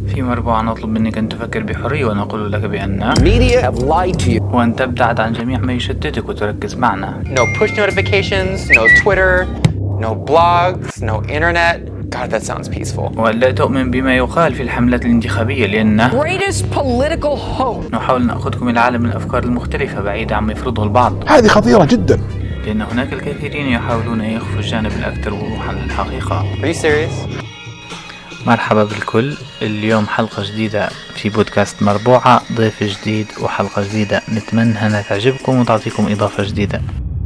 في مربوعة نطلب منك أن تفكر بحرية ونقول لك بأن Media have lied to you. وأن تبتعد عن جميع ما يشتتك وتركز معنا. No push notifications, no Twitter, no blogs, no internet. God, that sounds peaceful. ولا تؤمن بما يقال في الحملات الانتخابية لأن greatest political hope. نحاول نأخذكم إلى عالم الأفكار المختلفة بعيدة عما يفرضه البعض. هذه خطيرة جدا. لأن هناك الكثيرين يحاولون أن يخفوا الجانب الأكثر وضوحا للحقيقة. Are you serious? مرحبا بالكل. اليوم حلقة جديدة في بودكاست مربوعة، ضيف جديد وحلقة جديدة، نتمنى أنها تعجبكم وتعطيكم إضافة جديدة.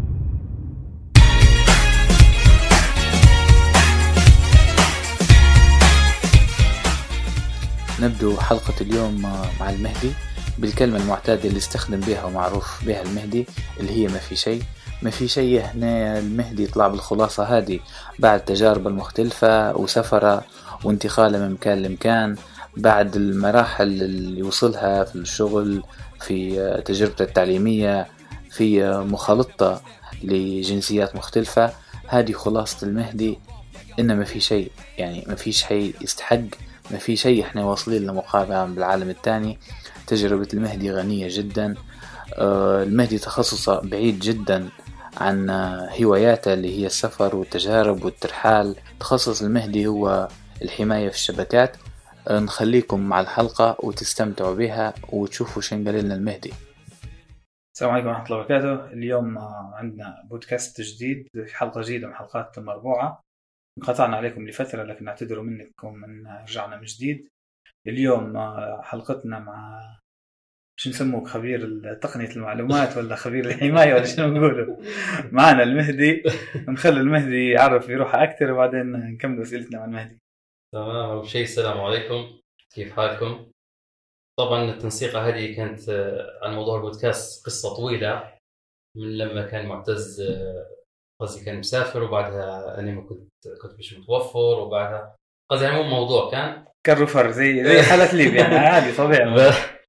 نبدأ حلقة اليوم مع المهدي بالكلمة المعتادة اللي استخدم بها ومعروف بها المهدي، اللي هي ما في شيء. هنا المهدي يطلع بالخلاصة هذه بعد تجارب المختلفة وسفره وانتقاله من مكان لمكان، بعد المراحل اللي وصلها في الشغل، في تجربته التعليمية، في مخالطة لجنسيات مختلفة. هذه خلاصة المهدي، إن ما في شيء، يعني ما فيش شيء يستحق، ما في شيء احنا واصلين لمقابلة بالعالم الثاني. تجربة المهدي غنية جدا. المهدي تخصصه بعيد جدا عن هواياته اللي هي السفر والتجارب والترحال. تخصص المهدي هو الحماية في الشبكات. نخليكم مع الحلقة وتستمتعوا بها وتشوفوا شن قال لنا المهدي. السلام عليكم ورحمة الله وبركاته. اليوم عندنا بودكاست جديد في حلقة جديدة من حلقات مربوعة. انقطعنا عليكم لفترة لكن نعتذر منكم من رجعنا من جديد. اليوم حلقتنا مع شو نسموك، خبير تقنية المعلومات ولا خبير الحماية ولا شنو نقوله. معنا المهدي، نخلي المهدي يعرف يروح أكثر وبعدين نكمل أسئلتنا مع المهدي. تمام. أول شيء السلام عليكم، كيف حالكم؟ طبعا التنسيقة هذه كانت عن موضوع البودكاست قصة طويلة، من لما كان معتز قصدي كان مسافر، وبعدها أنا ما كنت مش متوفر، وبعدها قصدي يعني مو موضوع كان كرفر زي حالة ليبيا يعني عادي طبيعي.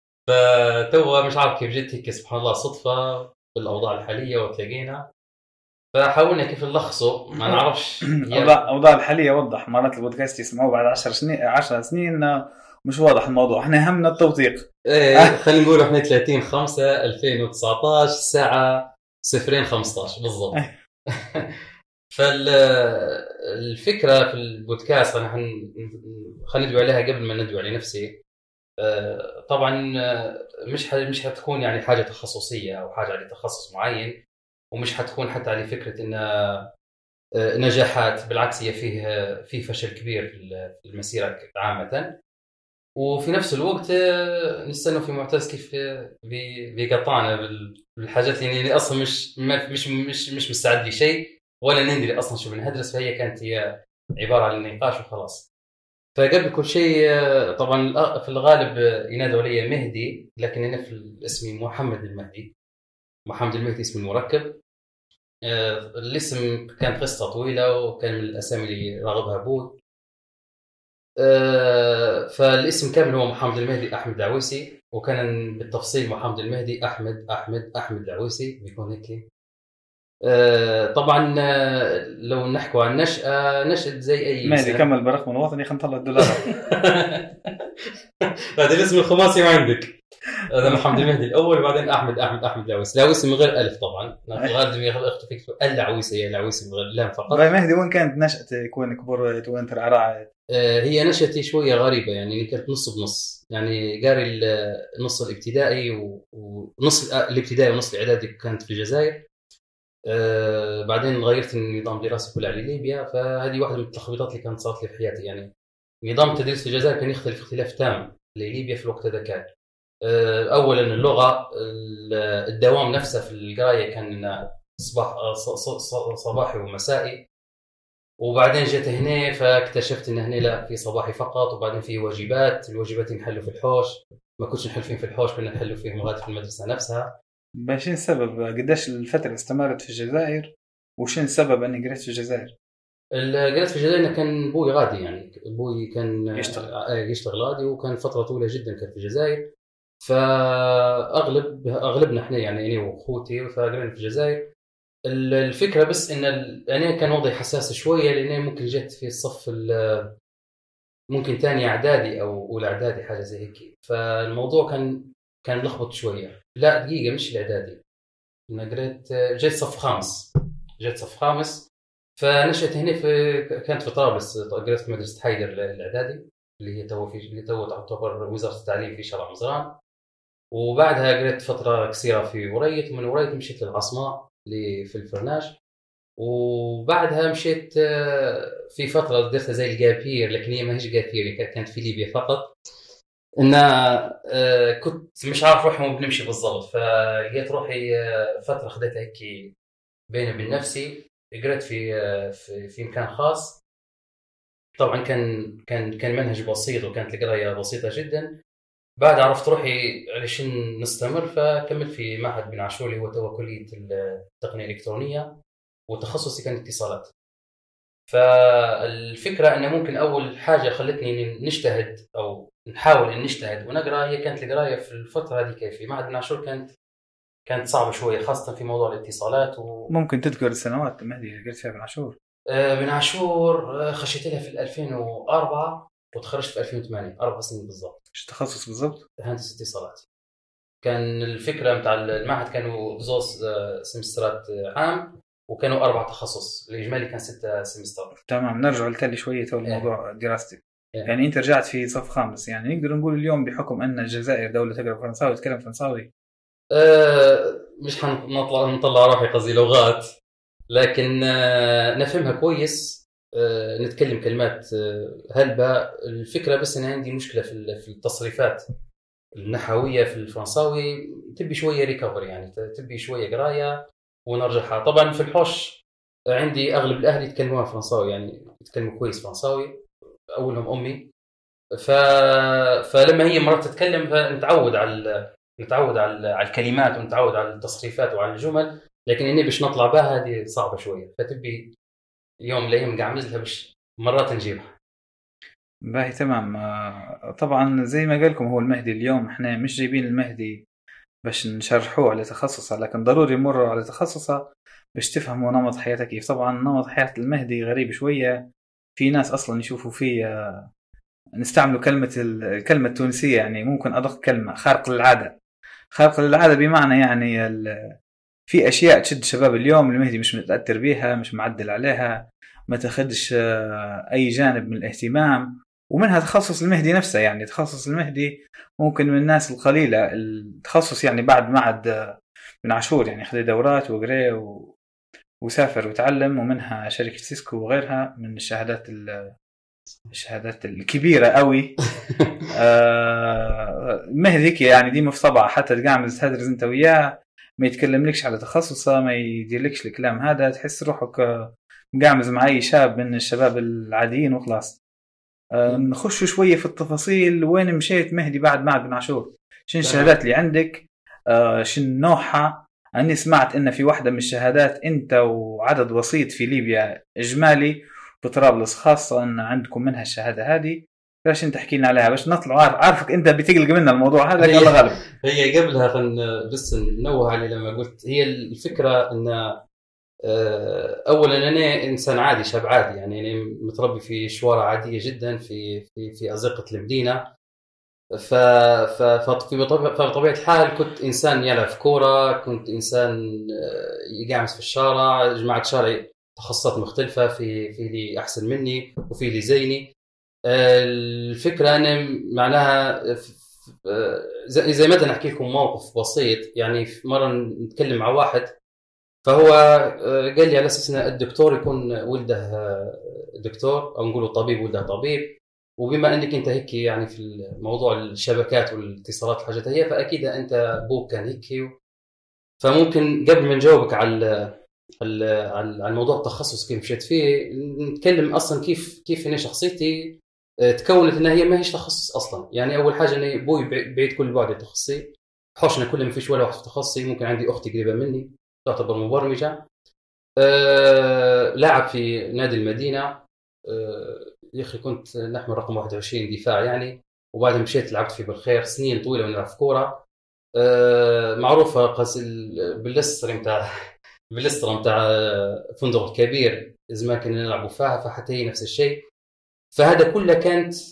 فتوه مش عارف كيف جت هيك سبحان الله صدفة بالأوضاع الحالية وتلاقينا، فحاولنا كيف نلخصه ما نعرفش. أوضاع الحالية وضح، مرات البودكاست يسمعوه بعد 10 سنين مش واضح الموضوع. احنا همنا التوثيق. خلينا نقول احنا 30/5/2019 الساعة 0:15 بالضبط. فالفكرة في البودكاست أنا خلينا ندعو عليها قبل ما ندعو على نفسي. طبعا مش هتكون يعني حاجة تخصصية أو حاجة على تخصص معين، ومش هتكون حتى على فكرة إن نجاحات، بالعكس هي فيه فشل كبير في المسيرة عامة. وفي نفس الوقت نستنى في معتز كيف بيقطعنا بالحاجات اللي أصلا مش مستعد لشيء ولا ندري أصلا شو بنهدرس، فهي كانت هي عبارة عن نقاش وخلاص. فقبل كل شيء طبعا في الغالب ينادوا علي مهدي، لكن أنا في اسمي محمد المهدي. محمد المهدي اسمي المركب. الاسم كانت قصة طويلة وكان من الأسامي اللي راغبها أبوي. فالاسم كامل هو محمد المهدي أحمد العويسي، وكان بالتفصيل محمد المهدي أحمد العويسي بيكون هيك. طبعا لو نحكوا عن نشأة زي أي مهدي كمل برقم الوطني خلينا نطلع الدولار. هذا الاسم الخماسي وعندك. هذا محمد المهدي الأول وبعدين أحمد العويسي. العويسي من غير ألف طبعا. الغالب يختفي العويسي من غير لام فقط. طيب مهدي وين كانت نشأتك؟ وين كبرت؟ وين ترعرعت؟ هي نشأتي شوية غريبة، يعني كانت نص بنص، يعني قاري النص الابتدائي ونص الابتدائي ونص الإعدادي كانت في الجزائر. بعدين غيرت النظام الدراسي كله على ليبيا، فهذه واحدة من التخبيطات اللي كانت صارت لي في حياتي. يعني نظام التدريس في الجزائر كان يختلف اختلاف تام لليبيا في الوقت ذاك. أولا اللغة، الدوام نفسه في القراية كان صباحي ومسائي، وبعدين جيت هنا فاكتشفت إن هنا لا، في صباحي فقط، وبعدين في الواجبات نحلوا في الحوش. ما كنتش نحل فيهم في الحوش، كنا نحلوا فيهم لغات في المدرسة نفسها. شنو السبب؟ قديش الفترة استمرت في الجزائر؟ وشنو السبب أني قريت في الجزائر؟ قريت في الجزائر كان أبوي غادي، يعني أبوي كان يشتغل غادي، وكان فترة طويلة جدا كان في الجزائر. فأغلبنا إحنا يعني أنا وأخوتي فقرينا في الجزائر. الفكرة بس إن أنا كان وضعي حساس شوية، لأن ممكن جت في الصف ممكن تاني اعدادي او اولى اعدادي حاجه زي هيك. فالموضوع كان لخبط شويه. لا دقيقه، مش الاعدادي، انا قريت جيت صف خامس. فنشأت هنا كانت في طرابلس، قريت في مدرسه حيدر الاعدادي اللي هي اللي تعتبر وزاره التعليم في شارع مزران. وبعدها قريت فتره قصيره في وريت، ومن وريت مشيت للعصماء اللي في الفرناج. وبعدها مشيت في فتره درتها زي الجابير، لكن هي ما هيش جابير، كانت في ليبيا فقط. ان كنت مش عارف روحي وين بنمشي بالضبط، فلقيت روحي فتره خذيتها هيك بيني وبين نفسي. قرأت في مكان خاص. طبعا كان منهج بسيط، وكانت القرايه بسيطه جدا. بعد عرفت روحي علشان نستمر، فكملت في معهد بن عاشور اللي هو تو كليه التقنيه الالكترونيه، وتخصصي كان اتصالات. فالفكره ان ممكن اول حاجه خلتني نجتهد او نحاول ان نجتهد ونقرا هي كانت القرايه في الفتره هذه. كيف في معهد بن عاشور كانت صعبه شويه، خاصه في موضوع الاتصالات. ممكن تذكر السنوات مهدي قلت فيها بن عاشور؟ بن عاشور خشيت لها في 2004 وتخرجت في 2008، 4 سنين بالضبط. ايش التخصص بالضبط؟ هندسه اتصالات. كان الفكره متاع المعهد كانوا زوز سمسترات عام، وكانوا 4 تخصص، الاجمالي كان 6 سمستر. تمام، نرجع لتالي شويه تو الموضوع دراستك. يعني انت رجعت في صف خامس، يعني نقدر نقول اليوم بحكم ان الجزائر دوله تقرا فرنساوي وتتكلم فرنساوي. مش نطلع روحي قصدي لغات، لكن نفهمها كويس. نتكلم كلمات هلبة. الفكرة بس أنا عندي مشكلة في التصريفات النحوية في الفرنساوي، تبي شوية ريكفر، يعني تبي شوية قراية ونرجعها. طبعا في الحوش عندي أغلب الأهل يتكلمون فرنساوي، يعني يتكلموا كويس فرنساوي، أولهم أمي. فلما هي مرات تتكلم فنتعود على الكلمات، ونتعود على التصريفات وعلى الجمل. لكن إني باش نطلع بها هذه صعبة شوية، فتبي يوم لأيام قاعد لها باش مرات نجيبها. باهي تمام. طبعا زي ما قالكم هو المهدي اليوم احنا مش جايبين المهدي باش نشرحوه على تخصصه، لكن ضروري مروا على تخصصه باش تفهموا نمط حياته كيف. طبعا نمط حياة المهدي غريب شوية، في ناس أصلا يشوفوا فيه نستعملوا الكلمة التونسية، يعني ممكن أدق كلمة خارق للعادة. خارق للعادة بمعنى يعني في أشياء تشد شباب اليوم المهدي مش متأثر بيها، مش معدل عليها، ما تاخدش أي جانب من الاهتمام. ومنها تخصص المهدي نفسه، يعني تخصص المهدي ممكن من الناس القليلة التخصص، يعني بعد معهد بن عاشور يعني خذ دورات وقرأ وسافر وتعلم، ومنها شركة سيسكو وغيرها من الشهادات الكبيرة قوي. مهدي هيك يعني ديما في طبعه، حتى تقعد تهدرز انت وياه ما يتكلملكش على تخصصه، ما يديرلكش الكلام هذا، تحس روحك مقعمز مع أي شاب من الشباب العاديين وخلاص. نخش شوية في التفاصيل. وين مشيت مهدي بعد معهد بن عاشور؟ شن الشهادات اللي عندك؟ شن نوعها؟ أني سمعت إن في واحدة من الشهادات أنت وعدد بسيط في ليبيا إجمالي، في طرابلس خاصة أن عندكم منها الشهادة هذه. ليش أنت تحكينا عليها باش نطلع عارفك أنت بتقلق منا الموضوع هذا؟ يلا غالب. هي قبلها خلنا بس ننوه على لما قلت هي الفكرة أن اولا انا انسان عادي، شاب عادي، يعني انا متربي في شوارع عاديه جدا في ازقه المدينه. فبطبيعه الحال كنت انسان يلعب كوره، كنت انسان يقامس في الشارع، جماعه شارع تخصصات مختلفه، في اللي احسن مني وفي اللي زيني. الفكره انا معناها زي مثلا احكي لكم موقف بسيط. يعني في مره نتكلم مع واحد، فهو قال لي على اساس ان الدكتور يكون ولده دكتور، او نقوله طبيب ولده طبيب، وبما انك انت هيك يعني في موضوع الشبكات والاتصالات الحاجات هي، فاكيد انت ابوك كان هيك. فممكن قبل ما نجاوبك على الموضوع التخصص كيف مشيت فيه، نتكلم اصلا كيف انا شخصيتي تكونت انها هي ما هيش تخصص اصلا. يعني اول حاجه اني ابوي بعيد كل بعد عن تخصصي، حوشنا كلنا ما فيش ولا واحد في تخصصي. ممكن عندي اختي قريبه مني تعتبر مبرمجة، لاعب في نادي المدينة. يا أخي كنت نحمل رقم 21 دفاع يعني. وبعدها مشيت لعبت في بالخير سنين طويلة ونلعب في كورة. معروفة باللسترة متاع فندق الكبير زمان كنا نلعبوا فيها، فحتى هي نفس الشيء. فهذا كله كانت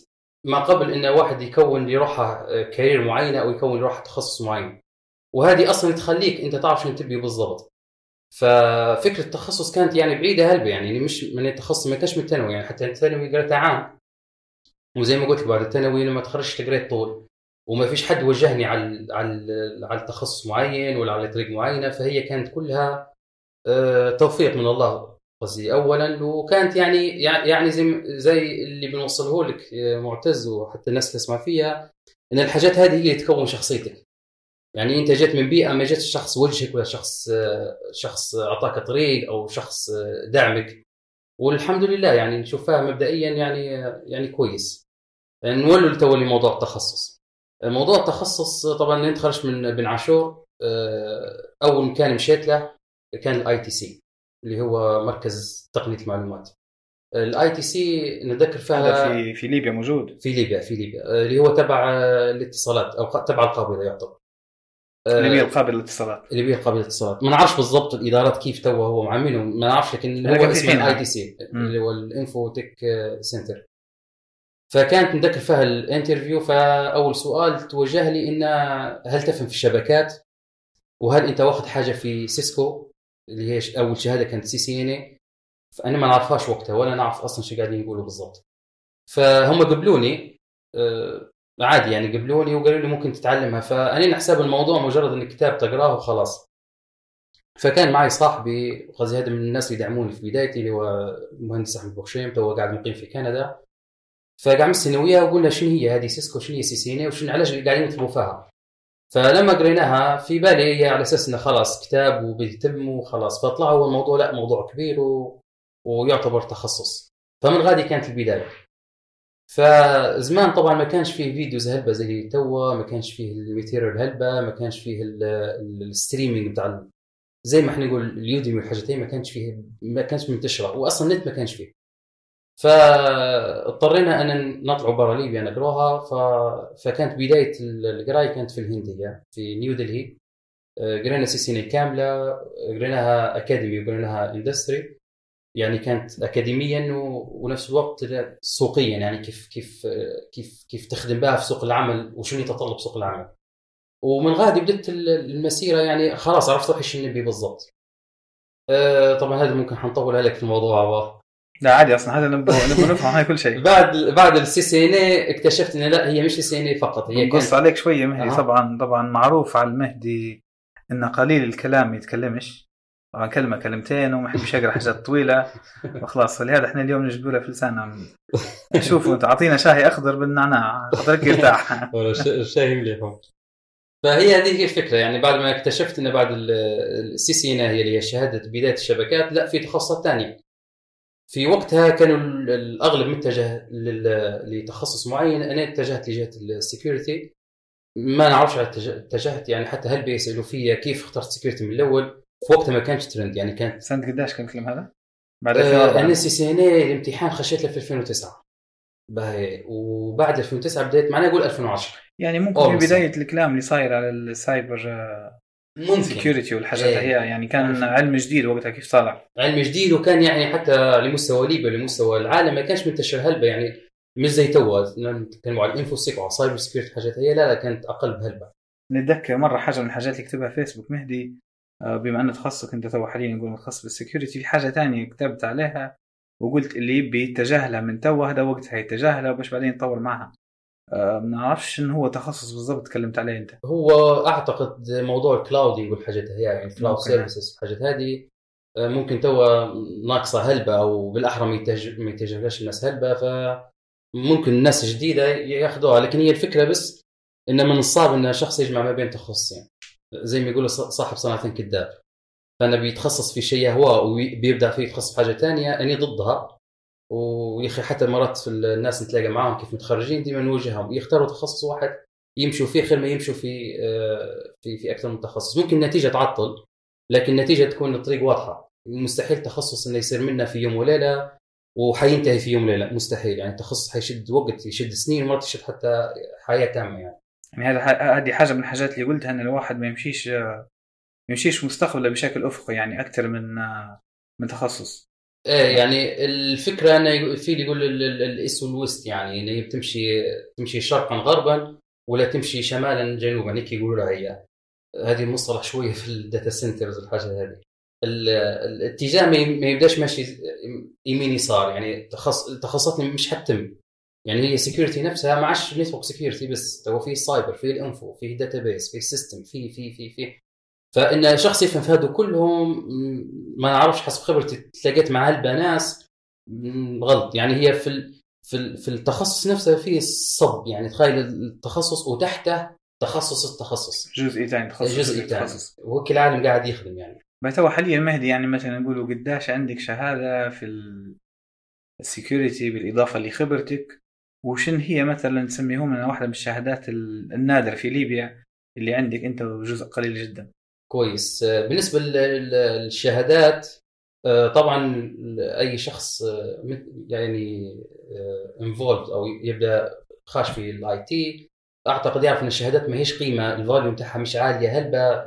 ما قبل ان واحد يكون لروحه كارير معينه او يكون لروحه تخصص معين، وهذه اصلا تخليك انت تعرف شنو تبي بالضبط. ففكره التخصص كانت يعني بعيده هلبة، يعني مش من التخصص، ما كانش من الثانوي، يعني حتى الثانوي قريتها عام، وزي ما قلت لك بعد الثانوي لما تخرجت قريت طول، وما فيش حد وجهني على التخصص معين ولا على طريق معينه، فهي كانت كلها توفيق من الله قصدي اولا. وكانت يعني زي اللي بنوصله لك معتز وحتى الناس اللي تسمع فيها، ان الحاجات هذه هي اللي تكون شخصيتك. يعني انت جيت من بيئه، ما جيتش شخص وجهك ولا شخص اعطاك طريق او شخص دعمك. والحمد لله يعني نشوفها مبدئيا يعني كويس. يعني نولوا لتولي موضوع التخصص. موضوع التخصص طبعا انت خرجت من بن عاشور، اول مكان مشيت له كان الاي تي سي اللي هو مركز تقنيه المعلومات. الاي تي سي نتذكر فيها في ليبيا موجود، في ليبيا اللي هو تبع الاتصالات او تبع القابضه يعتبر. ليبيا القابل للاتصالات. ليبيا القابل للاتصالات. ما نعرفش بالضبط الادارات كيف تو هو معاملهم، ما نعرفش، لكن هو اسمه الاي تي سي اللي هو الانفوتك سنتر. فكانت نذكر فيها الانترفيو، فاول سؤال توجه لي ان هل تفهم في الشبكات، وهل انت واخذ حاجه في سيسكو اللي هي اول شهاده كانت سي سي ان اي. فانا ما نعرفهاش وقتها ولا نعرف اصلا شو قاعدين يقولوا بالضبط. فهم قبلوني عادي، يعني قبلوني وقالوا لي ممكن تتعلمها. فانا نحسب الموضوع مجرد ان الكتاب تقراه وخلاص. فكان معي صاحبي قصدي هذا من الناس اللي يدعموني في بدايتي اللي هو المهندس احمد بوخشيم، تو قاعد مقيم في كندا. فقاعد مسنا وياه وقلنا شنو هي هذه سيسكو، شنو هي سي سي ان اي، وشنو علاش قاعدين يطلبوا فيها. فلما قريناها في بالي هي على اساس انه خلاص كتاب وبيتم وخلاص، فطلع هو الموضوع لا موضوع كبير ويعتبر تخصص. فمن غادي كانت البدايه. فزمان طبعا ما كانش فيه فيديوز هلبة زي توا، ما كانش فيه الماتيريال هلبة، ما كانش فيه الستريمينج بتاع زي ما احنا نقول اليوديمي والحاجتين، ما كانش منتشره، واصلا النت ما كانش فيه. فاضطرينا ان نطلع برا ليبيا نقراها. فكانت بدايه القرايه كانت في الهنديه في نيو دلهي. قرينا سي سي كامله، قريناها اكاديمي وقريناها اندستري. يعني كانت اكاديميا ونفس الوقت سوقيا، يعني كيف تخدم بها في سوق العمل وشنو يتطلب سوق العمل. ومن غادي بدت المسيره، يعني خلاص عرفت روحي شنو نبي بالضبط. طبعا هذا ممكن حنطول لك في الموضوع. لا عادي، اصلا هذا نبغى نفهم هاي كل شيء. بعد السي سي ان اي اكتشفت ان لا، هي مش سي سي ان اي فقط، هي بنقص عليك شويه مهدي. طبعا معروف على المهدي انه قليل الكلام، يتكلمش طبعا كلمه كلمتين وما يحبش يقرا حاجات طويله وخلاص. فلهذا احنا اليوم نجبوا له في لسانه. شوفوا انت اعطينا شاي اخضر بالنعناع خاطرك يرتاح. ولا شاي مليح. فهي هذه الفكره. يعني بعد ما اكتشفت ان بعد السي سي ان هي اللي هي شهاده بدايه الشبكات، لا في تخصصات ثانيه. في وقتها كانوا الاغلب متجه لتخصص معين، انا اتجهت لجهه السكيورتي. ما نعرفش اتجهت يعني، حتى هل بيسالوا فيا كيف اخترت سكيورتي من الاول. في وقتها ما كانش ترند، يعني كانت سنه قداش كان الكلام هذا؟ بعد 2004. انا سي سي ان الامتحان خشيت له في 2009 باهي، وبعد 2009 بديت معنا اقول 2010. يعني ممكن في بدايه الكلام اللي صاير على السايبر ممكن سكيورتي والحاجات هي، يعني كان علم جديد وقتها كيف طالع. علم جديد، وكان يعني حتى لمستوى ليبيا لمستوى العالم ما كانش منتشر هلبة، يعني مش زي توا كانوا على الانفو سيك وعلى سايبر سكيورتي حاجات هي، لا كانت اقل بهلبة. نتذكر مره حاجه من الحاجات اللي كتبها فيسبوك مهدي، بما ان تخصصك انت تو حاليا نقول متخصص بالسكيورتي، في حاجه ثانيه كتبت عليها وقلت اللي يبي يتجه لها من تو هذا وقتها يتجه لها باش بعدين يطور معها. ما نعرفش انه هو تخصص بالضبط تكلمت عليه انت. هو اعتقد موضوع الكلاودينج والحاجات هي، يعني كلاود سيرفيسز والحاجات هذه ممكن توا ناقصه هلبة، او بالاحرى ما يتجهلاش الناس هلبة، فممكن الناس جديده ياخذوها. لكن هي الفكره بس ان من الصعب ان شخص يجمع ما بين تخصصين، زي ما يقولوا صاحب صنعتين كذاب. فانا بيتخصص في شيء هو وبيبدا فيه يتخصص في حاجه ثانيه، اني ضدها. ويا اخي حتى مرات في الناس نتلاقى معاهم كيف متخرجين ديما نوجههم يختاروا تخصص واحد يمشوا فيه خير ما يمشوا في اكثر من تخصص. ممكن النتيجه تعطل، لكن النتيجه تكون الطريق واضحه. مستحيل تخصص انه يصير منا في يوم وليله وحينتهي في يوم وليله، مستحيل. يعني التخصص حيشد وقت، يشد سنين، ومرات يشد حتى حياه كامله. يعني هذه حاجه من الحاجات اللي قلتها، ان الواحد ما يمشيش مستقبله بشكل افقي، يعني اكثر من تخصص. يعني الفكره انه في اللي يقول الايست والويست، يعني اللي بتمشي شرقا غربا ولا تمشي شمالا جنوبا، هيك يقولوا لها هي. هذه مصطلح شويه في الداتا سنترز الحاجه هذه. الاتجاه ما يبداش ماشي يمين يسار، يعني تخصصات مش حتتم. يعني هي سكيورتي نفسها ما عادش نتورك سكيورتي بس، هو في سايبر، في الانفو، في داتابيس، في سيستم، في فان شخص يفهم في هذول كلهم ما نعرفش حسب خبرتي تلاقيت مع هالبناس غلط. يعني هي في التخصص نفسه في الصب، يعني تخيل التخصص وتحته تخصص التخصص، جزء ثاني، جزء ثاني، وكل عالم قاعد يخدم. يعني تو حاليا مهدي، يعني مثلا نقولوا قداش عندك شهادة في السيكوريتي بالإضافة لخبرتك، وشن هي مثلا تسميهم لنا واحدة من الشهادات النادرة في ليبيا اللي عندك أنت وجزء قليل جدا؟ كويس. بالنسبة للشهادات، طبعا أي شخص يعني involved أو يبدأ خاش في الاي تي، أعتقد يعرف أن الشهادات ما هيش قيمة، الفاليو متاعها مش عالية هلبة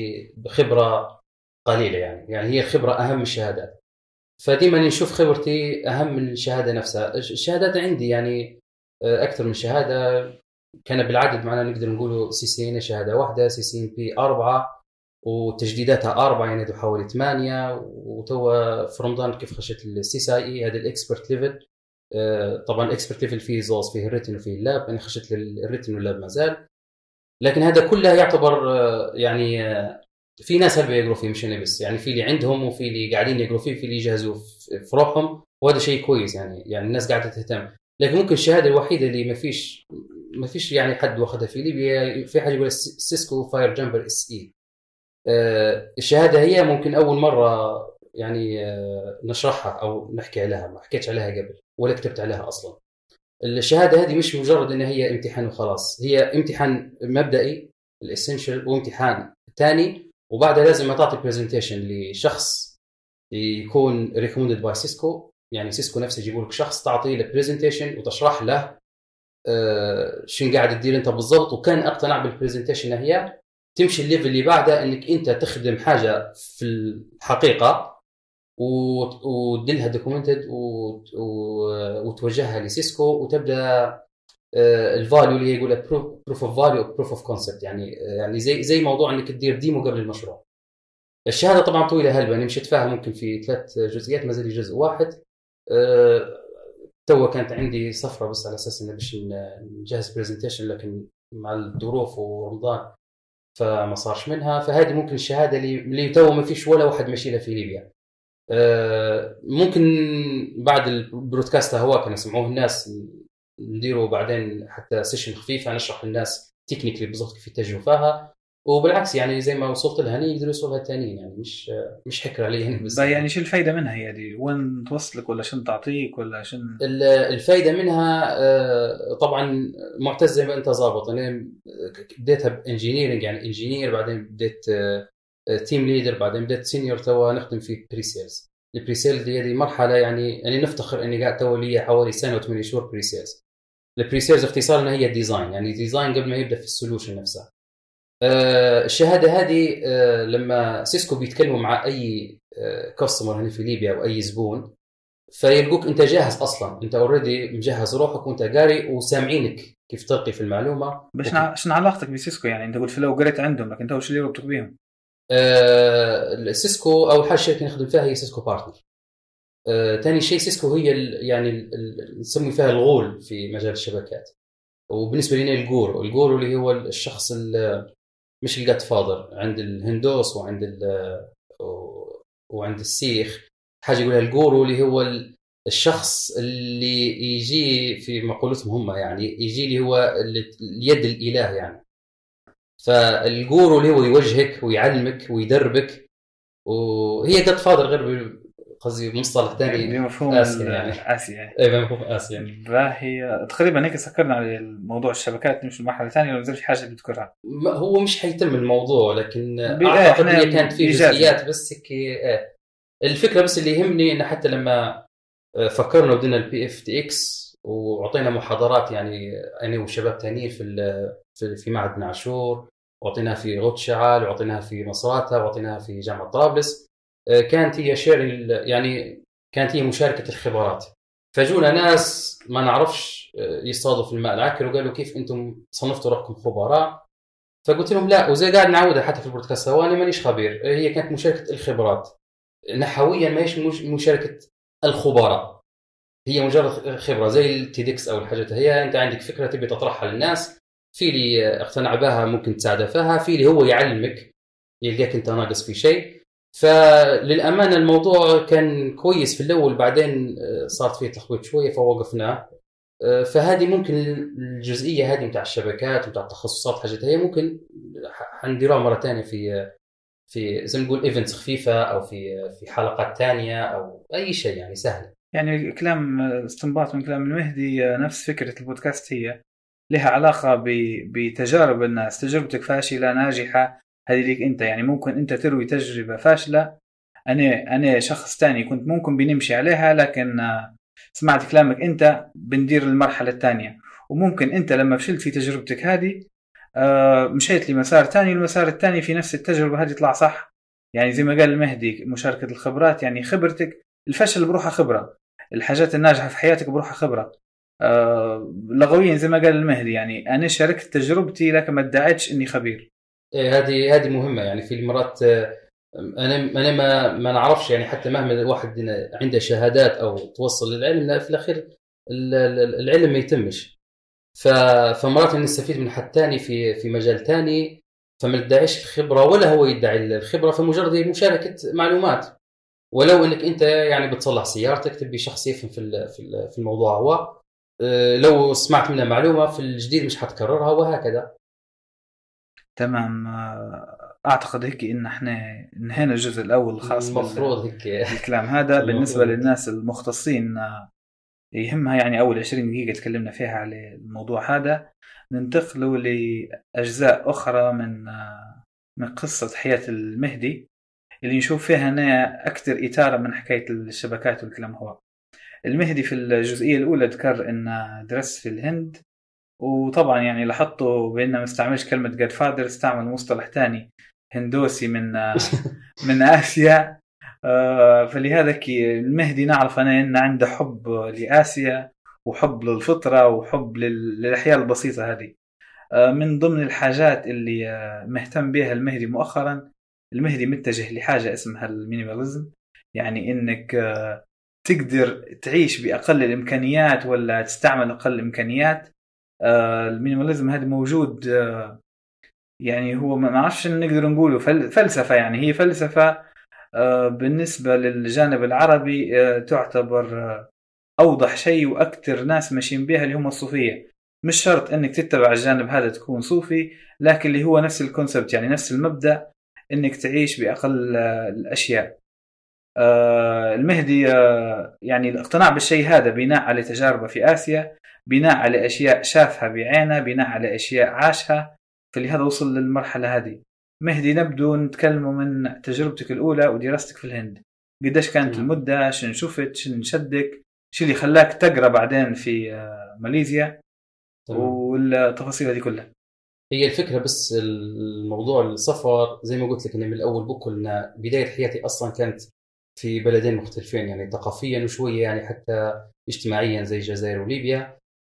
بخبرة قليلة. يعني هي الخبرة أهم من الشهادات. فديما نشوف خبرتي أهم من الشهادة نفسها. الشهادات عندي يعني أكثر من شهادة، كان بالعدد معنا نقدر نقوله سي سي ان شهادة واحدة، سي سي ان بي 4، وتجديداتها 4، يعني دو حوالي 8. وتوا في رمضان كيف خشيت السي سي اي، هذا الاكسبرت ليفل. طبعا الاكسبرت ليفل فيه زوز، فيه الريتن وفيه اللاب، انا خشيت للريتن واللاب ما زال. لكن هذا كله يعتبر يعني في ناس هل بيقروا فيه مش انا بس، يعني في اللي عندهم وفي اللي قاعدين يقروا فيه، في اللي يجهزوا في روحهم، وهذا شيء كويس. يعني الناس قاعده تهتم. لكن ممكن الشهاده الوحيده اللي ما فيش يعني حد واخذها في ليبيا، في حاجه يقول سيسكو فاير جامبر اس اي. الشهاده هي ممكن اول مره يعني نشرحها او نحكي عليها، ما حكيتش عليها قبل ولا كتبت عليها اصلا. الشهاده هذه مش مجرد انها هي امتحان وخلاص، هي امتحان مبدئي الاسينشال، وامتحان ثاني، وبعدها لازم تعطي برزنتيشن لشخص يكون ريكومندد باي سيسكو. يعني سيسكو نفسه يجيبوا لك شخص تعطيه له برزنتيشن وتشرح له شنو قاعد تدير انت بالضبط، وكان اقتنع بالبرزنتيشن هي تمشي الليفل اللي بعده انك انت تخدم حاجه في الحقيقه وتدلها دوكيومنتد وتوجهها لسيسكو، وتبدا الفاليو اللي يقول لك بروف اوف فاليو، بروف اوف كونسبت، يعني زي موضوع انك تدير ديمو قبل المشروع. الشهاده طبعا طويله هلبة، انا مشيت فيها ممكن في 3 جزئيات، ما زال جزء واحد. تو كانت عندي صفرة بس على اساس انه باش نجهز برزنتيشن، لكن مع الظروف ورمضان فما صارش منها. فهذه ممكن الشهاده اللي تو ما فيش ولا واحد ماشي لها في ليبيا. ممكن بعد البرودكاست هو كان يسمعوه الناس نديروا بعدين حتى سيشن خفيفه نشرح للناس تكنيكلي بالضبط كيف يتجهوا فيها، وبالعكس يعني زي ما وصلت لها هني يقدروا يوصلوا لها الثانيين. يعني مش حكر علي هنا بس. يعني شو الفايده منها هي دي؟ وين توصلك ولا شن تعطيك ولا شن الفايده منها؟ طبعا معتز زي ما انت ظابط، انا بديتها بانجينيرنج، يعني انجينير، بعدين بديت تيم ليدر، بعدين بديت سينيور، توا نخدم في بري سيلز. البري سيلز دي مرحله يعني نفتخر اني قاعد تو لي حوالي سنه و8 شهور بري سيلز. البري سيلز اختصارا هي الديزاين، يعني ديزاين قبل ما يبدا في السولوشن نفسها. الشهاده هذه لما سيسكو بيتكلموا مع اي كاستمر هنا في ليبيا او اي زبون، فيلقوك انت جاهز اصلا، انت اوريدي مجهز روحك وانت قاري وسامعينك كيف تلقي في المعلومه. بس شنو علاقتك بسيسكو؟ يعني انت قلت لو قريت عندهم، لكن انت وش اللي ربطك بيهم؟ سيسكو اول حاجه الشركه نخدم فيها هي سيسكو بارتنر. ثاني شيء سيسكو هي يعني نسمي فيها الغول في مجال الشبكات. وبالنسبه لنا الجورو اللي هو الشخص مش الجاد فاذر عند الهندوس وعند السيخ، حاجه يقولها الجورو اللي هو الشخص اللي يجي في مقولتهم هم، يعني يجي اللي هو اليد الاله يعني. فالجورو اللي هو يوجهك ويعلمك ويدربك، وهي جاد فاذر غير قصدي مصطلح ثاني بمفهوم آسيا يعني. آسيا. اي بمفهوم آسيا. باهي تقريبا هيك سكرنا على موضوع الشبكات، نمشي لمرحلة ثانية ولا في حاجة بتذكرها؟ هو مش حيتم الموضوع، لكن اعتقد هي كانت في جزئيات بس هيك. الفكره بس اللي يهمني ان حتى لما فكرنا ودنا البي اف تي اكس وعطينا محاضرات، يعني انا وشباب ثانيين في معهد بن عاشور، وعطيناها في غوت شعال، وعطيناها في مصراتة، وعطيناها في جامعه طرابلس. كانت هي شير يعني كانت هي مشاركة الخبرات. فجونا ناس ما نعرفش يصطادوا في الماء العكر وقالوا كيف أنتم صنفتوا روحكم خبراء. فقلت لهم لا، وزي قاعد نعودها حتى في البودكاست، وأنا مانيش خبير، هي كانت مشاركة الخبرات نحويا، ما هيش مشاركة الخبراء، هي مجرد خبرة زي التيدكس أو الحاجات. هي أنت عندك فكرة تبي تطرحها للناس، في اللي اقتنع بها ممكن تساعده فيها، في اللي هو يعلمك يلقاك أنت ناقص في شيء. فللأمانة الموضوع كان كويس في الأول، بعدين صارت فيه تلخبيط شوية فوقفناه. فهذه ممكن الجزئية هذه متاع الشبكات ومتاع التخصصات حاجات، هي ممكن حنديروها مرة تانية في زي ما نقول ايفنتس خفيفة أو في حلقات تانية أو أي شيء يعني سهل. يعني كلام استنباط من كلام المهدي، نفس فكرة البودكاست هي لها علاقة بتجارب الناس، تجربتك فاشلة ناجحة هذه ليك أنت. يعني ممكن أنت تروي تجربة فاشلة، أنا شخص تاني كنت ممكن بنمشي عليها، لكن سمعت كلامك أنت بندير المرحلة الثانية. وممكن أنت لما فشلت في تجربتك هذه مشيت لمسار تاني، المسار الثاني في نفس التجربة هذه يطلع صح. يعني زي ما قال المهدي مشاركة الخبرات، يعني خبرتك الفشل بروحها خبرة، الحاجات الناجحة في حياتك بروحها خبرة. لغويا زي ما قال المهدي، يعني أنا شاركت تجربتي لكن ما ادعيتش إني خبير. هذه مهمة. يعني في المرات أنا ما نعرفش، يعني حتى مهما الواحد عنده شهادات أو توصل للعلم، في الأخير العلم ما يتمش. فمرات نستفيد من حد تاني في مجال تاني، فما ندعيش الخبرة ولا هو يدعي الخبرة، فمجرد مشاركة معلومات. ولو انك انت يعني بتصلح سيارتك تبي شخص يفهم في الموضوع، هو لو سمعت منه معلومة في الجديد مش حتكررها، وهكذا. تمام. اعتقد هيك ان احنا انهينا الجزء الاول الخاص المفروض هيك الكلام هذا. بالنسبة للناس المختصين يهمها يعني اول 20 دقيقة تكلمنا فيها على الموضوع هذا، ننتقلوا لأجزاء أخرى من قصة حياة المهدي اللي نشوف فيها أنا أكثر إثارة من حكاية الشبكات والكلام. هو المهدي في الجزئية الأولى ذكر إن درس في الهند، وطبعا يعني لاحظتوا بأنه ما استعملش كلمة Godfather، استعمل مصطلح تاني هندوسي من آسيا. فلهذا المهدي نعرف أنا إن عنده حب لآسيا وحب للفطرة وحب للأحياء البسيطة هذه. من ضمن الحاجات اللي مهتم بها المهدي مؤخرا، المهدي متجه لحاجة اسمها المينيماليزم، يعني إنك تقدر تعيش بأقل الإمكانيات ولا تستعمل أقل الإمكانيات. المينيماليزم هذا موجود، يعني هو ما نعرفش نقدر نقوله فلسفة، يعني هي فلسفة بالنسبة للجانب العربي تعتبر أوضح شيء وأكثر ناس ماشيين بها اللي هم الصوفية. مش شرط أنك تتبع الجانب هذا تكون صوفي، لكن اللي هو نفس الكونسبت، يعني نفس المبدأ أنك تعيش بأقل الأشياء. المهدي يعني الاقتناع بالشيء هذا بناء على تجاربه في آسيا، بناء على أشياء شافها بعينه، بناء على أشياء عاشها، فلهذا وصل للمرحلة هذه. مهدي نبدو نتكلم من تجربتك الأولى ودراستك في الهند، قديش كانت المدة، شن شفت، شن شدك، شو اللي خلاك تقرأ بعدين في ماليزيا، والتفاصيل هذه كلها. هي الفكرة بس الموضوع السفر زي ما قلت لك إن من الأول بكل إن بداية حياتي أصلا كانت في بلدين مختلفين، يعني ثقافيا وشوية يعني حتى اجتماعيا زي الجزائر وليبيا.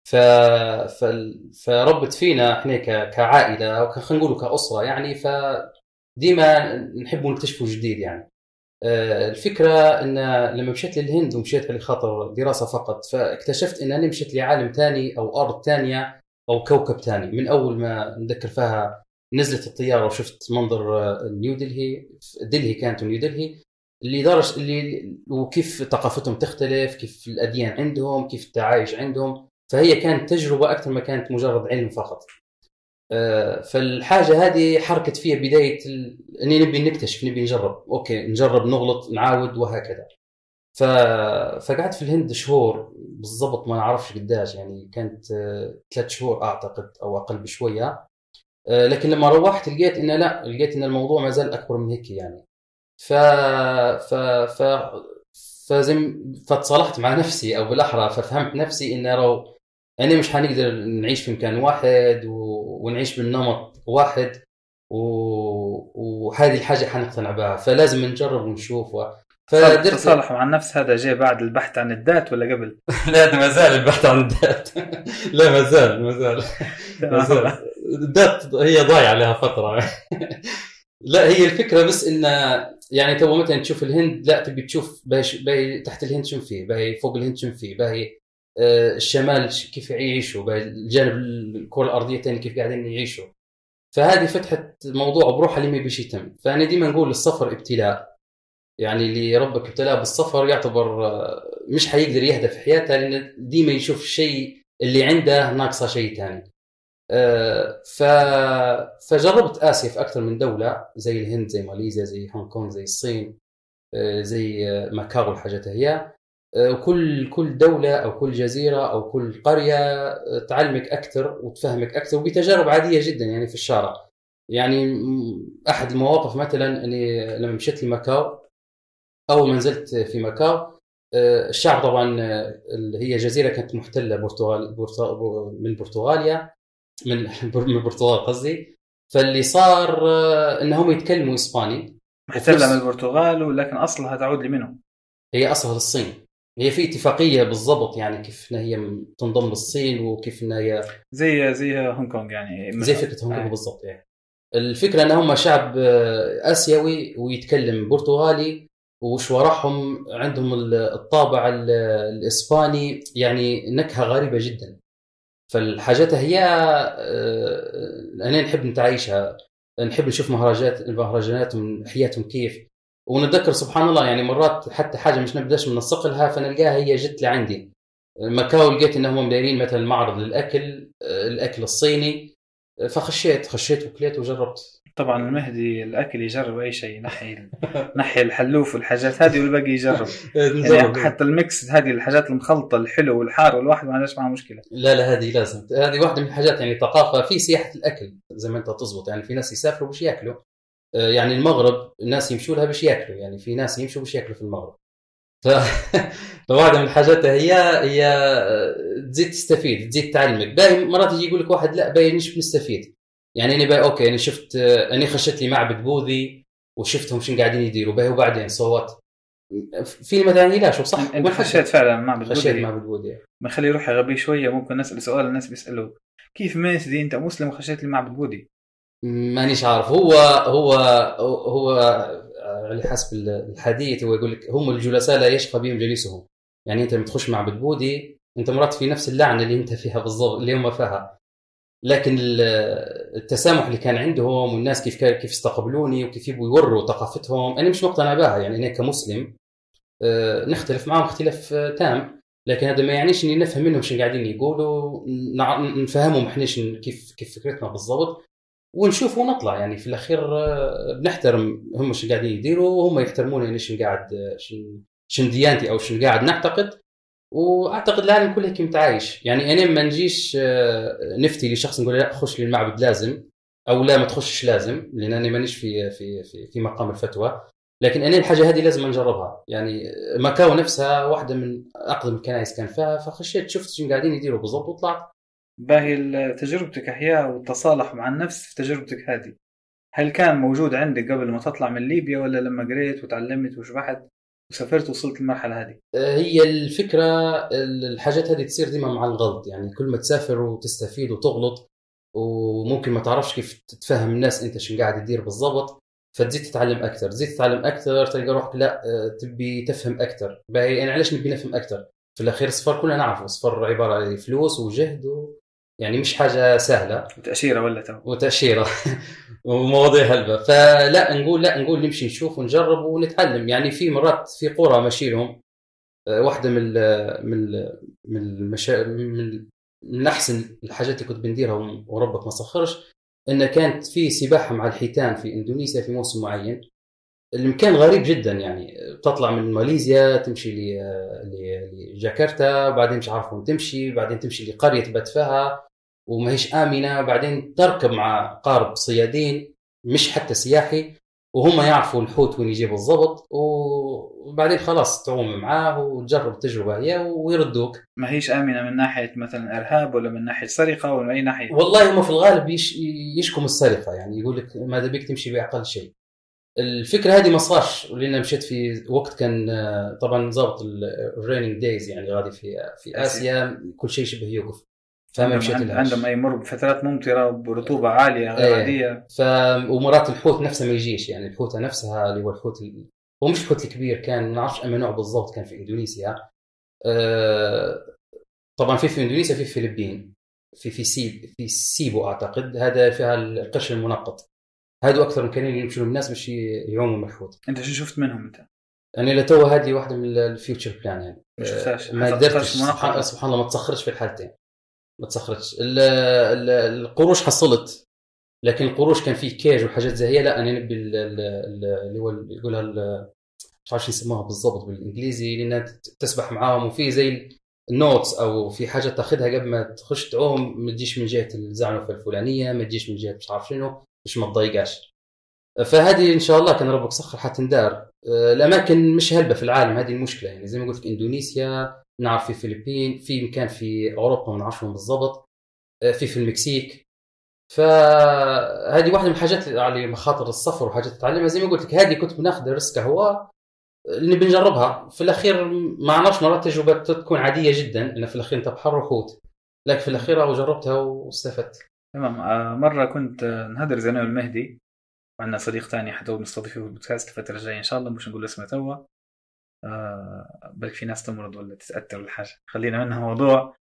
فربت فينا احنا كعائلة او خلينا نقول كأسرة، يعني فديما نحب نكتشفوا جديد. يعني الفكرة ان لما مشيت للهند ومشيت على خاطر دراسة فقط، فاكتشفت ان انا مشيت لعالم تاني او ارض تانية او كوكب تاني. من اول ما نذكر فيها نزلت الطيارة وشفت منظر دلهي كانت نيو دلهي، اللي درج اللي وكيف ثقافتهم تختلف، كيف الأديان عندهم، كيف التعايش عندهم. فهي كانت تجربة أكثر ما كانت مجرد علم فقط. فالحاجة هذه حركت فيها بداية أني نبي نكتشف، نبي نجرب، أوكي نجرب نغلط نعاود وهكذا. فقعدت في الهند شهور بالضبط، ما نعرفش قداش، يعني كانت 3 شهور أعتقد أو أقل بشوية. لكن لما روحت لقيت إن الموضوع ما زال أكبر من هيك يعني. فتصالحت مع نفسي، او بالاحرى ففهمت نفسي ان انا مش هنقدر نعيش في مكان واحد ونعيش بالنمط واحد، وهذه الحاجه حنقتنع بها، فلازم نجرب ونشوف. التصالح مع النفس هذا جاء بعد البحث عن الذات ولا قبل؟ لا ما زال البحث عن الذات. لا ما زال الذات هي ضايعة لها فترة. لا هي الفكرة بس إن يعني تو مثلا تشوف الهند، لا تبي تشوف باي تحت الهند شو فيه، باي فوق الهند شو فيه، باي الشمال كيف يعيشوا، باي الجانب الكرة الأرضية تاني كيف قاعدين يعيشوا. فهذه فتحت موضوع بروحها اللي ما بيش يتم. فأنا ديما نقول السفر ابتلاء، يعني اللي ربك ابتلاه بالسفر يعتبر مش حيقدر يهدف في حياته، لأن ديما يشوف الشيء اللي عنده ناقصه شيء تاني. فجربت آسيا في أكثر من دولة، زي الهند، زي ماليزيا، زي هونغ كونغ، زي الصين، زي ماكاو والحاجات هي. وكل دولة أو كل جزيرة أو كل قرية تعلمك أكثر وتفهمك أكثر، وبتجارب عادية جدا يعني في الشارع. يعني أحد المواقف مثلا أني لما مشيت لماكاو، أول ما نزلت في ماكاو، الشعب طبعا اللي هي جزيرة كانت محتلة من برتغاليا، من البرتغال قصدي. فاللي صار انهم يتكلموا اسباني. محتلة من البرتغال، ولكن اصلها تعود لمنهم؟ هي اصلها للصين. هي في اتفاقيه بالضبط يعني كيف ان هي تنضم للصين، وكيف ان هي زي هونغ كونغ، يعني زي فكره هونغ كونغ بالضبط. يعني الفكره ان هم شعب اسيوي ويتكلم برتغالي، وش وراهم عندهم الطابع الاسباني، يعني نكهه غريبه جدا. فالحاجات هي أنا نحب نتعايشها، نحب نشوف مهرجاناتهم، حياتهم كيف. ونتذكر سبحان الله يعني مرات حتى حاجة مش نبداش ننسق لها فنلقاها هي جت لعندي. ماكاو لقيت إنهم دايرين مثلا معرض للأكل، الأكل الصيني، فخشيت وكليت وجربت. طبعا المهدي الأكل يجرب أي شيء، نحي الحلوف والحاجات هذه والباقي يجرب. يعني حتى الميكس هذه الحاجات المخلطة، الحلو والحار، والواحد ما عندهاش معه مشكلة. لا هذه لازم، هذه واحدة من الحاجات. يعني ثقافة في سياحة الأكل زي ما أنت تزبط. يعني في ناس يسافروا باش يأكلوا، يعني المغرب الناس يمشوا لها باش يأكلوا، يعني في ناس يمشوا باش يأكلوا في المغرب. فواحدة من الحاجات هي تزيد تستفيد، تزيد تعلمك. باقي مرات يجي يقول لك واحد لا باقي نش نستفيد. يعني أنا باقي أوكي، أنا شفت، أنا خشيت لي معبد بوذي وشفتهم شن قاعدين يديروا باقي، وبعدين صوت في مثلا لاش صح. أنت خشيت فعلا معبد بوذي؟ خشيت معبد بوذي. ما خلي روحي غبي شوية، ممكن نسأل سؤال الناس بيسألوا كيف ماشي أنت مسلم وخشيت لي معبد بوذي؟ مانيش عارف. هو على حسب الحديث هو يقول لك هم الجلساء لا يشقى بهم جليسهم. يعني انت بتخش مع بودي انت مرات في نفس اللعنه اللي انت فيها بالضبط اللي هم فيها. لكن التسامح اللي كان عندهم والناس كيف استقبلوني وكيف يبوا يوروا ثقافتهم انا مش مقتنع بها. يعني انا كمسلم نختلف معهم اختلاف تام، لكن هذا ما يعنيش اني نفهم منهم شو قاعدين يقولوا، نفهمهم احنا كيف فكرتنا بالضبط ونشوف ونطلع. يعني في الاخير بنحترم هم شو قاعدين يديروا وهم يحترموني يعني شو قاعد شن ديانتي او شن قاعد نعتقد. واعتقد العالم كله هيك متعايش. يعني انا ما نجيش نفتي لشخص نقول لا خش للمعبد لازم او لا ما تخشش لازم، لان انا مانيش في مقام الفتوى. لكن انا الحاجه هذه لازم نجربها. يعني ماكاو نفسها واحده من اقدم الكنائس كان فيها، فخشيت شفت شنو قاعدين يديروا بالضبط وطلعت. باهي تجربتك احياء والتصالح مع النفس في تجربتك هذه، هل كان موجود عندك قبل ما تطلع من ليبيا، ولا لما قريت وتعلمت وشبحت وسافرت وصلت المرحله هذه؟ هي الفكره الحاجات هذه تصير ديما مع الغلط. يعني كل ما تسافر وتستفيد وتغلط وممكن ما تعرفش كيف تتفهم الناس انت شنو قاعد تدير بالضبط، فتزيد تتعلم اكثر تلقى روحك لا تبي تفهم اكثر. باهي انا علاش نبي نفهم اكثر؟ في الاخير السفر كلنا نعرفه، السفر عباره عن فلوس وجهد يعني مش حاجه سهله، وتاشيره ولا وتاشيره ومواضيع هلبة. فلا نقول نمشي نشوف ونجرب ونتعلم. يعني في مرات في قرى ماشي لهم واحده من احسن الحاجات اللي كنت بنديرها وربك ما سخرش، ان كانت في سباحه مع الحيتان في اندونيسيا في موسم معين. المكان غريب جدا. يعني تطلع من ماليزيا تمشي لجاكرتا، وبعدين مش عارف وين تمشي، بعدين تمشي لقريه تبات فيها وما هيش آمنة، بعدين تركب مع قارب صيادين مش حتى سياحي وهم يعرفوا الحوت وين يجي بالضبط، وبعدين خلاص تعوم معاه وتجرب التجربة هي ويردوك. ما هيش آمنة من ناحية مثلا إرهاب ولا من ناحية سرقة ولا أي ناحية؟ والله هم في الغالب يشكم السرقة. يعني يقول لك ماذا بك تمشي بأقل شيء. الفكره هذه ما صارش، لان مشيت في وقت كان طبعا ضابط الريننج دايز، يعني غادي في اسيا كل شيء شبه يوقف. فما مشيت عندما يمر بفترات ممطره برطوبه عاليه غير عاديه. ومرات الحوت نفسه ما يجيش، يعني الحوته نفسها اللي هو الحوت هو مش الحوت الكبير، كان ما نعرفش اما نوع بالضبط، كان في اندونيسيا. طبعا في اندونيسيا، في الفلبين، في سيبو اعتقد، هذا فيها القرش المنقط. هادو اكثر مكانين يمشوا الناس باش يعوموا مع الحوت. انت شو شفت منهم انت؟ يعني لتو هذه واحده من الفيوتشر بلان، يعني ما شفتهاش، ما قدرتش سبحان الله، ما تسخرتش في الحالتين، ما تسخرتش. القروش حصلت، لكن القروش كان فيه كيج وحاجات زي هي، لا انا نبي اللي هو يقولها مش عارف يسموها بالضبط بالانجليزي، لان تسبح معاهم وفي زي النوتس او في حاجه تاخذها قبل ما تخش تعوم، ما تجيش من جهه الزعنفه الفلانيه، ما تجيش من جهه مش عارف شنو، مش ما تضايقاش. فهذه ان شاء الله كان ربك سخر حتندار. الاماكن مش هلبة في العالم، هذه المشكله. يعني زي ما قلت لك اندونيسيا نعرف، في الفلبين، في مكان في اوروبا ما نعرفهم بالضبط، في المكسيك. فهذه واحده من الحاجات على مخاطر السفر وحاجات تتعلمها. زي ما قلت لك هذه كنت بناخذ ريسك هو اللي بنجربها. في الاخير ما عرفش، مرات تجربه تكون عاديه جدا، ان في الاخير انت بحر وحوت، لكن في الاخير جربتها واستفدت. تمام. مره كنت نهدر زي انا والمهدي، وعندنا صديق ثاني حتى نستضيفه في البودكاست الفتره الجايه ان شاء الله، مش نقول اسمه توا. بل في ناس تمرض ولا تتاثر الحاجه، خلينا منها موضوع.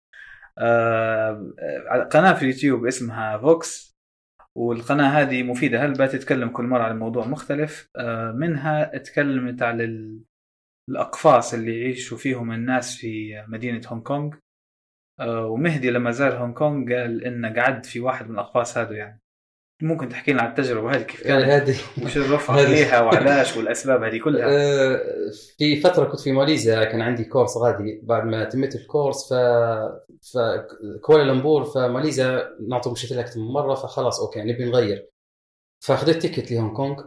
قناه في اليوتيوب اسمها فوكس، والقناه هذه مفيده هلبة، تتكلم كل مره عن موضوع مختلف. منها اتكلمت على الأقفاص اللي يعيشوا فيهم الناس في مدينة هونغ كونغ. ومهدي لما زار هونغ كونغ قال إنه قعد في واحد من الأقفاص هذا. يعني ممكن تحكي لنا عن التجربة هذه كيف كانت؟ وش الرفع فيها وعلاش والأسباب هذه كلها؟ في فترة كنت في ماليزيا، كان عندي كورس غادي بعد ما تميت الكورس كوالالمبور، فماليزيا نعطوا مشيت لها أكثر من مرة، فخلاص أوكي نبي نغير. فأخذت تيكت لهونغ كونغ.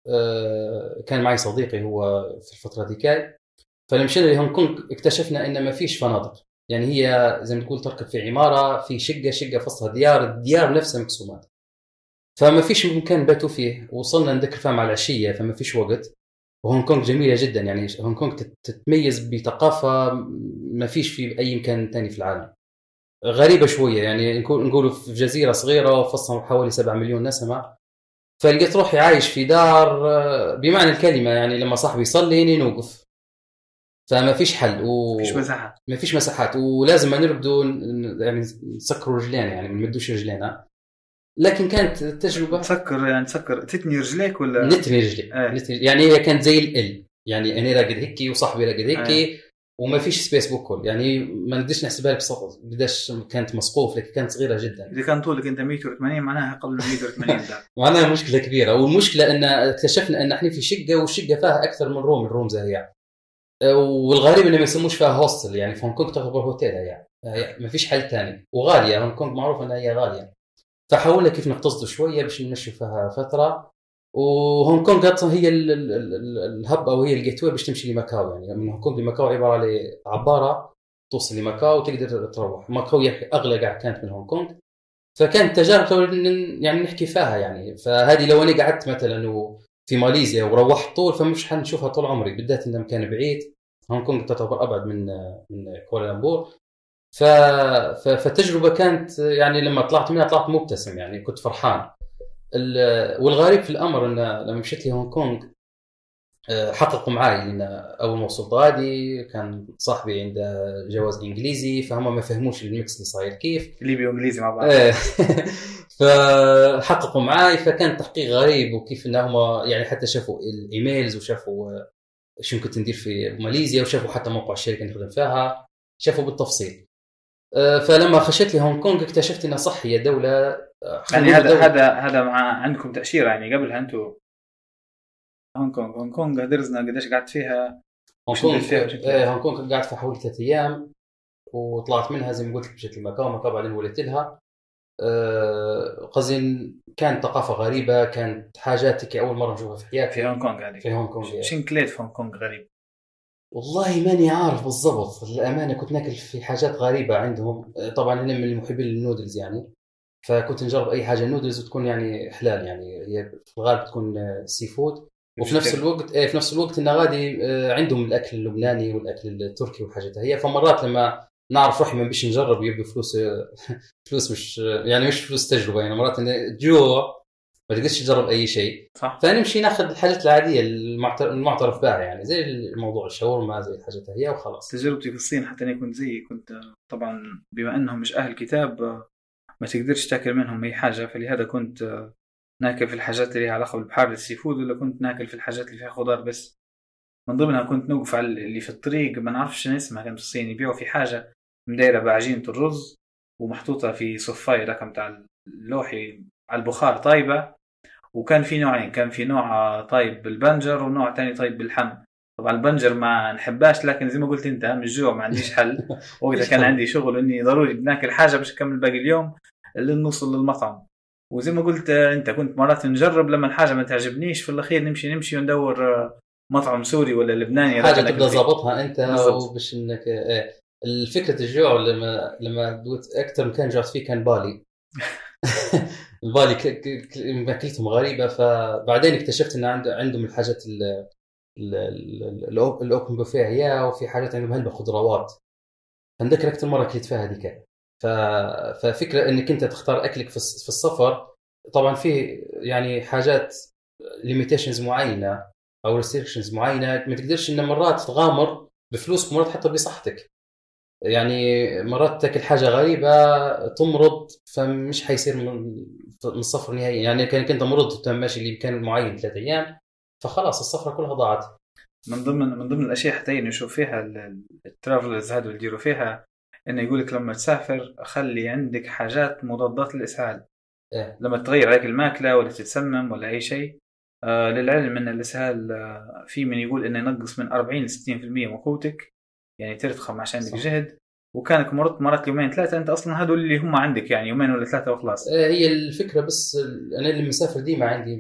كان معي صديقي هو في الفترة دي كاي. فلما مشينا لهونغ كونغ اكتشفنا ان ما فيش فنادق، يعني هي زي ما تقول تركب في عماره، في شقه في وسطها الديار نفسها مقسومات، فما فيش مكان نباتوا فيه. وصلنا نذكر فيها مع العشيه، فما فيش وقت. وهونغ كونغ جميله جدا، يعني هونغ كونغ تتميز بثقافه ما فيش في اي مكان ثاني في العالم، غريبه شويه. يعني نقولوا في جزيره صغيره وفصلها حوالي 7 مليون نسمه، فلقيت روحي عايش في دار بمعنى الكلمه. يعني لما صاحبي يصلي نوقف، فما فيش حل ما فيش مساحات، ولازم نرقدوا يعني نسكروا رجلينا، يعني ما نمدوش رجلينا. لكن كانت تجربه تسكر تتني رجليك ولا نتني رجلي يعني هي كانت زي يعني انا راقد هيك وصاحبي راقد هيك وما فيش سبيس بوكل، يعني ما نقدرش نحسبها لك بسطة قداش كانت مسقوف، لكن كانت صغيره جدا. اذا كان طولك انت 180 معناها اقل من 180 ده معناها مشكله كبيره. والمشكله ان اكتشفنا ان احنا في شقه، والشقه فيها اكثر من روم زي هي. والغريب انه ما يسموش فيها هوستل، يعني في هونغ كونغ تعتبر هوتيل، يعني ما فيش حل ثاني. وغاليه، هونغ كونغ معروف انها هي غاليه. فحاولنا كيف نقتصد شويه باش نمشي فيها فتره. وهونغ كونغ هي الهب او هي الجيت واي باش تمشي لماكاو. يعني من هونغ كونغ لماكاو عباره عن عباره توصل لماكاو وتقدر تروح. ماكاو اغلى كانت من هونغ كونغ، فكانت تجارب يعني نحكي فيها. يعني فهذه لو انا قعدت مثلا في ماليزيا وروحت طول، فمش حنشوفها طول عمري، بالذات انه مكان بعيد. هونغ كونغ تعتبر ابعد من كوالالمبور. فتجربه كانت يعني لما طلعت منها طلعت مبتسم، يعني كنت فرحان. والغريب في الامر ان لما مشيت لهونغ كونغ حققوا معي، لان اول ما وصلت غادي كان صاحبي عنده جواز انجليزي، فهم ما فهموش الميكس اللي صاير كيف ليبي وانجليزي مع بعض. فحققوا معي، فكان تحقيق غريب. وكيف انهم يعني حتى شافوا الايميلز وشافوا شو كنت ندير في ماليزيا، وشافوا حتى موقع الشركه اللي نخدم فيها، شافوا بالتفصيل. فلما خشيت لهونغ كونغ اكتشفت انها صح هي دوله. يعني هذا مع عندكم تاشيره، يعني قبلها انتم هونغ كونغ درزنا قديش قعدت فيها؟ هونغ كونغ قعدت في حوالي 3 ايام، وطلعت منها زي ما قلت لك مشيت لماكاو بعدين ولدت لها. قزين كانت ثقافه غريبه، كانت حاجاتك اول مره نشوفها في حياتي. في هونغ كونغ هذه، في هونغ كونغ شنكليت في هونغ كونغ غريب والله ماني عارف بالضبط الامانه. كنت ناكل في حاجات غريبه عندهم. طبعا انا من المحبين للنودلز، يعني فكنت نجرب اي حاجه نودلز وتكون يعني حلال، يعني هي في الغالب تكون سي فود. وفي نفس الوقت إنه غادي عندهم الأكل اللبناني والأكل التركي والحاجات هي. فمرات لما نعرف روحي ما بيش نجرب يبي فلوس مش يعني مش فلوس تجربة يعني مرات إن جوع ما تقدرش تجرب أي شيء. فنمشي ناخذ الحاجات العادية المعترف بها يعني زي الموضوع الشاورما زي الحاجات هي وخلاص. تجربتي في الصين حتى أنا كنت طبعا بما أنهم مش أهل كتاب ما تقدرش تاكل منهم أي حاجة، فلهذا كنت ناكل في الحاجات اللي لها علاقة بالبحار السي فود، ولا كنت ناكل في الحاجات اللي فيها خضار بس. من ضمنها كنت نوقف على اللي في الطريق ما نعرفش اسمها، كان في الصين يبيعوا في حاجة مدايرة بعجينة الرز ومحطوطة في صفاية رقم تاع اللوحي على البخار طيبة، وكان في نوعين، كان في نوع طيب بالبنجر ونوع تاني طيب بالحم. طبعا البنجر ما نحباش، لكن زي ما قلت انت من الجوع ما عنديش حل وقتها كان عندي شغل اني ضروري بناكل حاجة باش اكمل باقي اليوم اللي نوصل للمطعم. وزي ما قلت انت كنت مرات نجرب لما الحاجة ما تعجبنيش في الاخير نمشي وندور مطعم سوري ولا لبناني حاجة تبدأ ضابطها انت وبش انك الفكرة الجوع لما دوت اكثر مكان جوعت فيه كان بالي. البالي ماكلتهم غريبة، فبعدين اكتشفت ان عندهم الحاجات الاوبن بوفيه هي، وفي حاجات عندهم هلبة خضروات. عندك اكثر مرة كلت فيها هذيك. ففكرة انك انت تختار اكلك في السفر طبعا فيه يعني حاجات ليميتيشنز معينة او ريستريكشنز معينة، ما تقدرش ان مرات تغامر بفلوسك مرات حتى بصحتك. يعني مرات تاكل حاجة غريبة تمرض فمش حيصير من السفر نهائيا. يعني كنت مرض وتم ماشي اللي كان معين 3 أيام فخلاص السفرة كلها ضاعت. من ضمن الأشياء حتى نشوف فيها الترافلرز هادو اللي يديروا فيها إنه يقولك لما تسافر خلي عندك حاجات مضادات للإسهال. لما تغير عليك الماكلة ولا تتسمم ولا أي شيء. للعلم أن الإسهال في من يقول إنه ينقص من 40 ل 60% من قوتك، يعني ترتخم عشان عندك جهد، وكانك مرت يومين 3 أنت أصلا هذول اللي هم عندك يعني يومين ولا 3 وخلاص. هي الفكرة بس أنا اللي مسافر ديما عندي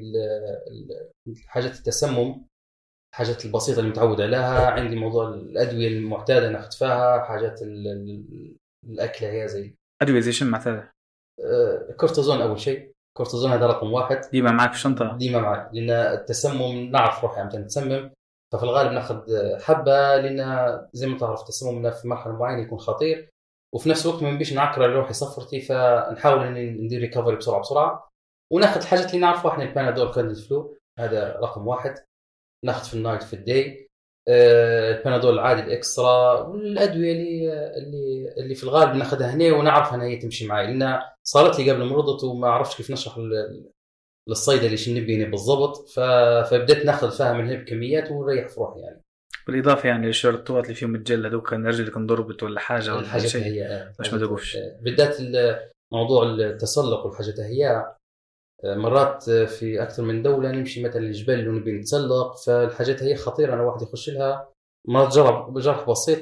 حاجات التسمم، حاجات البسيطة اللي متعود عليها. عندي موضوع الأدوية المعتادة ناخد فيها، حاجات الأكلة هي زي أدوية زي شو معتادة؟ كورتيزون أول شيء. كورتيزون هذا رقم 1 ديما معك في الشنطة؟ ديما معك، لأن التسمم نعرف روحي عم تسمم، ففي الغالب ناخذ حبة، لأن زي ما تعرف التسمم في مرحلة معينة يكون خطير، وفي نفس الوقت ما نبيش نعكر على روحي صفرتي، فنحاول إن ندير ريكفري بسرعة وناخذ الحاجات اللي نعرفها احنا، البانادول كان الفلو هذا رقم 1 ناخذ في النايت في الداي. البانادول العادي الاكسترا، والادويه اللي في الغالب ناخذها هنا ونعرف انها هي تمشي معي، لان صارت لي قبل مرضت وما عرفتش كيف نشرح للصيدلي شنو نبي بالضبط، فبدأت ناخذ فيها من هي بكميات ونريح في روحي يعني. بالاضافه يعني للشرطات اللي فيهم متجلد دوك كان رجلك انضربت ولا حاجه ولا شيء هي باش ما تقفش. بالذات موضوع التسلق والحاجات هي مرات في أكثر من دولة نمشي مثلا الجبال ونبي نتسلق، فالحاجات هي خطيرة. أنا واحد يخش لها ما جرح بسيط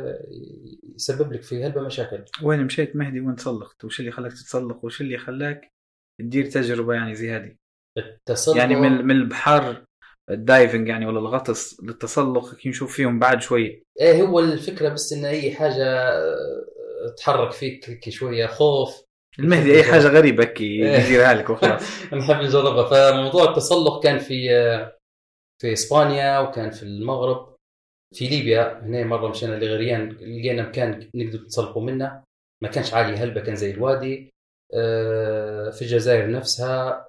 يسبب لك في هلبة مشاكل. وين مشيت مهدي وين تسلقت؟ وش اللي خلاك تتسلق؟ وش اللي خلاك تدير تجربة يعني زي هذه؟ التسلق يعني من البحر الدايفنج يعني ولا الغطس للتسلق كي نشوف فيهم بعد شوية. إيه هو الفكرة بس إن أي حاجة تحرك فيك شوية خوف. المهدي أي حاجة غريبة كي يديرها لك وخلاص. نحب نجربها. فموضوع التسلق كان في إسبانيا، وكان في المغرب، في ليبيا. هنا مرة مشينا لغريان لقينا مكان نقدر نتسلقوا منه، ما كانش عالي هلبة، كان زي الوادي. في الجزائر نفسها،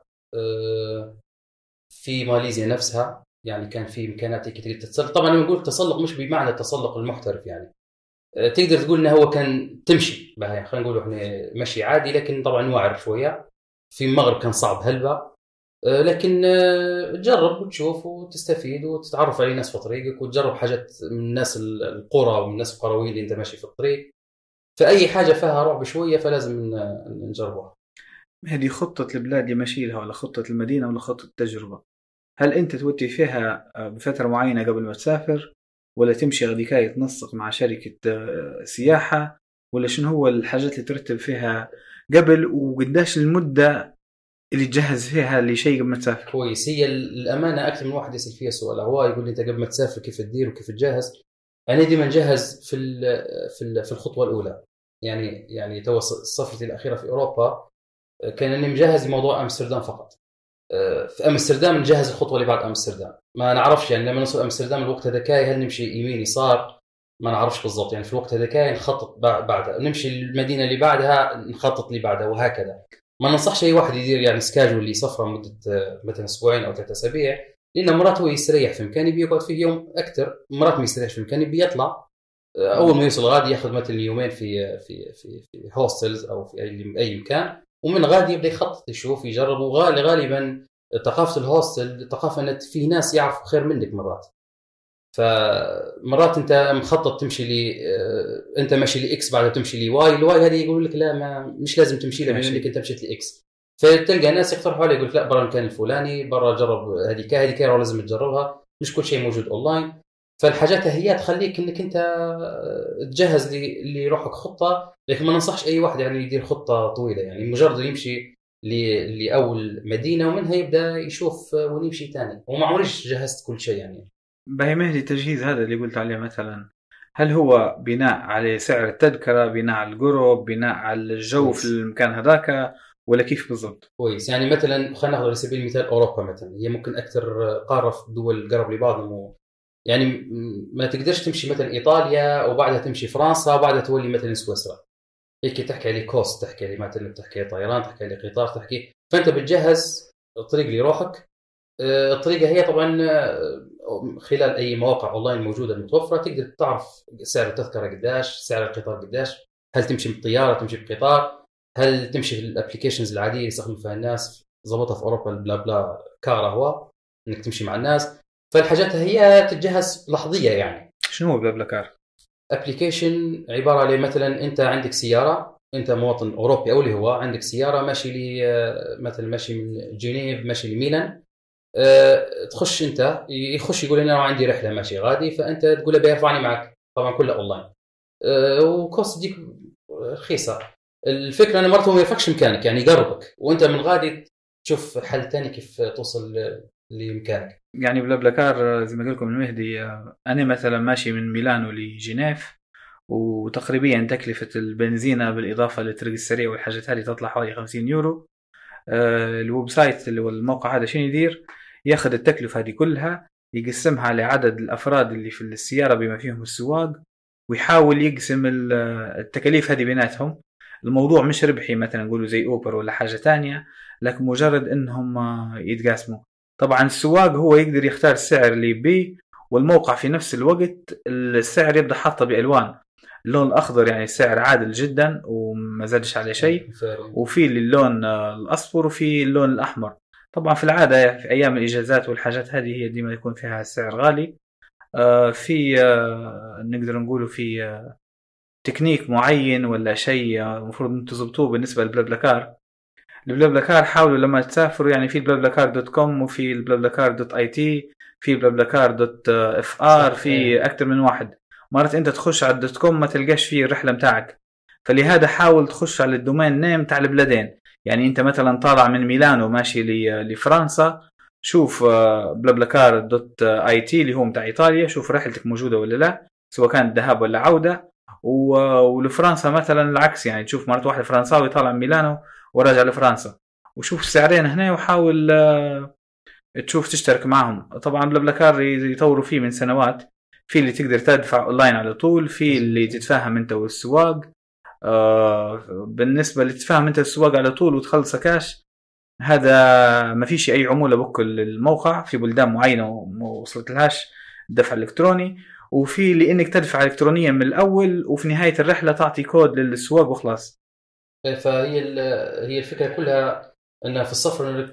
في ماليزيا نفسها، يعني كان في إمكانات تقدر تتسلق. طبعا لما نقول تسلق مش بمعنى التسلق المحترف، يعني تقدر تقول انه هو كان تمشي بها، خلينا نقول احنا مشي عادي، لكن طبعا واعر شويه. في المغرب كان صعب هلبة، لكن تجرب وتشوف وتستفيد وتتعرف على ناس في طريقك، وتجرب حاجات من الناس القرى ومن الناس القرويين اللي انت ماشي في الطريق. فاي حاجه فيها رعب شويه فلازم نجربها. هذه خطه البلاد اللي ماشي لها، ولا خطه المدينه، ولا خطه التجربه؟ هل انت توتي فيها بفتره معينه قبل ما تسافر، ولا تمشي غديكاية تنسق مع شركة سياحة، ولا شنو هو الحاجات اللي ترتب فيها قبل، وقداش المدة اللي تجهز فيها لشيء قبل ما تسافر؟ كويس. هي الأمانة أكثر من واحد يسأل فيها سؤال، هو يقول لي أنت قبل ما تسافر كيف تدير وكيف تجهز؟ أنا ديما نجهز في الخطوة الأولى. يعني تو سفرتي الأخيرة في أوروبا كان أني مجهز لموضوع أمستردام فقط. في امستردام نجهز الخطوه اللي بعد امستردام. ما نعرفش يعني لما نوصل امستردام الوقت هذا كاي هل نمشي يمين يسار، ما نعرفش بالضبط يعني في الوقت هذا كاي نخطط بعدها نمشي المدينه اللي بعدها نخطط اللي بعدها وهكذا. ما ننصحش اي واحد يدير يعني سكاجول اللي سفره مده مثلا اسبوعين او 3 أسابيع، لان مرات هو يستريح في مكان بيقعد فيه يوم اكثر، مرات ما يستريحش في مكان بيطلع اول ما يوصل غادي ياخذ مثلا يومين في هوستلز او في اي مكان، ومن غادي يبدا يخطط يشوف يجرب. وغالبا ثقافه الهوستل ثقافه ان في ناس يعرفوا خير منك مرات، فمرات انت مخطط تمشي لي انت ماشي لاكس بعدها تمشي لي واي، الواي هذه يقول لك لا ما مش لازم تمشي له بما انك انت مشيت لاكس، فتلقى ناس يقترحوا عليك يقول لك لا برا المكان الفلاني برا جرب هذه كاي لازم تجربها، مش كل شيء موجود اونلاين. فالحاجات هي تخليك انك انت تجهز لروحك خطه، لكن ما ننصحش اي واحد يعني يدير خطه طويله، يعني مجرد يمشي لاول مدينه ومنها يبدا يشوف وين يمشي ثاني، وما عمريش جهزت كل شيء يعني. باهي مهدي تجهيز هذا اللي قلت عليه مثلا هل هو بناء على سعر التذكرة، بناء على الجروب، بناء على الجو في المكان هذاك، ولا كيف بالضبط؟ كويس. يعني مثلا خلينا ناخذ على سبيل المثال اوروبا مثلا، هي ممكن اكثر قاره في دول قرب لبعض، يعني ما تقدرش تمشي مثلا ايطاليا وبعدها تمشي فرنسا وبعدها تولي مثلا سويسرا، هيك تحكي عليه كوست، تحكي عليه مثلا تحكي عليه طيران، تحكي عليه قطار، تحكي، فانت بتجهز الطريق لروحك. الطريقه هي طبعا خلال اي مواقع اونلاين موجوده المتوفره تقدر تعرف سعر التذكره قداش، سعر القطار قداش، هل تمشي بالطياره تمشي بقطار، هل تمشي في الابلكيشنز العاديه اللي يستخدموا فيها الناس، ظبطها في اوروبا بلا بلا كار هو انك تمشي مع الناس. فالحاجات هي تتجهز لحظيه يعني. شنو هو بلا بلا كار؟ ابلكيشن عباره عن مثلا انت عندك سياره، انت مواطن اوروبي او اللي هو عندك سياره ماشي لي مثلا ماشي من جنيف ماشي لميلان، تخش انت يخش يقول انا عندي رحله ماشي غادي، فانت تقول له بيرفعني معك، طبعا كله اونلاين وكوست ديك رخيصه. الفكره ان مرته ما يفكش مكانك يعني يقربك، وانت من غادي تشوف حل ثاني كيف توصل لمكانك. يعني بلا بلا كار زي ما قلت لكم المهدي انا مثلا ماشي من ميلانو لجنيف، وتقريبا تكلفه البنزينه بالاضافه للطريق السريع والحاجات هذه تطلع حوالي 50 يورو. الويب سايت اللي هو الموقع هذا شنو يدير؟ ياخذ التكلفة هذه كلها يقسمها على عدد الأفراد اللي في السيارة بما فيهم السواق، ويحاول يقسم التكاليف هذه بيناتهم. الموضوع مش ربحي مثلا نقوله زي أوبر ولا حاجة تانية، لكن مجرد إنهم يتقاسموا. طبعا السواق هو يقدر يختار السعر اللي يبيه، والموقع في نفس الوقت السعر يبدأ حاطه بألوان، اللون الأخضر يعني السعر عادل جدا وما زادش عليه شيء، وفي اللون الأصفر وفي اللون الأحمر. طبعا في العادة في أيام الإجازات والحاجات هذه هي ديما يكون فيها السعر غالي. في نقدر نقوله في تكنيك معين ولا شيء المفروض أن تزبطوه بالنسبة للبلابلاكار. البلابلاكار حاولوا لما تسافروا يعني في البلابلاكار.com وفي البلابلاكار.it في البلابلاكار.fr في أكثر من واحد. مرات أنت تخش على .com ما تلقاش فيه الرحلة متاعك، فلهذا حاول تخش على الدومين نيم تاع البلدين. يعني أنت مثلا طالع من ميلانو ماشي لفرنسا، شوف blablacar.it اللي هو متاع إيطاليا، شوف رحلتك موجودة ولا لا، سواء كانت ذهاب ولا عودة. ولفرنسا مثلا العكس، يعني تشوف مرات واحد فرنساوي طالع من ميلانو وراجع لفرنسا، وشوف السعرين هنا وحاول تشوف تشترك معهم. طبعا بلابلاكار يطوروا فيه من سنوات، في اللي تقدر تدفع اونلاين على طول، في اللي تتفاهم انت والسواق. بالنسبة اللي تتفاهم انت والسواق على طول وتخلص كاش، هذا ما فيش اي عمولة بكل الموقع، في بلدان معينة وصلت لهاش الدفع الالكتروني، وفي اللي انك تدفع الكترونيا من الاول وفي نهاية الرحلة تعطي كود للسواق وخلاص. فهي الفكرة كلها ان في السفر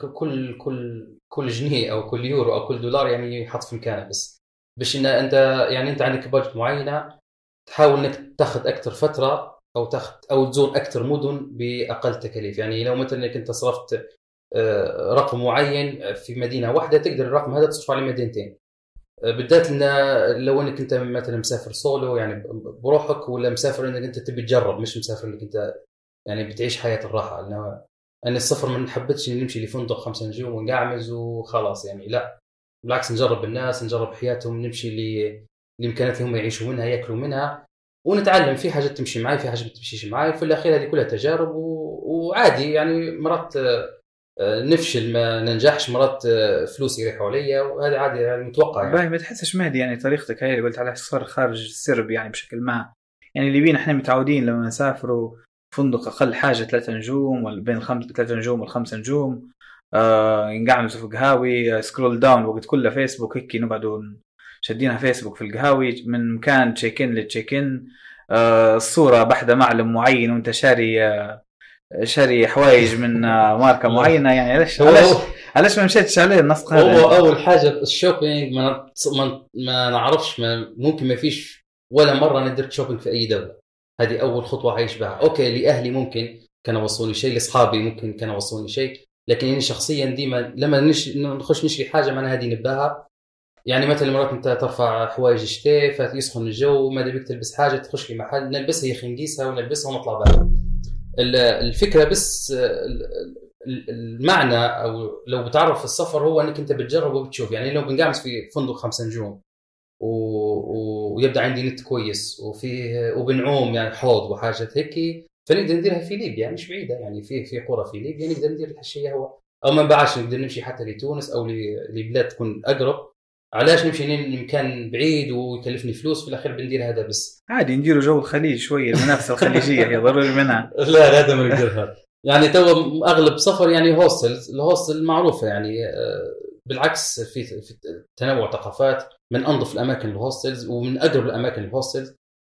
كل جنيه او كل يورو او كل دولار يعني يحط في مكانه، بس باش ان انت يعني انت عندك بادجت معينة تحاول انك تاخذ اكثر فترة او تزور اكثر مدن باقل تكاليف. يعني لو مثلا انك انت صرفت رقم معين في مدينة واحدة، تقدر الرقم هذا تصرف عليه مدينتين، بالذات لو انك انت مثلا مسافر سولو يعني بروحك، ولا مسافر انك انت تبي تجرب، مش مسافر انك انت يعني بتعيش حياة الراحة. أنا السفر ما نحبتش نمشي لفندق 5 نجوم ونقعمز وخلاص، يعني لا بالعكس، نجرب الناس، نجرب حياتهم، نمشي لإمكانات هم يعيشوا منها يأكلوا منها، ونتعلم. في حاجات تمشي معي، في حاجات ما تمشيش معي، في الأخير هذه كلها تجارب وعادي. يعني مرات نفشل ما ننجحش مرات، فلوس يريحوا عليا، وهذا عادي يعني متوقع يعني. باهي ما تحسش مهدي يعني طريقتك هاي اللي قلت عليها صار خارج السرب يعني بشكل ما، يعني اللي بينا احنا متعودين لما نسافروا فندق اقل حاجه 3 نجوم ولا بين 3 نجوم وال5 نجوم، نقعدوا في القهاوي سكرول داون وقت كله فيسبوك هيك نقعدوا شدينها فيسبوك في القهاوي من مكان تشيك ان لتشيك ان، الصوره بحده معلم معين وانت شاري حوايج من ماركه معينه، يعني علاش ما مشيتش عليه النسق هذا؟ هو اول حاجه الشوبينج ما نعرفش، ممكن ما فيش ولا مره ندير شوبينج في اي دوله. هذه اول خطوه عايش بها. اوكي لاهلي ممكن كانوا وصلوني شيء، لاصحابي ممكن كانوا وصلوني شيء، لكن انا شخصيا ديما لما نخش نشري حاجه معناها هذه نباها. يعني مثلا مرات انت ترفع حوايج شتاء فيسخن الجو، ما دبيك تلبس حاجه تخش لي محل نلبسها يا اخي نقيسها ونلبسها ونطلع بها. الفكره بس المعنى او لو بتعرف السفر هو انك انت بتجرب وبتشوف. يعني لو بنقعد في فندق 5 نجوم ويبدا عندي نت كويس وفيه وبنعوم يعني حوض وحاجات هيك، فنقدر نديرها في ليبيا مش بعيده، يعني في قرى في ليبيا نقدر ندير هالشيء هو. او ما بعرفش نقدر نمشي حتى لتونس او لبلاد تكون اقرب. علاش نمشي لمكان بعيد ويكلفني فلوس في الاخير بندير هذا بس؟ عادي نديروا جو الخليج شويه، المنافسه الخليجيه هي ضروري منها. لا هذا ما نقدرها. يعني تو اغلب سفر يعني هوستلز، الهوستل معروفه يعني، بالعكس في تنوع ثقافات، من انظف الاماكن الهوستلز ومن اقرب الاماكن الهوستلز،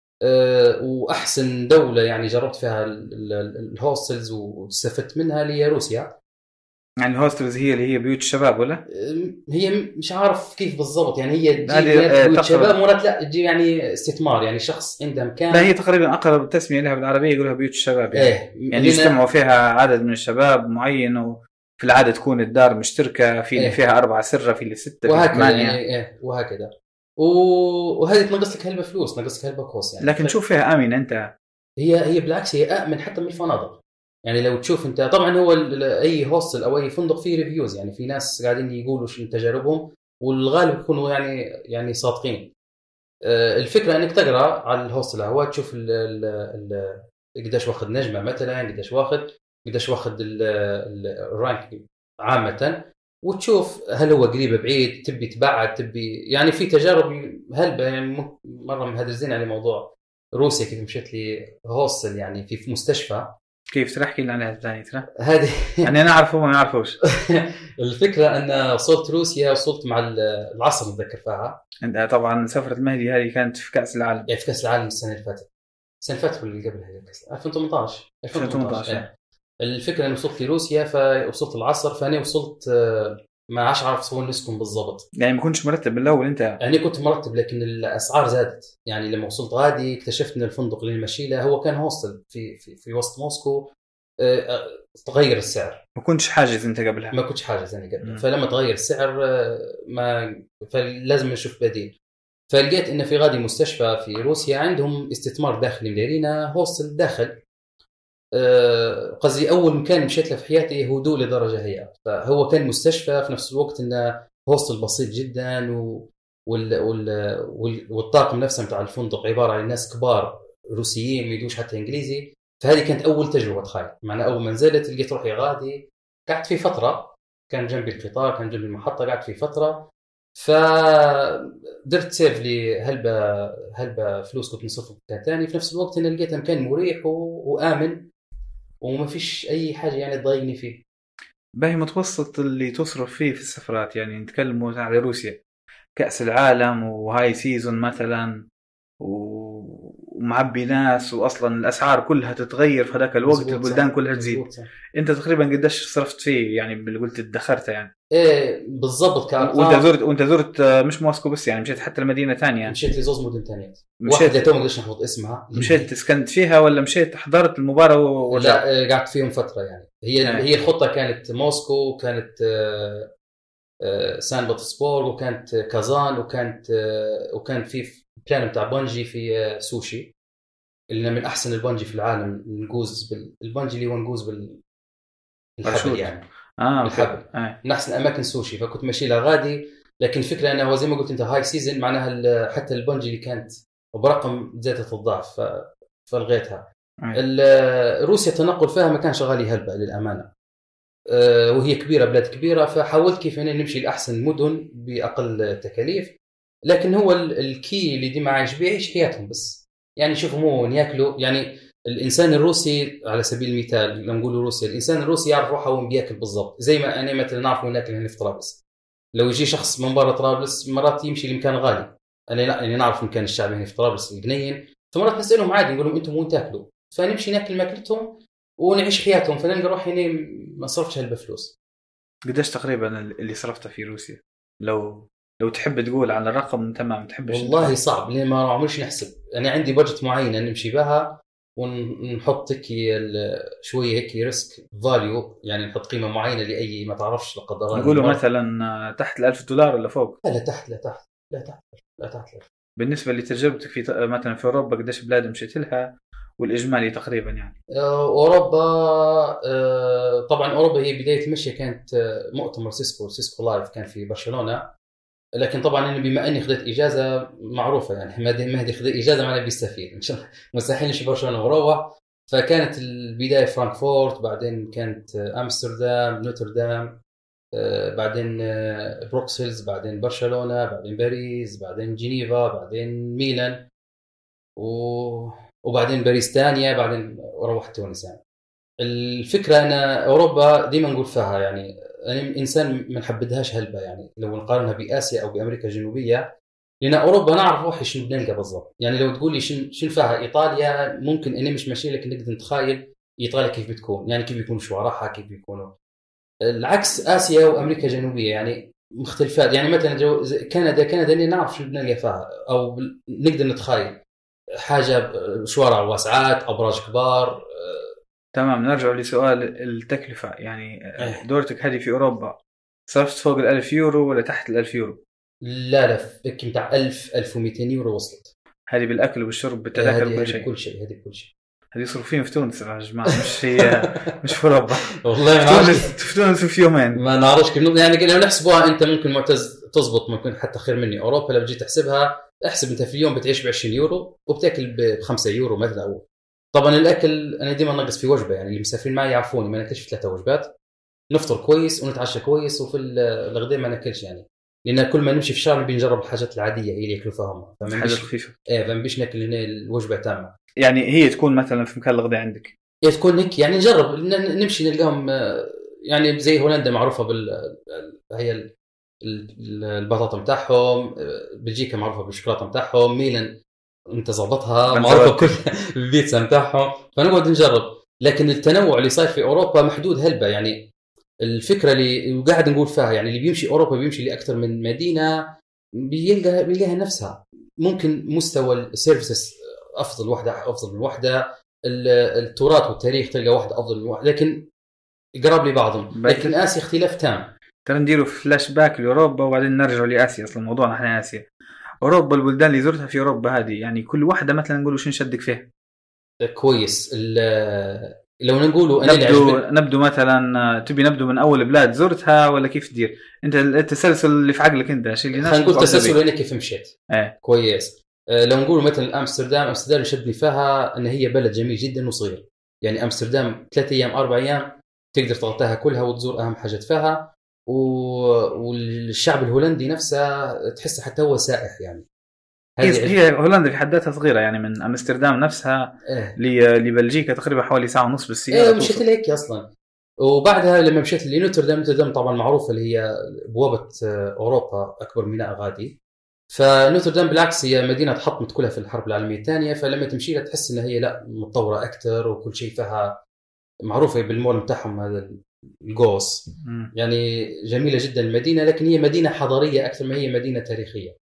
واحسن دوله يعني جربت فيها الهوستلز واستفدت منها هي روسيا. يعني الهوستلز هي اللي هي بيوت الشباب ولا هي مش عارف كيف بالضبط، يعني هي تجي بيوت شباب مرات لا تجي يعني استثمار، يعني شخص عنده مكان. لا هي تقريبا اقرب تسميه لها بالعربيه يقولها بيوت الشباب يعني, يعني يجتمعوا فيها عدد من الشباب معين، وفي العاده تكون الدار مشتركه في اللي فيها 4 سره في اللي 6 وهكذا يعني وهكذا، وهذه تنقص لك هلبة فلوس، نقص لك هلبة كوس يعني. لكن شوف فيها امن انت، هي بالعكس هي امن حتى من الفنادق. يعني لو تشوف انت طبعا هو اي هوستل او اي فندق فيه ريفيوز، يعني في ناس قاعدين يقولوا شو تجاربهم والغالب يكونوا يعني صادقين. الفكره انك تقرا على الهوستل هو تشوف قديش واخذ نجمه مثلا، قديش واخذ الرانك عامه، وتشوف هل هو قريب بعيد، تبي تبعد تبي يعني. في تجارب هلبة يعني مره من هذا الزين على موضوع روسيا كيف مشيت لي هوستل يعني في مستشفى. كيف تحكي لنا عليها الثاني ترى هذه يعني انا اعرفه ما يعرفوش. الفكره ان وصلت روسيا، وصلت مع العصر نتذكر فيها. انت طبعا سفره المهدي هذه كانت في كاس العالم، يعني في كاس العالم السنه اللي فاتت، السنه اللي فاتت ولا قبلها 2018. الفكره اني وصلت لروسيا فوصلت العصر، فانا وصلت ما عادش عارف وين نسكن بالضبط. يعني ما كنتش مرتب بالاول انت؟ يعني كنت مرتب لكن الاسعار زادت. يعني لما وصلت غادي اكتشفت ان الفندق اللي ماشي له هو كان هوستل في وسط موسكو، تغير السعر. ما كنتش حاجز انت قبلها؟ ما كنتش حاجز انا قبلها. فلما تغير السعر ما فلازم نشوف بديل. فلقيت ان في غادي مستشفى في روسيا عندهم استثمار داخلي مديرينه هوستل داخل. قصدي اول مكان مشيت له في حياتي هدوء لدرجه هي، فهو كان مستشفى في نفس الوقت انه هوستل بسيط جدا، والطاقم نفسه بتاع الفندق عباره عن ناس كبار روسيين ما يدوش حتى انجليزي. فهذه كانت اول تجربه. تخيل معنا اول ما نزلت لقيت روحي غادي، قعدت في فتره، كان جنبي القطار كان جنبي المحطه، قعدت في فتره، فدرت سيف لي هلبة فلوس كنت نصرف مكان ثاني. في نفس الوقت انا لقيت مكان مريح وامن وما فيش اي حاجه يعني تضايقني فيه. باهي متوسط اللي تصرف فيه في السفرات، يعني نتكلموا على روسيا كأس العالم وهاي سيزون مثلا ومعبي ناس، واصلا الاسعار كلها تتغير في هذاك الوقت، البلدان كلها تزيد. انت تقريبا قديش صرفت فيه يعني اللي قلت ادخرته يعني؟ ايه بالضبط كارقام. وانت زرت مش موسكو بس، يعني مشيت حتى المدينه ثانيه؟ مشيت لزوز مدن ثانيات، واحده تو ما قدرتش نحفظ اسمها. مشيت سكنت فيها ولا مشيت حضرت المباراه ورجعت؟ لا قعدت فيهم فتره يعني. هي الخطه كانت موسكو، وكانت سان بطرسبورغ، وكانت كازان، وكان في بلان بتاع بونجي في سوشي اللي من احسن البونجي في العالم. نقوز بالبونجي اللي هو نقوز بالحبل يعني بالحبل من احسن اماكن سوشي. فكنت ماشي لها غادي، لكن الفكره انه هو زي ما قلت انت هاي سيزن، معناها حتى البونجي اللي كانت برقم زادت الضعف فلغيتها. روسيا التنقل فيها ما كانش غالي هلبة للامانه. وهي كبيرة، بلاد كبيرة، فحاولت كيف أنا نمشي لأحسن مدن بأقل تكاليف. لكن هو الكي اللي ديما عايش بيه يعيش حياتهم بس. يعني شوفوا مو ياكلوا، يعني الإنسان الروسي على سبيل المثال لما نقول روسيا، الإنسان الروسي يعرف روحه وين بياكل بالضبط، زي ما أنا مثلا نعرف وين ناكل هنا في طرابلس. لو يجي شخص من برا طرابلس مرات يمشي لمكان غالي، أنا لا، يعني نعرف مكان الشعب هنا في طرابلس الجنين، فمرات نسألهم عادي نقول لهم أنتم وين تاكلوا، فنمشي ناكل ماكلتهم ونعيش حياتهم، فنلقى روحي هنا ما صرفتش هالبفلوس. قديش تقريبا اللي صرفته في روسيا؟ لو تحب تقول على الرقم تمام، تحبش والله صعب ليه ما عمرش نحسب. انا عندي بادجت معينه نمشي بها ونحط شويه هيك ريسك فاليو، يعني نحط قيمه معينه لاي ما تعرفش لا قدر الله. نقولوا مثلا تحت $1000 ولا فوق؟ لا تحت لا تحت لا تحت لا تحت. بالنسبه لتجربتك في مثلا في اوروبا قديش بلاد مشيت لها والاجمالي تقريبا يعني؟ اوروبا طبعا اوروبا هي بدايه المشي كانت مؤتمر سيسكو لايف كان في برشلونه. لكن طبعا انا بما اني خذيت اجازه معروفه، يعني مهدي خذ اجازه ما انا بيستفيد ان شاء الله، مستحيل نمشي برشلونه وروح. فكانت البدايه فرانكفورت، بعدين كانت امستردام، نوتردام، بعدين بروكسلز، بعدين برشلونه، بعدين باريس، بعدين جنيفا، بعدين ميلان، وبعدين باريس ثانيه، بعدين روحت تونس. يعني الفكره انا اوروبا ديما نقول فيها، يعني أنا إنسان ما نحبدهاش هلبة، يعني لو نقارنها بآسيا أو بأمريكا الجنوبية، لأن أوروبا نعرف روحي شنو بنلقى بالضبط. يعني لو تقول لي شنو فيها إيطاليا، ممكن أنا مش ماشي لك نقدر نتخيل إيطاليا كيف بتكون، يعني كيف بيكونوا شوارعها، كيف بيكونوا. العكس آسيا وأمريكا الجنوبية يعني مختلفات. يعني مثلا كندا اللي نعرف شنو بنلقى فيها أو نقدر نتخيل حاجة، شوارع واسعات، أبراج كبار. تمام. نرجع لسؤال التكلفة. يعني دورتك هذه في أوروبا صرفت فوق €1000 ولا تحت €1000؟ لا فك بتاع 1200 يورو وصلت. هذه بالأكل والشرب بالتذاكر كل شيء. هذه كل شيء. هذه يصرفين في تونس يا جماعة، مش هي مش في أوروبا. والله في تونس في يومين ما نعرفش كيف. يعني لو نحسبوها أنت ممكن معتز تزبط، ممكن حتى خير مني. أوروبا لو جيت تحسبها، احسب أنت في اليوم بتعيش ب20 يورو وبتاكل ب5 يورو مثلا. طبعا الأكل أنا ديما نقص في وجبة، يعني اللي مسافرين معي يعرفوني ما ناكلش في 3 وجبات، نفطر كويس ونتعشى كويس، وفي الغداء ما ناكلش. يعني لأن كل ما نمشي في الشارع بنجرب الحاجات العادية هي اللي يأكلوا فيها، حاجة خفيفة. فمبيش ناكل هنا الوجبة تامة. يعني هي تكون مثلا في مكان الغداء عندك، هي تكون هيك، يعني نجرب نمشي نلقاهم. يعني زي هولندا معروفة هي البطاطا متاعهم، بلجيكا معروفة بالشوكولاتة متاعهم، ميلان انت ظبطها معروفة كل البيتزا متاعهم، فنقعد نجرب. لكن التنوع اللي صاير في أوروبا محدود هلبة. يعني الفكرة اللي قاعد نقول فيها، يعني اللي بيمشي أوروبا بيمشي لأكثر من مدينة، بيلقاها نفسها. ممكن مستوى السيرفيسز أفضل واحدة أفضل من واحدة، التراث والتاريخ تلقى واحدة أفضل من واحدة، لكن قراب لبعضهم. لكن آسيا اختلاف تام. ترى نديروا فلاش باك لأوروبا وبعدين نرجع لآسيا. أصلا موضوعنا إحنا آسيا. أوروبا البلدان اللي زرتها في أوروبا هذه، يعني كل واحدة مثلا نقولوا شنو شدك فيه كويس. لو نقولوا نبدو مثلا، تبي نبدو من أول بلاد زرتها ولا كيف تدير أنت التسلسل اللي في عقلك أنت؟ خلينا نقول تسلسل أنا كيف مشيت. كويس. لو نقول مثلا أمستردام شدني فيها أن هي بلد جميل جدا وصغير. يعني أمستردام 3 أيام 4 أيام تقدر تغطيها كلها وتزور أهم حاجات فيها. والشعب الهولندي نفسه تحسه حتى هو سائح. يعني هي هولندا في حد ذاتها صغيرة، يعني من أمستردام نفسها لبلجيكا تقريبا حوالي 1.5 ساعة بالسيارة. مشيت لهيك أصلا. وبعدها لما مشيت لنوتردام طبعا معروفة اللي هي بوابة أوروبا، أكبر ميناء غادي. فنوتردام بالعكس هي مدينة تحطمت كلها في الحرب العالمية الثانية، فلما تمشي لها تحس إن هي لا متطورة أكثر، وكل شيء فيها معروفة بالمول متاعهم هذا الجوس. يعني جميلة جدا المدينة، لكن هي مدينة حضارية أكثر ما هي مدينة تاريخية.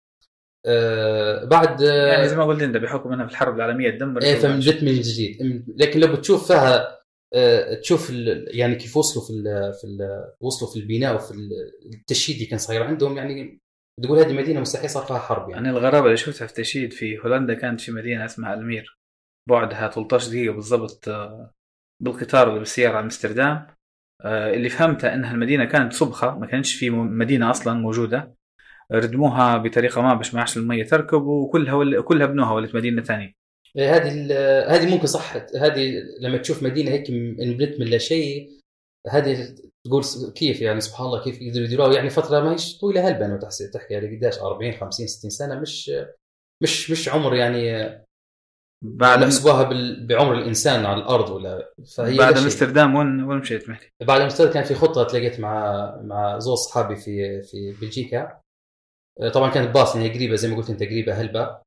بعد يعني زي ما قلت انت بحكم انها في الحرب العالميه تدمر فمجت من جديد. لكن لو بتشوف فيها تشوف يعني كيف وصلوا في البناء وفي التشييد اللي كان صاير عندهم. يعني تقول هذه مدينه مستحيل صار فيها حرب. يعني انا الغرابه اللي شفتها في التشييد في هولندا كانت في مدينه اسمها المير، بعدها 13 دقيقه بالضبط بالقطار ولا بالسياره على امستردام. اللي فهمته انها المدينه كانت صبخه، ما كانش في مدينه اصلا موجوده، ردموها بطريقه ما باش ما يعرفش الميه تركب، وكلها بنوها ولت مدينه ثانيه. هذه ممكن صح. هذه لما تشوف مدينه هيك انبنت من لا شيء هذه تقول كيف يعني سبحان الله كيف يقدروا يديروها يعني فتره ما هيش طويله هلبا انه تحكي يعني قداش 40 50 60 سنه مش عمر يعني بعد نحسبوها بعمر الانسان على الارض ولا فهي بعد امستردام وين مشيت مهدي؟ بعد امستردام كان في خطه تلاقيت مع زوج اصحابي في بلجيكا. طبعا كانت باص هي قريبه زي ما قلت انت قريبه هلبا.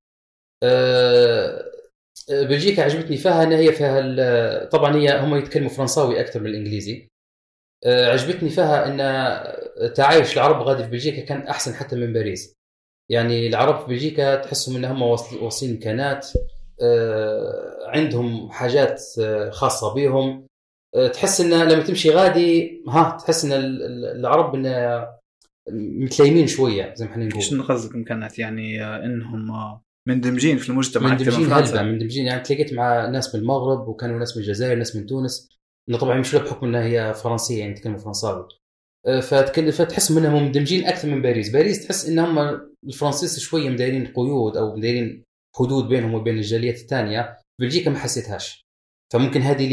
بلجيكا عجبتني فيها ان هي فيها طبعا هي هم يتكلموا فرنساوي اكثر من الانجليزي. عجبتني فيها ان تعايش العرب غادي في بلجيكا كان احسن حتى من باريس. يعني العرب في بلجيكا تحسهم انهم واصلين امكانات، عندهم حاجات خاصه بهم. تحس ان لما تمشي غادي تحس ان العرب متلايمين شويه زي ما احنا نقول. شنو قصدك امكانات يعني انهم مندمجين في المجتمع مندمجين هلبا مندمجين يعني تلاقيت مع ناس من المغرب وكانوا ناس من الجزائر ناس من تونس انه طبعا مش بحكم انها هي فرنسيه يعني تكلموا فرنساوي. فتحس انهم مندمجين اكثر من باريس تحس انهم الفرنسيس شويه مدايرين قيود او مدايرين حدود بينهم وبين الجاليات الثانيه. بلجيكا ما حسيتهاش فممكن هذه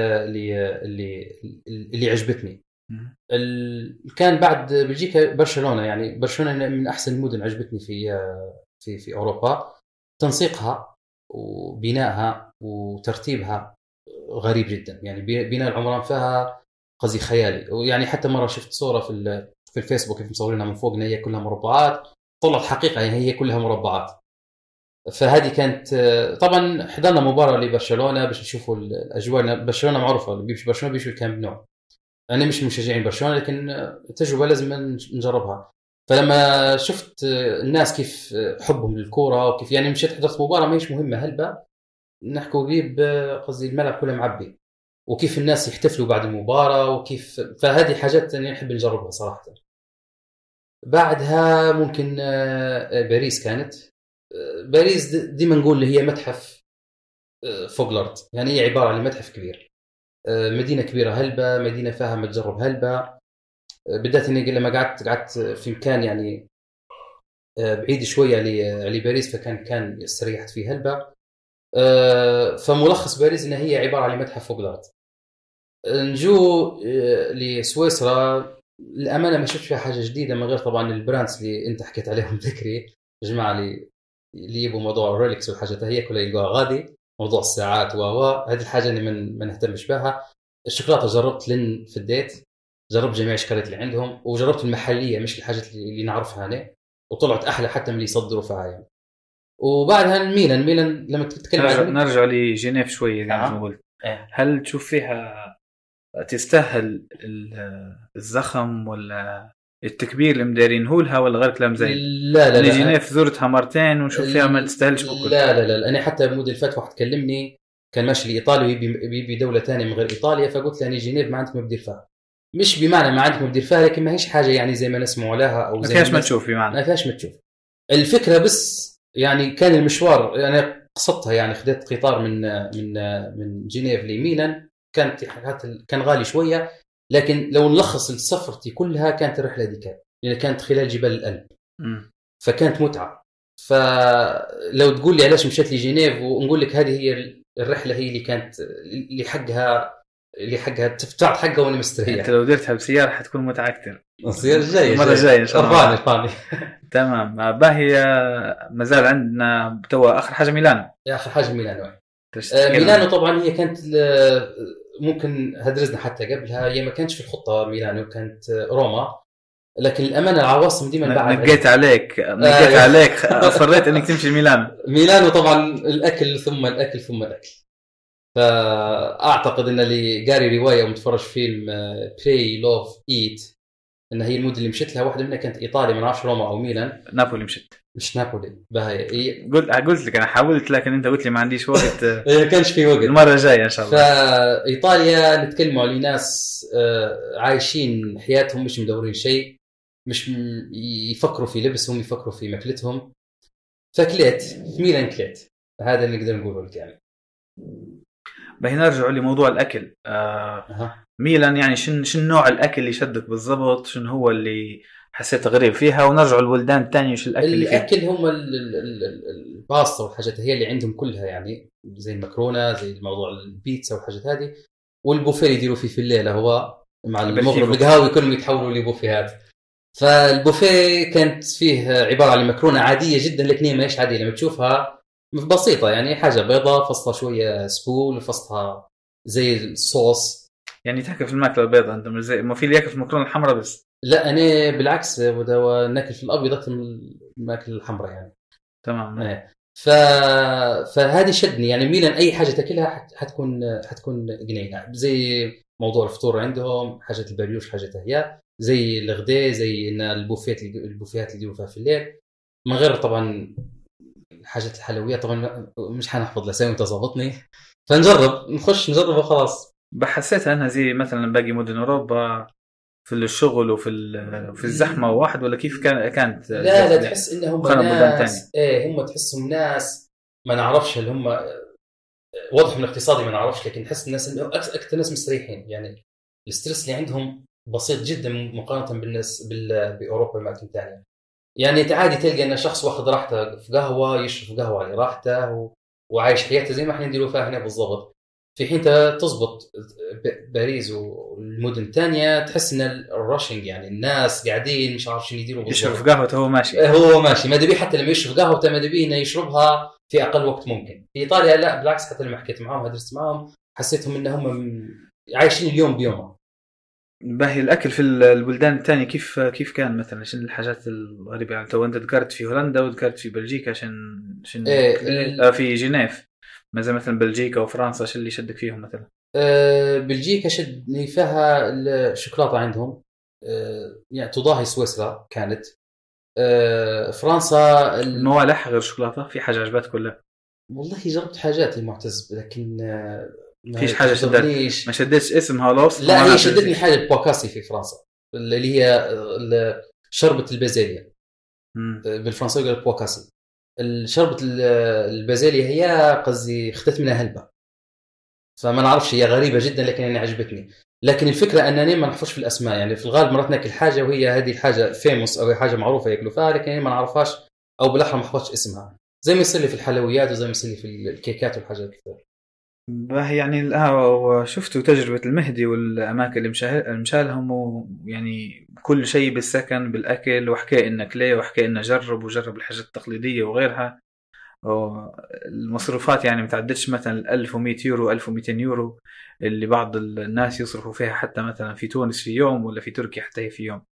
اللي عجبتني. كان بعد بلجيكا برشلونه يعني برشلونه من احسن المدن عجبتني في اوروبا. تنسيقها وبنائها وترتيبها غريب جدا يعني بناء العمران فيها قصدي خيالي. ويعني حتى مره شفت صوره في الفيسبوك كيف مصورينها من فوق ان هي كلها مربعات طلعت حقيقه يعني هي كلها مربعات. فهذه كانت طبعا حضرنا مباراه لبرشلونه باش نشوفوا الاجواء. برشلونه معروفه اللي بيمشي برشلونه بيمشي الكامب نو. انا مش مشجعين برشلونه لكن تجربه لازم نجربها. فلما شفت الناس كيف حبهم للكوره وكيف يعني مشيت حضرت مباراه ما هيش مهمه هلبا نحكوا قريب قصدي الملعب كله معبي وكيف الناس يحتفلوا بعد المباراه وكيف فهذه حاجات يعني نحب نجربها صراحه. بعدها ممكن باريس كانت باريس ديما نقول اللي هي متحف فوق الارض يعني هي عباره عن متحف كبير. مدينه كبيره هلبا مدينه فيها ما تجرب هلبا. بدأت اني لما قعدت في مكان يعني بعيد شويه لباريس فكان استريحت فيه هلبا. فملخص باريس انها هي عباره عن متحف فوق الارض. نجو لسويسرا الامانه ما شفت فيها حاجه جديده من غير طبعا البراندز اللي انت حكيت عليهم ذكري جماعه اللي يبوا موضوع الريلكس والحاجات هي كلها يلقوها غادي. موضوع الساعات هذه الحاجه اللي ما نهتمش بها. الشوكولاته جربت لين في الديت جربت جميع الشكلات اللي عندهم وجربت المحليه مش الحاجات اللي نعرفها هنا وطلعت احلى حتى من اللي يصدروا فيها يعني. وبعدها ميلان لما تتكلم نرجع لجنيف شويه زي ما قلت. هل تشوف فيها تستاهل الزخم ولا التكبير اللي مدارين هولها ولا غير كلام زين؟ لا جنيف زرتها مرتين وشوف فيها ما تستاهلش بكل. لا انا حتى مود الفات واحد كلمني كان ماشي لايطاليا ويبي دوله ثانيه من غير ايطاليا فقلت له جنيف ما عندك مبدير فيها. مش بمعنى ما عندك مبدير فيها لكن ما هيش حاجه يعني زي ما نسمعوا لها او زي ما تشوف بمعنى ما فيهاش ما تشوف الفكره بس يعني كان المشوار يعني قصتها يعني خدت قطار من جنيف لميلان كان غالي شويه لكن لو نلخص السفرتي كلها كانت الرحله دي كانت خلال جبال الألب فكانت متعه. فلو تقول لي علاش مشيت لجنيف ونقول لك هذه هي الرحله هي اللي كانت اللي حقها تفتح حقها وانا مستريح. انت لو درتها بسياره حتكون متعه اكثر. السياره الجايه المره الجايه ان شاء الله. ارفعني تمام. باهي ما زال عندنا توا اخر حاجه ميلانو. اخر حاجه ميلانو طبعا هي كانت ممكن هدرزنا حتى قبلها هي ما كانتش في الخطه ميلانو كانت روما لكن الامانه العواصم ديما بعد نقيت عليك اصريت انك تمشي ميلانو طبعا الاكل ثم الاكل فاعتقد ان اللي قاري روايه ومتفرج فيلم بلاي لوف ايت ان هي المدن اللي مشيت لها واحده منها كانت ايطاليا ما نعرفش روما او ميلان. نابولي مش نابولي باهي قلت لك انا حاولت لكن انت قلت لي ما عنديش وقت. كانش في وقت المره الجايه ان شاء الله. فايطاليا نتكلموا على ناس عايشين حياتهم مش مدورين شيء مش يفكروا في لبسهم يفكروا في ماكلتهم. فكليت في ميلان كليت هذا اللي نقدر نقوله لك يعني. باهي نرجع لموضوع الاكل. ميلان يعني شن نوع الاكل اللي شدك بالضبط شن هو اللي حسيت غريب فيها ونرجع البلدان الثانيه وش الاكل اللي فيه. الاكل هم الباستا والحاجات هي اللي عندهم كلها يعني زي المكرونه زي موضوع البيتزا والحاجات هذه والبوفيه يديروا فيه في الليله هو مع المغرب القهاوي كلهم يتحولوا لبوفيهات. فالبوفيه كانت فيه عباره عن مكرونه عاديه جدا لكن هي ماهيش عاديه لما تشوفها بسيطه، يعني حاجه بيضه فصلها شويه سبول فصلها زي الصوص. يعني تاكل في الماكله البيضاء انت مش زي ما في اللي ياكل في المكرونه الحمراء بس. لا انا بالعكس ناكل في الابيض اكثر من الماكل الحمراء يعني. تمام. فهذه شدني يعني ميلان اي حاجه تاكلها حتكون جنينه، زي موضوع الفطور عندهم حاجه البريوش حاجه هي زي الغداء زي ان البوفيات اللي يديروا فيها في الليل، من غير طبعا حاجه الحلويات طبعا مش حنحفظ لسان وانت ظابطني، فنجرب نجرب وخلاص. بحسيتها انها زي مثلا باقي مدن اوروبا في الشغل وفي الزحمه واحد، ولا كيف كانت؟ لا تحس انهم ناس هم تحسهم ناس ما نعرفش اللي هم واضح من اقتصادي ما نعرفش، لكن نحس الناس انه اكثر ناس مستريحين، يعني الاسترس اللي عندهم بسيط جدا مقارنه بالناس باوروبا واماكن ثانيه. يعني عادي تلقى ان شخص واخذ راحته في قهوه يشرب قهوه على راحته وعايش حياته زي ما احنا نديروا فيها هنا بالضبط، في حين تزبط باريس والمدن الثانيه تحس ان الراشنج يعني الناس قاعدين مش عارفين يديروا بالضبط. يشرب قهوته هو ماشي ما دبي، حتى لما يشرب قهوته ما دبي انه يشربها في اقل وقت ممكن. في ايطاليا لا بالعكس، حتى لما حكيت معهم درست معهم حسيتهم انهم عايشين اليوم بيومه. باهي الاكل في البلدان الثانيه كيف كان مثلا؟ شنو الحاجات الغريبه؟ يعني تو انت ذكرت في هولندا وذكرت في بلجيكا، في جنيف مثلا بلجيكا وفرنسا، شو اللي شدك فيهم مثلا؟ بلجيكا شدني فيها الشوكولاته عندهم، يعني تضاهي سويسرا كانت. فرنسا الموالح غير الشوكولاته، في حاجه عجبتك ولا؟ والله جربت حاجات المعتز لكن فيش حاجه شدتني، ما شدتش اسمها لوس. لا هي شدتني حاجه البوكاسي في فرنسا اللي هي شربة البازيليا، بالفرنساوي يقول بوكاسي. الشربة البازيليا هي قصدي اختت منها هلبة، فما نعرفش هي غريبه جدا لكن انا عجبتني. لكن الفكره انني ما نحفظش في الاسماء، يعني في الغالب مرات ناكل حاجه وهي هذه الحاجه فيموس او حاجه معروفه ياكلوا فيها لكن ما نعرفهاش او بالاحرى ما حفظش اسمها، زي ما يصير لي في الحلويات وزي ما يصير لي في الكيكات والحاجات كثير. يعني شفتوا تجربة المهدي والأماكن اللي مشالهم، ويعني كل شيء بالسكن بالأكل، وحكى إنك ليه وحكى إنه جرب الحاجات التقليدية وغيرها. المصروفات يعني متعددش مثلا 1100 يورو 1200 يورو اللي بعض الناس يصرفوا فيها حتى مثلا في تونس في يوم، ولا في تركيا حتى في يوم.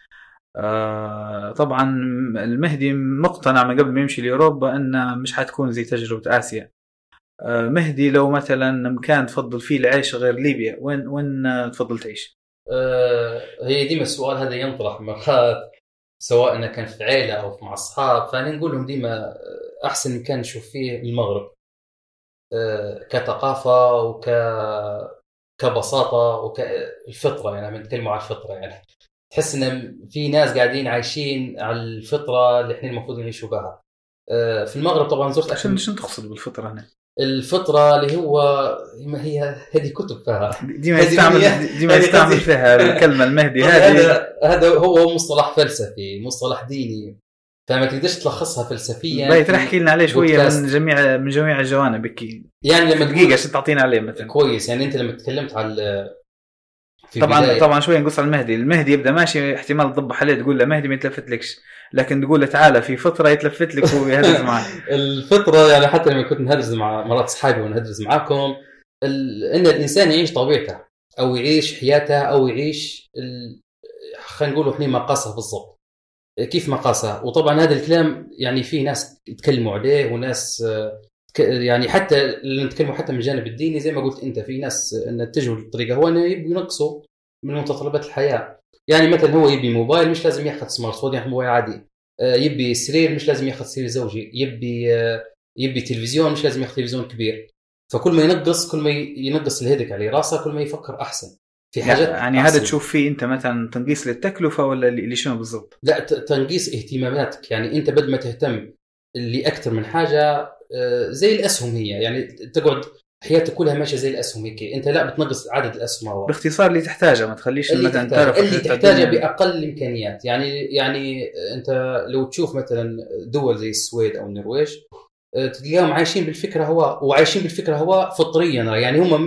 طبعا المهدي مقتنع من قبل ما يمشي لأوروبا أن مش حتكون زي تجربة آسيا. مهدي لو مثلا مكان تفضل فيه العيش غير ليبيا، وين تفضل تعيش؟ هي ديما السؤال هذا ينطرح مرات، سواء انه كان في عائله او مع اصحاب، فانا نقول لهم ديما احسن مكان نشوف فيه المغرب كثقافه كبساطه وكالفطره، يعني بنتكلم على الفطره، يعني تحس ان في ناس قاعدين عايشين على الفطره اللي احنا المفروض نعيشوا بها. في المغرب طبعا زرت شنو تقصد بالفطره هنا؟ الفطره اللي هو ما هي هذه كتب فيها ديما يستعمل فيها الكلمه المهدي هذا هو مصطلح فلسفي مصطلح ديني، فما تقدرش تلخصها فلسفيا. باي تحكي لنا عليه شويه من جميع الجوانب بكي، يعني لما دقيقه عشان تعطينا عليه مثلا. كويس، يعني انت لما تكلمت على طبعا شويه نقص على المهدي يبدا ماشي، احتمال تضبح عليه تقول له مهدي ما يتلفتلكش، لكن تقول له تعالى في فطره يتلفت لك ويهدز معك. الفطره يعني حتى لما كنت نهدز مع مرات اصحابي ونهدز معاكم ان الانسان يعيش طبيعته او يعيش حياته او يعيش خلينا نقول احنا مقاسه بالضبط كيف مقاسه. وطبعا هذا الكلام يعني في ناس يتكلموا عليه وناس يعني حتى اللي نتكلموا حتى من الجانب الديني زي ما قلت انت، في ناس ان اتجهوا للطريقه هو انه يبي ينقصوا من متطلبات الحياه. يعني مثلا هو يبي موبايل مش لازم ياخذ سمارت فون، يعني موبايل عادي. يبي سرير مش لازم ياخذ سرير زوجي، يبي تلفزيون مش لازم ياخذ تلفزيون كبير. فكل ما ينقص الهدك عليه راسه كل ما يفكر احسن في حاجات يعني هذا تشوف فيه انت مثلا تنقيص للتكلفه ولا اللي شنو بالضبط؟ لا تنقيص اهتماماتك، يعني انت بدل ما تهتم اللي اكثر من حاجه زي الاسهم، هي يعني تقعد حياتك كلها ماشيه زي الاسهم هيك، انت لا بتنقص عدد الاسهم باختصار اللي تحتاجه، ما تخليش مثلا اللي تحتاجه باقل الامكانيات. يعني انت لو تشوف مثلا دول زي السويد او النرويج تلاقيهم عايشين بالفكره هو فطريا، يعني هم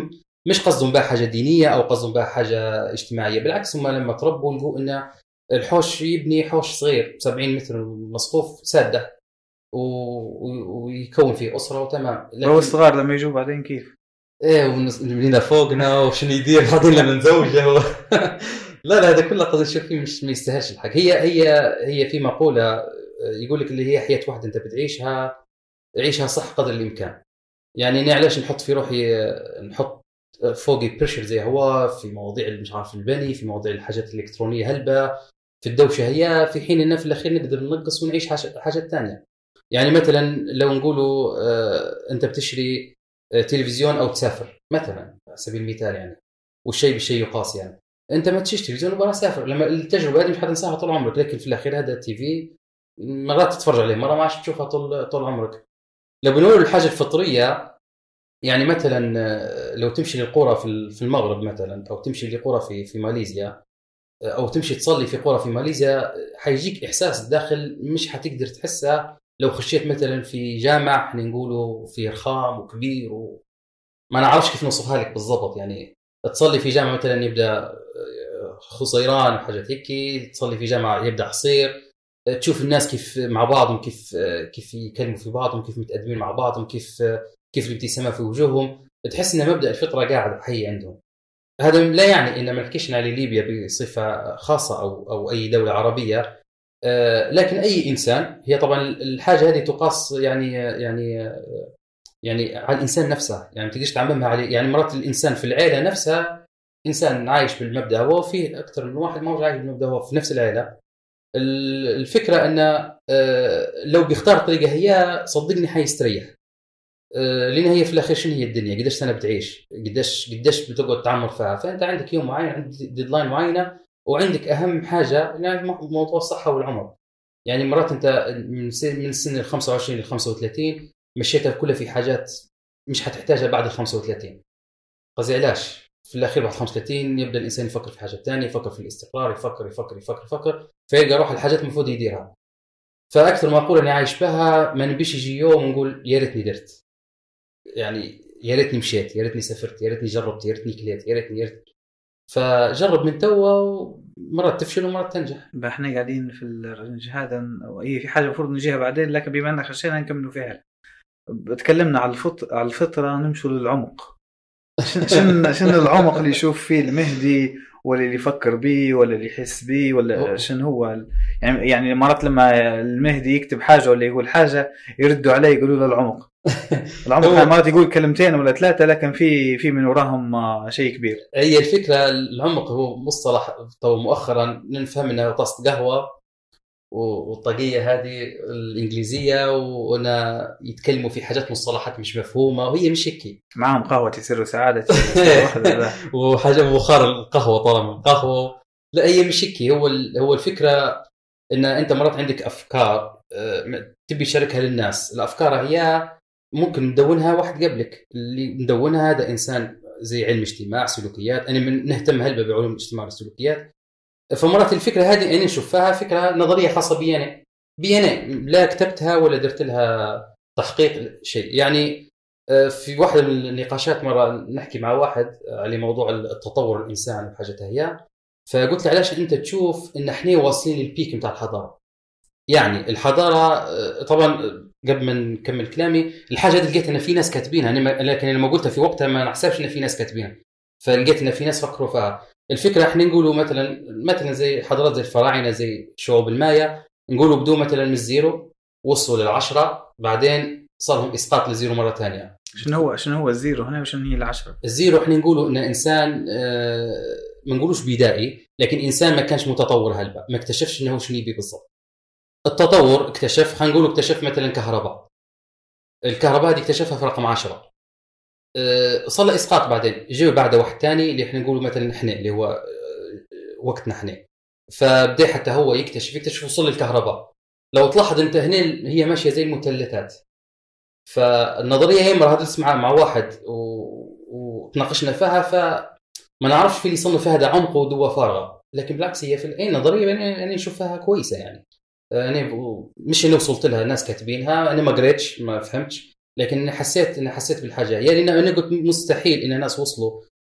مش قصدهم بها حاجه دينيه او قصدهم بها حاجه اجتماعيه، بالعكس هم لما تربوا لقوا ان الحوش يبني حوش صغير 70 متر مصفوف ساده ويكون فيه اسره وتمام. هو الصغار لما يجوا بعدين كيف ايه ونبنينا فوقنا وشنو يدير بعدين لما نزوجه لا هذا كله قصدي شوف فيه مش ما يستاهلش الحق. هي في مقوله يقول لك اللي هي حياه واحده انت بتعيشها عيشها صح قدر الامكان. يعني انا علاش نحط في روحي نحط فوقي بريشر زي هو في مواضيع مش عارف البني، في مواضيع الحاجات الالكترونيه هلبه، في الدوشه هي، في حين ان في الاخير نقدر ننقص ونعيش حاجات ثانيه. يعني مثلا لو نقولوا انت بتشتري تلفزيون او تسافر مثلا على سبيل المثال يعني، والشيء بالشيء يقاس. يعني انت ما تشتري تلفزيون وبرا سافر، لما التجربه هذه مش حتنساها طول عمرك، لكن في الاخير هذا التي في مرات تتفرج عليه مره ما عادش تشوفها طول عمرك. لو بنقول الحاجه الفطريه يعني مثلا لو تمشي للقرى في المغرب مثلا، او تمشي لقرى في ماليزيا، او تمشي تصلي في قرى في ماليزيا، حيجيك احساس داخل مش حتقدر تحسه لو خشيت مثلا في جامع احنا نقوله في رخام وكبير ما نعرفش كيف نوصفها لك بالضبط. يعني تصلي في جامع مثلا يبدا خصيران وحاجات هيك، تصلي في جامع يبدا عصير، تشوف الناس كيف مع بعضهم، كيف يكلموا في بعضهم، كيف متقدمين مع بعضهم، كيف الابتسامه في وجوههم، تحس ان مبدا الفطره قاعد حي عندهم. هذا لا يعني ان ما نحكيش على ليبيا بصفه خاصه او اي دوله عربيه، لكن اي انسان، هي طبعا الحاجه هذه تقاس يعني على الانسان نفسه، يعني ما تقدرش تعممها عليه. يعني مرات الانسان في العائله نفسها انسان عايش بالمبدا هو، في اكثر من واحد ما هو عايش بالمبدا هو في نفس العائله. الفكره ان لو بيختار طريقه هي صدقني حيستريح، لان هي في الاخير شنو هي الدنيا، قديش سنه بتعيش، قديش بتقعد تعمر فيها. فانت عندك يوم معين، عندك ديدلاين معينه، وعندك اهم حاجه يعني موضوع الصحه والعمر. يعني مرات انت من سن ال 25 ل 35 مشيتها كلها في حاجات مش حتحتاجها بعد ال 35. قصدي علاش في الاخير بعد 35 يبدا الانسان يفكر في حاجه ثانيه، يفكر في الاستقرار، يفكر فيلقى روح الحاجات المفروض يديرها. فاكثر ما اقول اني عايش بها، ما نبيش يجي يوم ونقول يا ريتني درت، يعني يا ريتني مشيت، يا ريتني سافرت، يا ريتني جربت، يا ريتني كليت، يا ريتني. فجرب من توا، مرات تفشل ومرات تنجح. احنا قاعدين في الرنج هذا، هي في حاجه المفروض نجيها بعدين، لكن بما اننا خشينا نكملوا فيها. تكلمنا على الفطره، نمشوا للعمق. شنو العمق اللي يشوف فيه المهدي، ولا اللي يفكر به، ولا اللي يحس به، ولا شنو هو يعني مرات لما المهدي يكتب حاجه ولا يقول حاجه يردوا عليه يقولوا له العمق. العمق مرات يقول كلمتين ولا ثلاثه، لكن في من وراهم شيء كبير. هي الفكره العمق هو مصطلح تو مؤخرا نفهم انه طاسه قهوه والطاقيه هذه الانجليزيه، وانا يتكلموا في حاجات مصطلحات مش مفهومه، وهي مش هيك. معهم قهوه يصيروا سعاده وحاجه بخار القهوه طالما القهوه، لا هي مش هيك. هو الفكره ان انت مرات عندك افكار تبي تشاركها للناس. الافكار هي ممكن ندونها واحد قبلك، اللي ندونها هذا انسان زي علم اجتماع سلوكيات، انا نهتم هلبة بعلوم الاجتماع والسلوكيات. فمرات الفكره هذه انا نشوفها فكره نظريه خاصه بي انا لا كتبتها ولا درت لها تحقيق شيء. يعني في واحده من النقاشات مره نحكي مع واحد على موضوع التطور الانسان وحاجتها هي، فقلت له علاش انت تشوف ان احنا واصلين للبيك نتاع الحضاره. يعني الحضاره طبعا قبل ما نكمل كلامي، الحاجه هذه لقيت ان في ناس كاتبينها، لكن لما قلتها في وقتها ما نحسبش ان في ناس كاتبينها، فلقيت ان في ناس فكروا فيها. الفكره احنا نقولوا مثلا زي حضارات زي الفراعنه، زي شعوب المايا، نقولوا بدوا مثلا من الزيرو وصلوا لل10، بعدين صار لهم اسقاط للزيرو مره ثانيه. شنو هو الزيرو هنا وشنو هي ال10؟ الزيرو احنا نقولوا ان انسان ما نقولوش بدائي، لكن انسان ما كانش متطور هلبا، ما اكتشفش انه شنو يبي بالضبط. التطور اكتشف، هنقول اكتشف مثلا الكهرباء هذه اكتشفها في رقم 10، صار اسقاط، بعدين جاء بعده واحد ثاني اللي احنا نقوله مثلا احنا اللي هو وقتنا احنا، فبدا حتى هو يكتشف وصل للكهرباء. لو تلاحظ انت هنا هي ماشيه زي المثلثات. فالنظريه هي مره نسمعها مع واحد وتناقشنا فيها، فما نعرفش في اللي يصنف فيها ده عمق ودوه فارغه، لكن بالعكس هي في اي نظريه انا نشوفها كويسه. يعني انا مش اللي وصلت لها ناس كاتبينها، انا ما قريتش ما فهمتش، لكن حسيت بالحاجه. يعني انا قلت مستحيل ان الناس وصلوا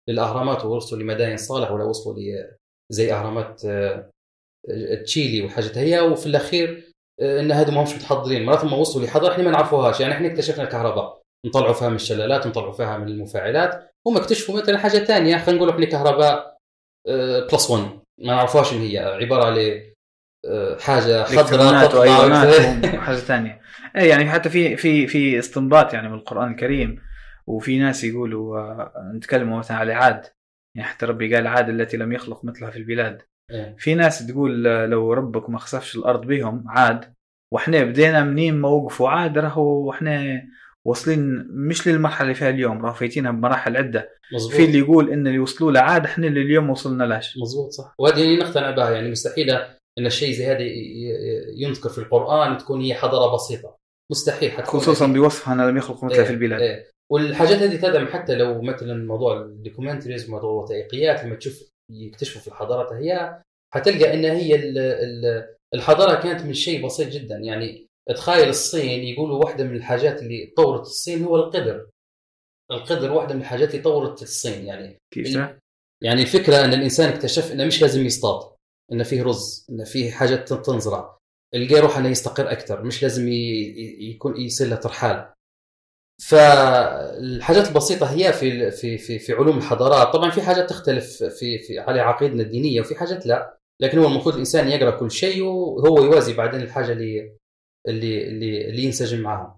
للاهرامات ووصلوا لمداين صالح ولا وصلوا زي اهرامات تشيلي وحاجه هي، وفي الاخير ان هادو ما همش متحضرين. مرات ما وصلوا لحضاره احنا ما نعرفوهاش. يعني احنا اكتشفنا الكهرباء نطلعوا فيها من الشلالات نطلعوا فيها من المفاعلات، هم اكتشفوا مثلا حاجه ثانيه خلينا نقول احنا كهرباء بلس 1 ما نعرفوهاش ان هي عباره على حاجه خضراء تطلع حاجه ثانيه. اي يعني حتى في استنباط يعني من القران الكريم، وفي ناس يقولوا نتكلموا مثلا على عاد، يعني حتى ربي قال عاد التي لم يخلق مثلها في البلاد. في ناس تقول لو ربك ما خسفش الارض بهم عاد، واحنا بدينا منين ما وقفوا عاد راهو احنا واصلين مش للمرحله اللي فيها اليوم، راهو فايتينها بمراحل عده. مزبوط. في اللي يقول ان اللي وصلوا لعاد احنا اللي اليوم وصلنا لاش. مزبوط صح، وهذه نقتنع بها. يعني مستحيل ان الشيء زي هذا ينذكر في القران تكون هي حضاره بسيطه، مستحيل حتكون، خصوصا بوصفها انا لم يخلق مثلها في البلاد. والحاجات هذه تدعم حتى لو مثلا موضوع الدوكيومنتريز وموضوع الوثائقيات لما تشوف يكتشفوا في الحضارات هي حتلقى ان هي الحضاره كانت من شيء بسيط جدا. يعني تخيل الصين يقولوا واحده من الحاجات اللي طورت الصين هو القدر واحده من الحاجات اللي طورت الصين. يعني كيف يعني الفكره ان الانسان اكتشف انه مش لازم يصطاد، ان فيه رز، ان فيه حاجات تنزرع، القى روح انه يستقر اكثر، مش لازم يكون يصير له ترحال. فالحاجات البسيطه هي في في في في علوم الحضارات. طبعا في حاجات تختلف في على عقيدتنا الدينيه وفي حاجات لا، لكن هو المفروض الانسان يقرا كل شيء وهو يوازي بعدين الحاجه اللي ينسجم معها.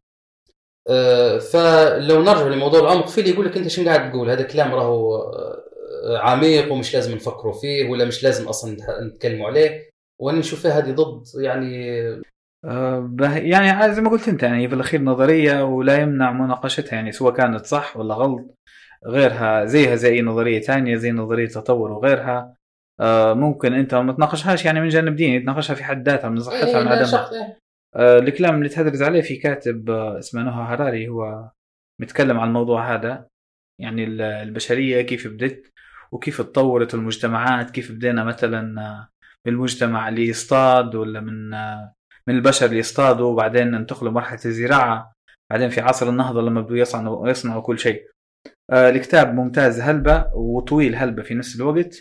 فلو نرجع لموضوع العمق، في اللي يقول لك انت شنو قاعد تقول هذا كلام راهو عميق ومش لازم نفكروا فيه ولا مش لازم اصلا نتكلموا عليه، وانا نشوفها هذه ضد يعني زي ما قلت انت، يعني في الاخير نظريه ولا يمنع مناقشتها، يعني سواء كانت صح ولا غلط غيرها زيها زي نظريه ثانيه زي نظريه تطور وغيرها. ممكن انت ما تناقشهاش يعني من جانب ديني، تناقشها في حد ذاتها من صحتها من عدمها. الكلام اللي تهدرز عليه في كاتب اسمه نوها هراري، هو متكلم عن الموضوع هذا، يعني البشريه كيف بدت وكيف تطورت المجتمعات، كيف بدينا مثلا بالمجتمع اللي يصطاد ولا من البشر اللي يصطادوا، وبعدين انتقلوا مرحله الزراعه، بعدين في عصر النهضه لما بدوا يصنعوا كل شيء. الكتاب ممتاز هلبة وطويل هلبة في نفس الوقت،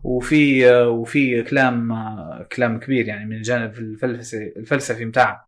وفي كلام كبير يعني من جانب الفلسفي متاعه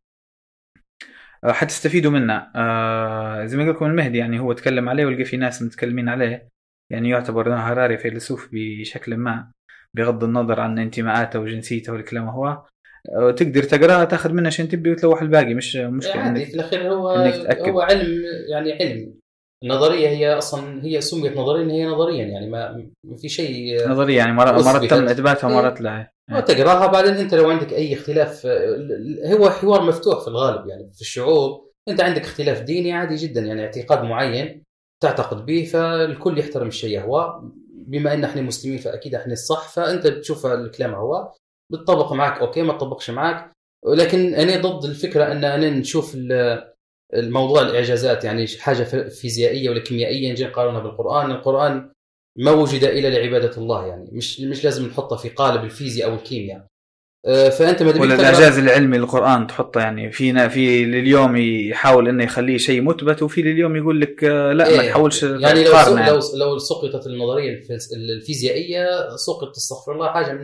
حتستفيدوا منه. زي ما قلت لكم المهدي يعني هو تكلم عليه ولقى في ناس متكلمين عليه، يعني يعتبر هراري فيلسوف بشكل ما بغض النظر عن انتماءاته وجنسيته والكلام. هو تقدر تقرأ تاخذ منه شيء تبي وتلوح الباقي، مش مشكلة يعني في الأخير هو علم، يعني علم. النظرية هي أصلا هي سميت نظريا، هي نظريا يعني ما في شيء نظرية يعني مرات تم إثباتها ومرات لا. وتقراها بعدين أنت لو عندك أي اختلاف، هو حوار مفتوح في الغالب يعني في الشعوب. أنت عندك اختلاف ديني عادي جدا، يعني اعتقاد معين تعتقد به فالكل يحترم الشيء هو، بما أن احنا مسلمين فأكيد احنا الصح، فأنت بتشوف الكلام هو بتطبق معك أوكي ما تطبقش معك. ولكن أنا ضد الفكرة أن أنا نشوف الموضوع الإعجازات يعني حاجة فيزيائية ولا كيميائية نجي نقارنها بالقرآن. القرآن ما وجد إلا لعبادة الله، يعني مش لازم نحطه في قالب الفيزياء أو الكيمياء. فأنت ما ولا الإعجاز العلمي القرآن تحطه يعني في اليوم يحاول إنه يخليه شيء مثبت، وفي اليوم يقول لك لا ما تحاولش يعني لو سقطت النظرية الفيزيائية سقط استغفر الله حاجة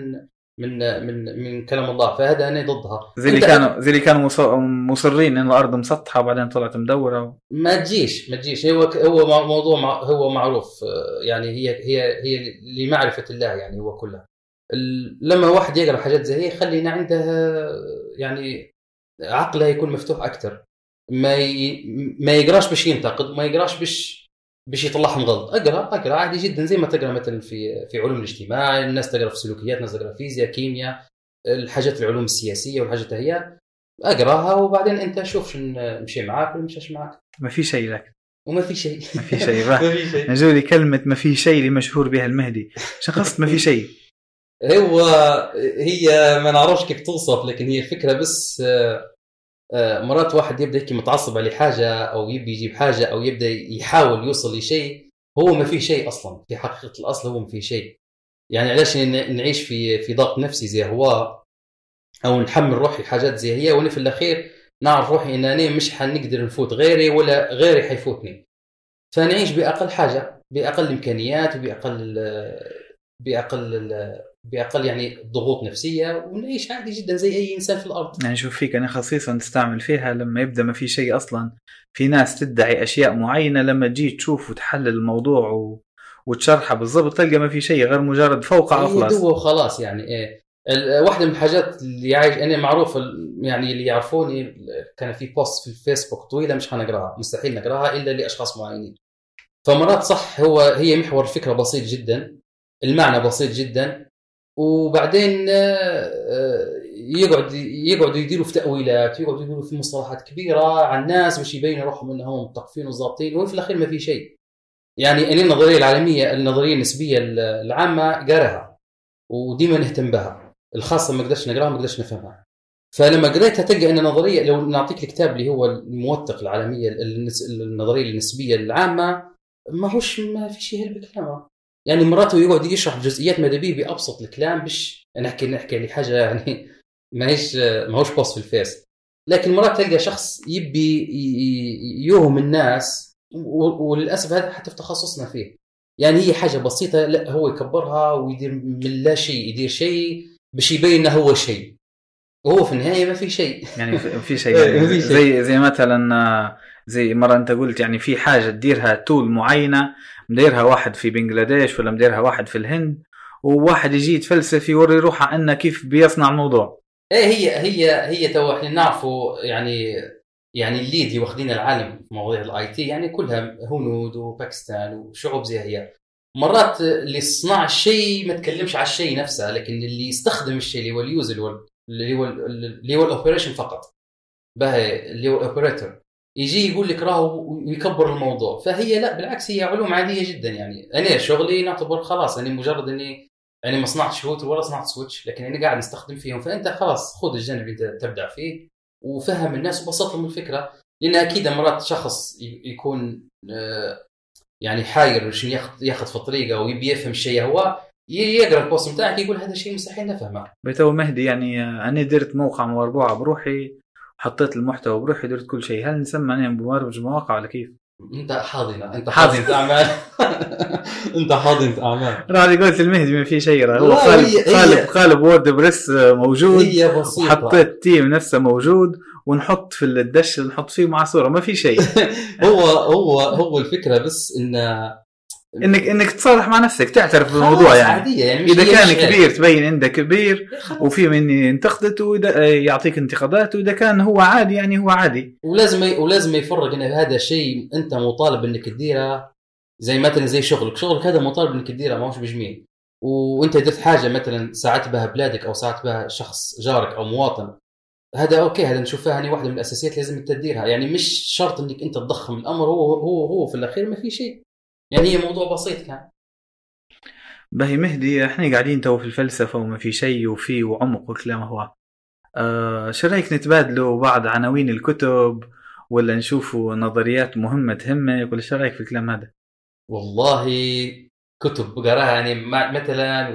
من كلام الله، فهذا أنا ضدها. زي اللي كانوا مصرين إن الأرض مسطحة وبعدين طلعت مدورة. ما تجيش هو موضوع هو معروف، يعني هي لمعرفة الله يعني هو كلها. لما واحد يقرأ حاجات زي هي خلينا عنده يعني عقله يكون مفتوح أكتر، ما يقراش بش ينتقد، ما يقراش بش يطلعهم غلط. اقرا عادي جدا زي ما تقرا مثلا في علوم الاجتماع، الناس تقرا في سلوكيات، الناس تقرا فيزياء كيمياء، الحاجات العلوم السياسيه والحاجات هي اقراها وبعدين انت شوف شو مشي معاك ولا مشاش معاك. ما في شيء لك وما في شيء نجولي كلمه ما في شيء اللي مشهور بها المهدي شخص ما في شيء. هي ما نعرفش كيف توصف، لكن هي الفكره بس مرات واحد يبدأ يكي متعصب على حاجة أو يبي يجيب حاجة أو يبدأ يحاول يوصل لشيء هو ما فيه شيء أصلا في حقيقة الأصل، هو ما فيه شيء. يعني علاش نعيش في ضغط نفسي زي هو أو نحمل روحي حاجات زي هي وأنا في الأخير نعرف روحي إن أنا مش حنقدر نفوت غيري ولا غيري حيفوتني، فنعيش بأقل حاجة باقل امكانيات باقل يعني ضغوط نفسيه، ونعيش عادي جدا زي اي انسان في الارض. يعني شوف فيك، انا خصيصا نستعمل فيها لما يبدا ما في شيء اصلا. في ناس تدعي اشياء معينه، لما تجي تشوف وتحلل الموضوع وتشرحها بالضبط تلقى ما في شيء غير مجرد فوقع وخلاص. وخلاص يعني ايه. واحده من الحاجات اللي انا معروف يعني اللي يعرفوني، كان في بوست في الفيسبوك طويله مش هنقراها، مستحيل نقراها الا لاشخاص معينين. فمرات صح هي محور الفكره بسيط جدا، المعنى بسيط جدا، وبعدين يقعدوا يديروا في تأويلات، يقعدوا يقولوا في مصطلحات كبيرة على الناس باش يبينوا روحهم انهم متقفين وضابطين، وفي الاخير ما في شيء. يعني أنا النظرية العالمية، النظرية النسبية العامة قراها وديما نهتم بها، الخاصة ما قدرش نقراها ما قدرش نفهمها. فلما قريتها تلقى ان النظرية، لو نعطيك الكتاب اللي هو الموثق العالمية النظرية النسبية العامة، ما في شيء بكلامه. يعني مراته يقعد يشرح جزئيات مدبيه بأبسط الكلام، باش نحكي لي حاجة يعني ماهوش بوست في الفيس. لكن مرات تلقى شخص يبي يوهم الناس، وللأسف هذا حتى في تخصصنا فيه. يعني هي حاجة بسيطة، لا هو يكبرها ويدير من لا شيء يدير شيء باش يبين انه هو شيء، وهو في النهاية ما في شيء. يعني في شيء يعني زي مثلا زي مرة انت قلت يعني في حاجة تديرها تول معينة، مديرها واحد في بنغلاديش ولا مديرها واحد في الهند، وواحد يجي يتفلسف يوري روحه أنه كيف بيصنع الموضوع. هي تو احنا نعرفوا يعني الليد اللي واخدين العالم في مواضيع الاي تي يعني كلها هنود وباكستان وشعوب زي هي. مرات اللي صنع الشيء ما تكلمش على الشيء نفسه، لكن اللي يستخدم الشيء اللي هو اليوزر اللي هو الاوبريشن فقط، باهي اللي هو الاوبريتور يجي يقول لك راه ويكبر الموضوع. فهي لا بالعكس، هي علوم عاديه جدا. يعني انا شغلي نعتبر خلاص اني مجرد اني يعني ما صنعتش روتر ولا صنعت سويتش، لكن انا قاعد نستخدم فيهم. فانت خلاص خذ الجانب اللي انت تبدع فيه وفهم الناس وبسط لهم الفكره. لان اكيد مرات شخص يكون يعني حاير وش ياخذ في طريقه ويبي يفهم الشيء، هو يقرا البوست بتاعك يقول هذا الشيء مستحيل نفهمه. بتو مهدي يعني انا درت موقع مربوعه بروحي، حطيت المحتوى بروحي، درت كل شيء. هل نسمى انا مبرمج مواقع ولا كيف؟ انت حاضنه، انت حاضنه اعمال. انت حاضنه اعمال. راح قلت المهدي ما في شيء، هو قالب وورد بريس موجود، هي بسيطه، حطيت تيم نفسه موجود ونحط في الدش نحط فيه مع صوره، ما في شيء. هو الفكره بس انك تصالح مع نفسك، تعترف بالموضوع. يعني اذا كان كبير تبين عندك كبير وفي من ينتقدته ويعطيك انتقادات، واذا كان هو عادي يعني هو عادي. ولازم يفرق ان هذا شيء انت مطالب انك تديره، زي مثلا زي شغلك هذا مطالب انك تديره، ما هوش بجميل. وانت درت حاجه مثلا ساعدت بها بلادك او ساعدت بها شخص جارك او مواطن، هذا اوكي، هذا نشوفها هني واحده من الاساسيات لازم تديرها. يعني مش شرط انك انت تضخم الامر، هو في الاخير ما في شيء. يعني هي موضوع بسيط كان. باهي مهدي، احنا قاعدين تو في الفلسفة وما في شيء وفي وعمق وكلام. هو شو رأيك نتبادلوا بعض عناوين الكتب، ولا نشوفوا نظريات مهمة تهمك، ولا شو رأيك في الكلام هذا؟ والله كتب بقراها يعني مثلا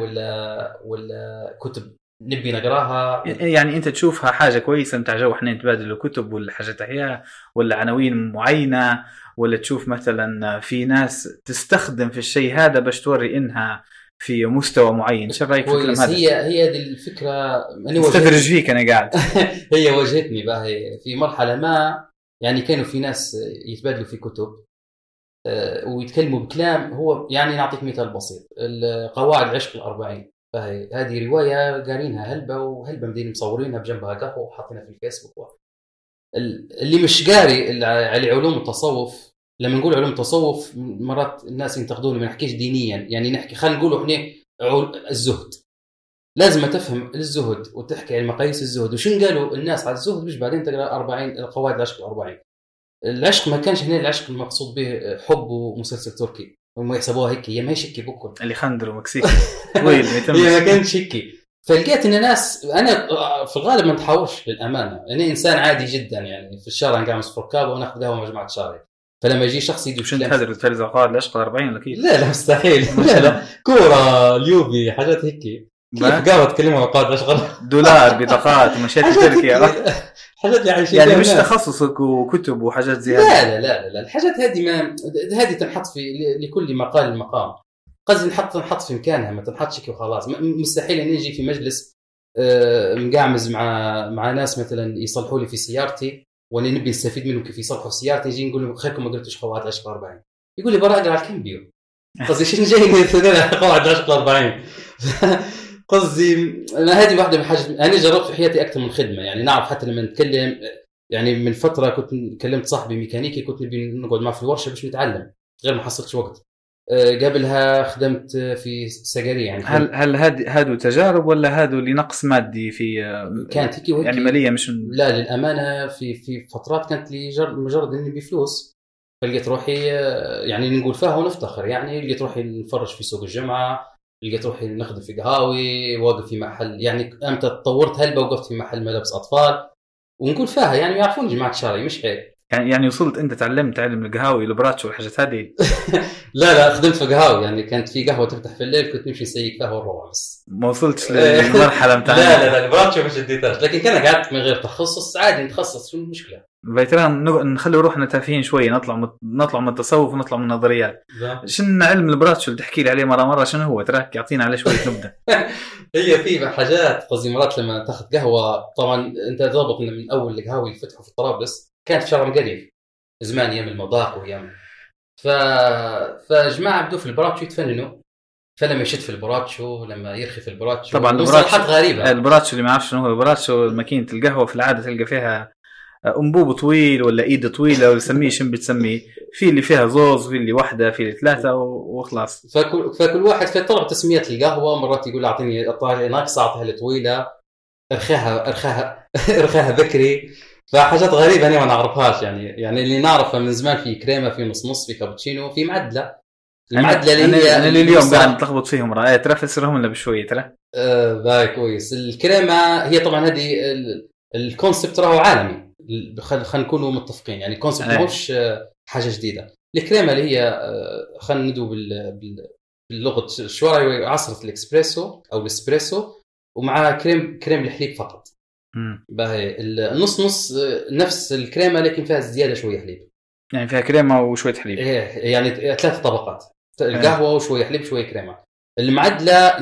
ولا كتب نبي نقراها. يعني انت تشوفها حاجة كويسة متاع جو احنا نتبادلوا كتب ولا حاجة هي، ولا عناوين معينة، ولا تشوف مثلا في ناس تستخدم في الشيء هذا باش توري انها في مستوى معين؟ شو رايك في الكلام هذا؟ هي دي الفكره. انا استدرج فيك انا قاعد. هي واجهتني بقى في مرحله ما، يعني كانوا في ناس يتبادلوا في كتب ويتكلموا بكلام. هو يعني نعطيك مثال بسيط، قواعد العشق الأربعين، هذه روايه قارينها هلبه وهلبه مدين مصورينها بجنبها قهوه وحاطينها في الفيسبوك. اللي مش قاري على علوم التصوف، لما نقول علوم التصوف مرات الناس ينتقدوني، ما نحكيش دينيا، يعني نحكي خلينا نقول احنا الزهد. لازم تفهم الزهد وتحكي عن مقاييس الزهد وشن قالوا الناس على الزهد، مش بعدين تقرا 40 القواعد العشق الأربعين. العشق ما كانش هنا العشق المقصود به حب ومسلسل تركي، هم يحسبوها هيك، هي ما هي شكي بكل اللي خندروا مكسيكي طويل هي ما كانت شكي. فلقيت ان الناس، انا في الغالب ما نتحاورش للامانه، انا انسان عادي جدا، يعني في الشارع نقام نصفر كابه وناخذ قهوه مع جماعه شارع. فلما يجي شخص يدو شنو تهدر تفرز قواعد العشق 40 ولا كيف؟ لا مستحيل. لا كوره اليوبي حاجات هيك، كيف قاعد تكلموا عن قواعد العشق، دولار بطاقات ومشيت تركيا حاجات يعني مش تخصصك وكتب وحاجات زي هذه. لا لا لا لا الحاجات هذه ما هذه تنحط في لكل مقال مقام. قصدي نحط في مكانها، ما تنحطش كي وخلاص. مستحيل ان نجي في مجلس مقعمز مع ناس مثلا يصلحوا لي في سيارتي وانا نبي نستفيد منهم كيف يصلحوا سيارتي، يجي نقول لهم خيركم ما قلتوش قواعد 10-40. يقول لي برا اقرا على الكمبيو. قصدي شنو جاي قواعد 10-40. قصدي انا هذه واحده من الحاجات. انا جربت في حياتي اكثر من خدمه، يعني نعرف حتى لما نتكلم. يعني من فتره كنت كلمت صاحبي ميكانيكي، كنت نبي نقعد معه في الورشه باش نتعلم، غير ما حصلتش وقت. قبلها خدمت في سجاري. يعني هل هادو تجارب ولا هادو لنقص مادي في كانت هيك وهيك يعني ماليه مش لا للامانه في فترات كانت لي مجرد اني بفلوس. فلقيت روحي يعني نقول فيها ونفتخر. يعني لقيت روحي نفرج في سوق الجمعه، لقيت روحي نخدم في قهاوي، واقف في محل. يعني امتى تطورت هلبة وقفت في محل ملابس اطفال ونقول فيها. يعني يعرفون جماعه الشارع مش هيك. يعني وصلت انت تعلمت علم القهاوي والبراتش والحاجات هذه؟ لا خدمت في قهاوي. يعني كانت في قهوه تفتح في الليل كنت نمشي نسيق قهوه ونروح بس. ما وصلتش للمرحله بتاع لا البراتش ما شديتهاش. لكن كان قعدت من غير تخصص عادي نتخصص. شو المشكله؟ بيتران نخلي روحنا تافهين شوي، نطلع من التصوف ونطلع من النظريات. شنو علم البراتش اللي تحكي لي عليه مره شنو هو؟ تراك يعطينا عليه شويه نبذه. هي في حاجات. قصدي مرات لما تاخذ قهوه، طبعا انت ضابط من اول القهاوي اللي فتحوا في طرابلس كانت في شارع مقريف زمان ايام المضاق وايام. فجماعه بدوا في البراتشو يتفننوا. فلما يشد في البراتشو، لما يرخي في البراتشو، طبعا مصطلحات غريبه. البراتشو اللي ما يعرفش شنو هو البراتشو، ماكينه القهوه في العاده تلقى فيها انبوب طويل ولا ايد طويله ولا سميه شنو بتسميه. في اللي فيها زوز، في اللي واحده، في اللي ثلاثه وخلاص. فكل واحد في طلب تسميات القهوه. مرات يقول اعطيني ناقصه اعطيها لي طويله، ارخاها بكري. فحاجات غريبه انا ما نعرفهاش. يعني اللي نعرفها من زمان في كريمه، في نص، في كابتشينو، في معدله. المعدله اللي هي انا اليوم قاعد نتلخبط فيهم. رايت ترى فسرهم لنا بشويه ترى. باي كويس. الكريمه هي طبعا هذه الكونسبت راهو عالمي. خلينا نكونوا متفقين. يعني الكونسبت مش حاجه جديده. الكريمه اللي هي خلينا ندو باللغه الشوارع عصره الاكسبريسو او الاسبريسو، ومع كريم الحليب فقط. باهي النص نفس الكريمه لكن فيها زياده شويه حليب. يعني فيها كريمه وشويه حليب. يعني 3 طبقات، القهوه وشويه حليب شويه كريمه. المعدله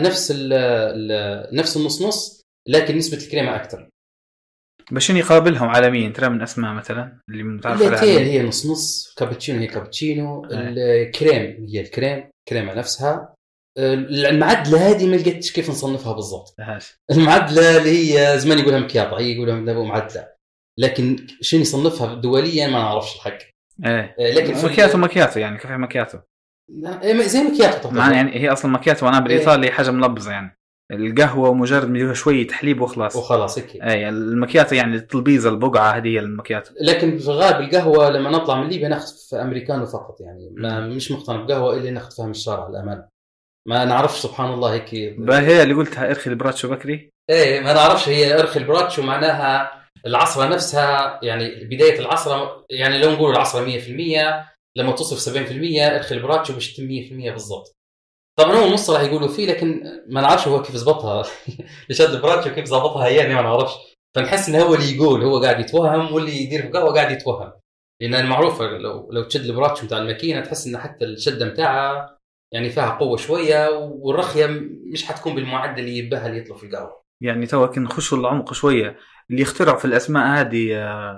نفس النص لكن نسبه الكريمه اكثر. بس شنو يقابلهم عالميا ترى من اسماء مثلا اللي متعرف عليها؟ هي نص، كابتشينو هي كابتشينو، الكريم هي كريمه نفسها. المعدله هذه ما لقيتش كيف نصنفها بالضبط. المعدله اللي هي زمان يقولها مكياطه، هي يقولها معدله، لكن شنو يصنفها دوليا ما نعرفش الحق. لكن مكياتو يعني كيف مكياتو زي مكياتو طبعا. يعني هي اصلا مكياتو وانا بالايطالي حاجه ملبزه. يعني القهوه ومجرد مديها شويه تحليب وخلاص هيك. المكياتو يعني التلبيزه البقعه هذه هي المكياتو. لكن في الغالب القهوه لما نطلع من ليبيا ناخذ في امريكانو فقط. يعني مش مقتنع بقهوه الا ناخذ فيها من الشارع الامانه. ما نعرفش سبحان الله هيك. هي اللي قلتها ارخي البراتشو بكري. ما نعرفش هي ارخي البراتشو معناها العصره نفسها. يعني بدايه العصره، يعني لو نقول العصره 100% لما توصل 70% ارخي البراتشو باش تتم 100% بالضبط. طبعا هو المصطلح يقولوا فيه لكن ما نعرفش هو كيف ضبطها. يشد البراتشو كيف ضبطها هي ما نعرفش. فنحس ان هو اللي يقول هو قاعد يتوهم، واللي يدير في قهوه قاعد يتوهم. لان المعروفه لو تشد البراتشو بتاع الماكينه تحس ان حتى الشده بتاعها يعني فيها قوه شويه، والرخيه مش حتكون بالمعدل اللي يبها اللي يطلع في القهوه. يعني توك نخشوا العمق شويه. اللي يخترع في الاسماء هذه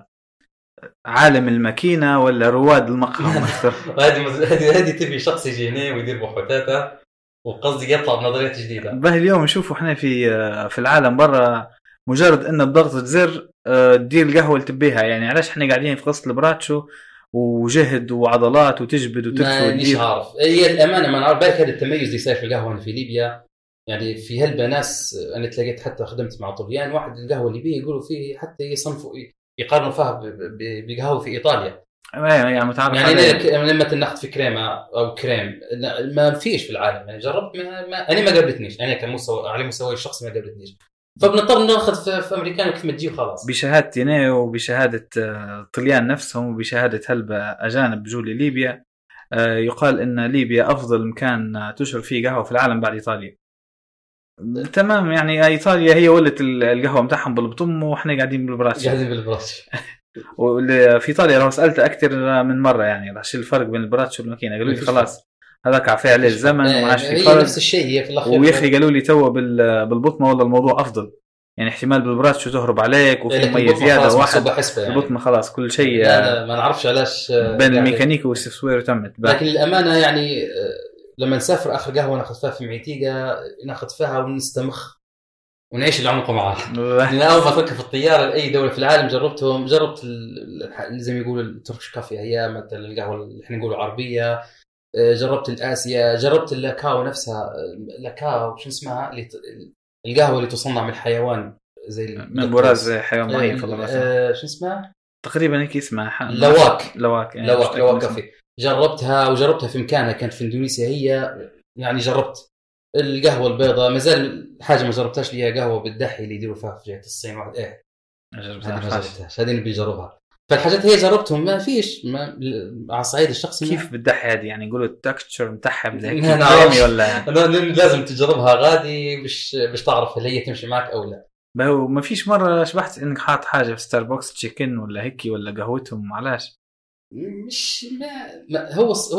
عالم الماكينه ولا رواد المقهى اكثر؟ هذه تبي شخص يجي هنا ويدير بحوثاته وقصدي يطلع بنظريات جديده. به اليوم نشوفوا احنا في العالم برا مجرد ان بضغطه زر تدير القهوه اللي تبيها. يعني علاش احنا قاعدين في قصه البراتشو وجهد وعضلات وتجبد وتدفع مش عارف. هي الامانه ما نعرف بالك هذا التميز اللي صار في القهوه هنا في ليبيا. يعني في هلبة ناس انا تلاقيت حتى خدمت مع طليان واحد القهوه الليبيه يقولوا فيه حتى يصنفوا يقارنوا فيها بقهوه في ايطاليا. يعني متعرف يعني لما ناخذ في كريمه او كريم ما فيش في العالم. يعني جربت انا ما قابلتنيش. انا كمستوى على مستوى الشخصي ما قابلتنيش. فبنضطر ناخذ في امريكان كيف ما تجي وخلاص. بشهادتي انا وبشهاده طليان نفسهم وبشهاده هلبة اجانب جولي ليبيا يقال ان ليبيا افضل مكان تشرب فيه قهوه في العالم بعد ايطاليا. تمام. يعني ايطاليا هي ولت القهوه متاعهم بالبطم واحنا قاعدين بالبراتش. وفي ايطاليا لو سالت اكثر من مره يعني شو الفرق بين البراتش والماكينه، قالوا لي خلاص هذاك عفى عليه الزمن وما عادش في فرق. نفس الشيء هي في الاخير. ويا اخي قالوا لي تو بالبطمه والله الموضوع افضل، يعني احتمال بالبراتش تهرب عليك وفي ميه زياده واحد يعني. البطمه خلاص كل شيء ما نعرفش علاش بين الميكانيكي والسوفت وير تمت. لكن الامانه يعني لما نسافر اخر قهوه ناخذ فيها في معيتيقه ناخذ فيها ونستمخ ونعيش العمق معاه. انا اول ما افكر في الطياره لاي دوله في العالم جربت زي ما يقولوا التركش كافي، هي مثلا القهوه اللي احنا نقولوا عربيه. جربت الاسيا، جربت اللاكاو نفسها، لاكاو شو اسمها القهوه اللي تصنع من الحيوان زي من براز حيوان معين شو اسمها تقريبا هيك اسمها لواك يعني لواك كافي. جربتها في مكانها كانت في اندونيسيا. هي يعني جربت القهوه البيضاء، مازال حاجه ما جربتهاش ليها قهوه بالدحي اللي يديروا فيها في جهه الصين واحد جربتها هذه بيجربها. فالحاجات هي جربتهم ما فيش على الصعيد الشخصي. كيف بالدحي هذه يعني يقولوا التكتشر متاعها كريمي ولا لازم تجربها غادي باش تعرف هل هي تمشي معك او لا. ما فيش مره شبحت انك حاط حاجه في ستاربكس تشيكن ولا هيك ولا قهوتهم علاش مش ما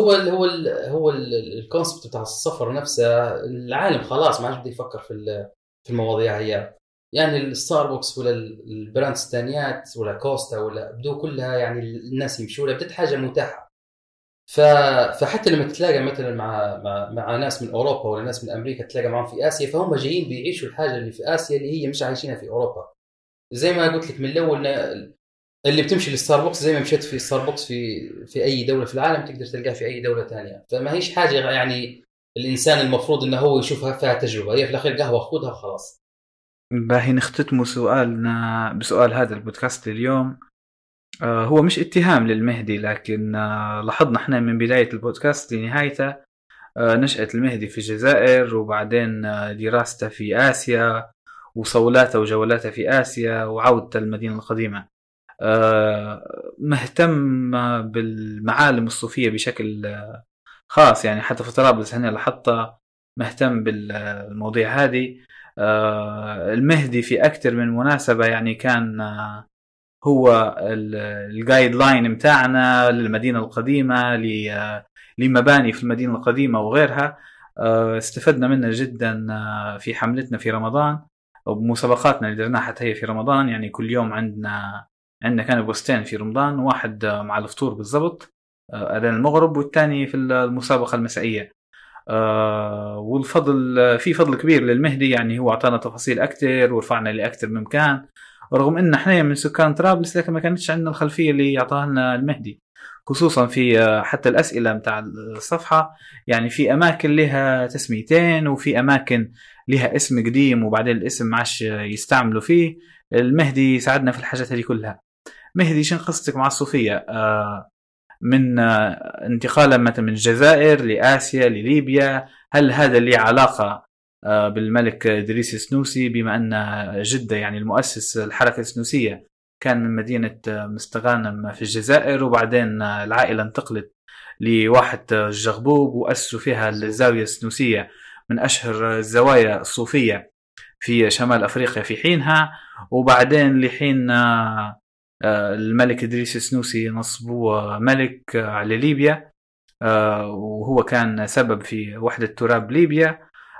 هو الكونسبت بتاع السفر نفسه. العالم خلاص ما عادش بده يفكر في المواضيع هي، يعني الستاربكس ولا البراندز الثانيات ولا كوستا ولا بدو كلها يعني الناس يمشوا لها بدت حاجه متاحه. فحتى لما تتلاقى مثلا مع ناس من اوروبا ولا ناس من امريكا تتلاقى معهم في اسيا، فهم جايين بيعيشوا الحاجه اللي في اسيا اللي هي مش عايشينها في اوروبا. زي ما قلت لك من الاول اللي بتمشي للستاربكس زي ما مشيت في ستاربكس في اي دوله في العالم تقدر تلقاه في اي دوله ثانيه. فما هيش حاجه يعني الانسان المفروض انه هو يشوفها فيها تجربه، هي في الاخير قهوه خذها وخلاص. باهي نختتم سؤالنا بسؤال هذا البودكاست اليوم. هو مش اتهام للمهدي، لكن لاحظنا احنا من بدايه البودكاست لنهايته نشأة المهدي في الجزائر، وبعدين دراسته في آسيا وصولاته وجولاته في آسيا وعودته المدينة القديمة. مهتم بالمعالم الصوفية بشكل خاص، يعني حتى في طرابلس هنا لاحظت مهتم بالمواضيع هذه. المهدي في أكثر من مناسبة يعني كان هو الجايد لاين متاعنا للمدينة القديمة، لمباني في المدينة القديمة وغيرها. استفدنا منه جدا في حملتنا في رمضان وبمسابقاتنا اللي درناها حتى هي في رمضان. يعني كل يوم عندنا كان بوستين في رمضان، واحد مع الفطور بالضبط أذان المغرب والثاني في المسابقة المسائية. والفضل في فضل كبير للمهدي، يعني هو أعطانا تفاصيل أكتر ورفعنا لأكتر من مكان، رغم إن إحنا من سكان طرابلس لكن ما كانتش عندنا الخلفية اللي يعطاها لنا المهدي، خصوصا في حتى الأسئلة متاع الصفحة. يعني في أماكن لها تسميتين وفي أماكن لها اسم قديم وبعدين الاسم معش يستعملوا فيه. المهدي ساعدنا في الحاجات هذه كلها. مهدي شن قصتك مع الصوفية؟ من انتقالا مثلا من الجزائر لآسيا لليبيا، هل هذا اللي علاقة بالملك إدريس السنوسي، بما أن جدة يعني المؤسس الحركة السنوسية كان من مدينة مستغانم في الجزائر، وبعدين العائلة انتقلت لواحد الجغبوب وأسسوا فيها الزاوية السنوسية من أشهر الزوايا الصوفية في شمال أفريقيا في حينها. وبعدين لحين الملك إدريس السنوسي نصبوه ملك على ليبيا، وهو كان سبب في وحدة تراب ليبيا.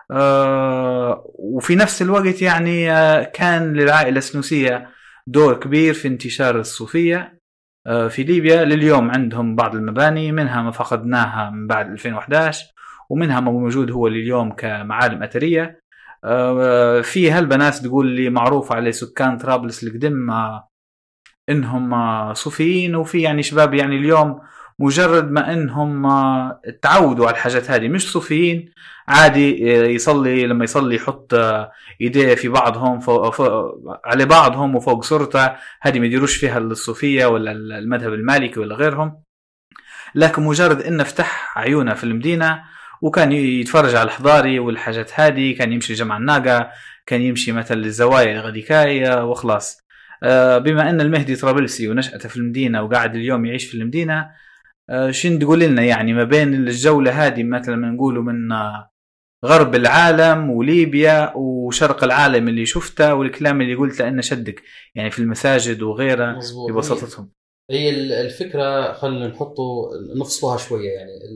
وفي نفس الوقت يعني كان للعائلة السنوسية دور كبير في انتشار الصوفية في ليبيا. لليوم عندهم بعض المباني، منها ما فقدناها من بعد 2011 ومنها ما موجود هو لليوم كمعالم أثرية. في هالبناس تقول لي معروف على سكان طرابلس القدم إنهم صوفيين، وفي يعني شباب يعني اليوم مجرد ما إنهم تعودوا على الحاجات هذه مش صوفيين، عادي يصلي لما يصلي يحط إيديه في بعضهم على بعضهم وفوق صورته، هذه ما يديروش فيها الصوفية ولا المذهب المالكي ولا غيرهم. لكن مجرد إنه فتح عيونه في المدينة وكان يتفرج على الحضاري والحاجات هذه، كان يمشي جمع الناقة، كان يمشي مثل الزوايا الغديكاية وخلاص. بما أن المهدي طرابلسي ونشأته في المدينة وقاعد اليوم يعيش في المدينة، شين تقول لنا يعني ما بين الجولة هذه مثلا نقوله من غرب العالم وليبيا وشرق العالم اللي شفته والكلام اللي قلته انه شدك يعني في المساجد وغيرها ببساطتهم. هي الفكره خلينا نحطه نفصلها شويه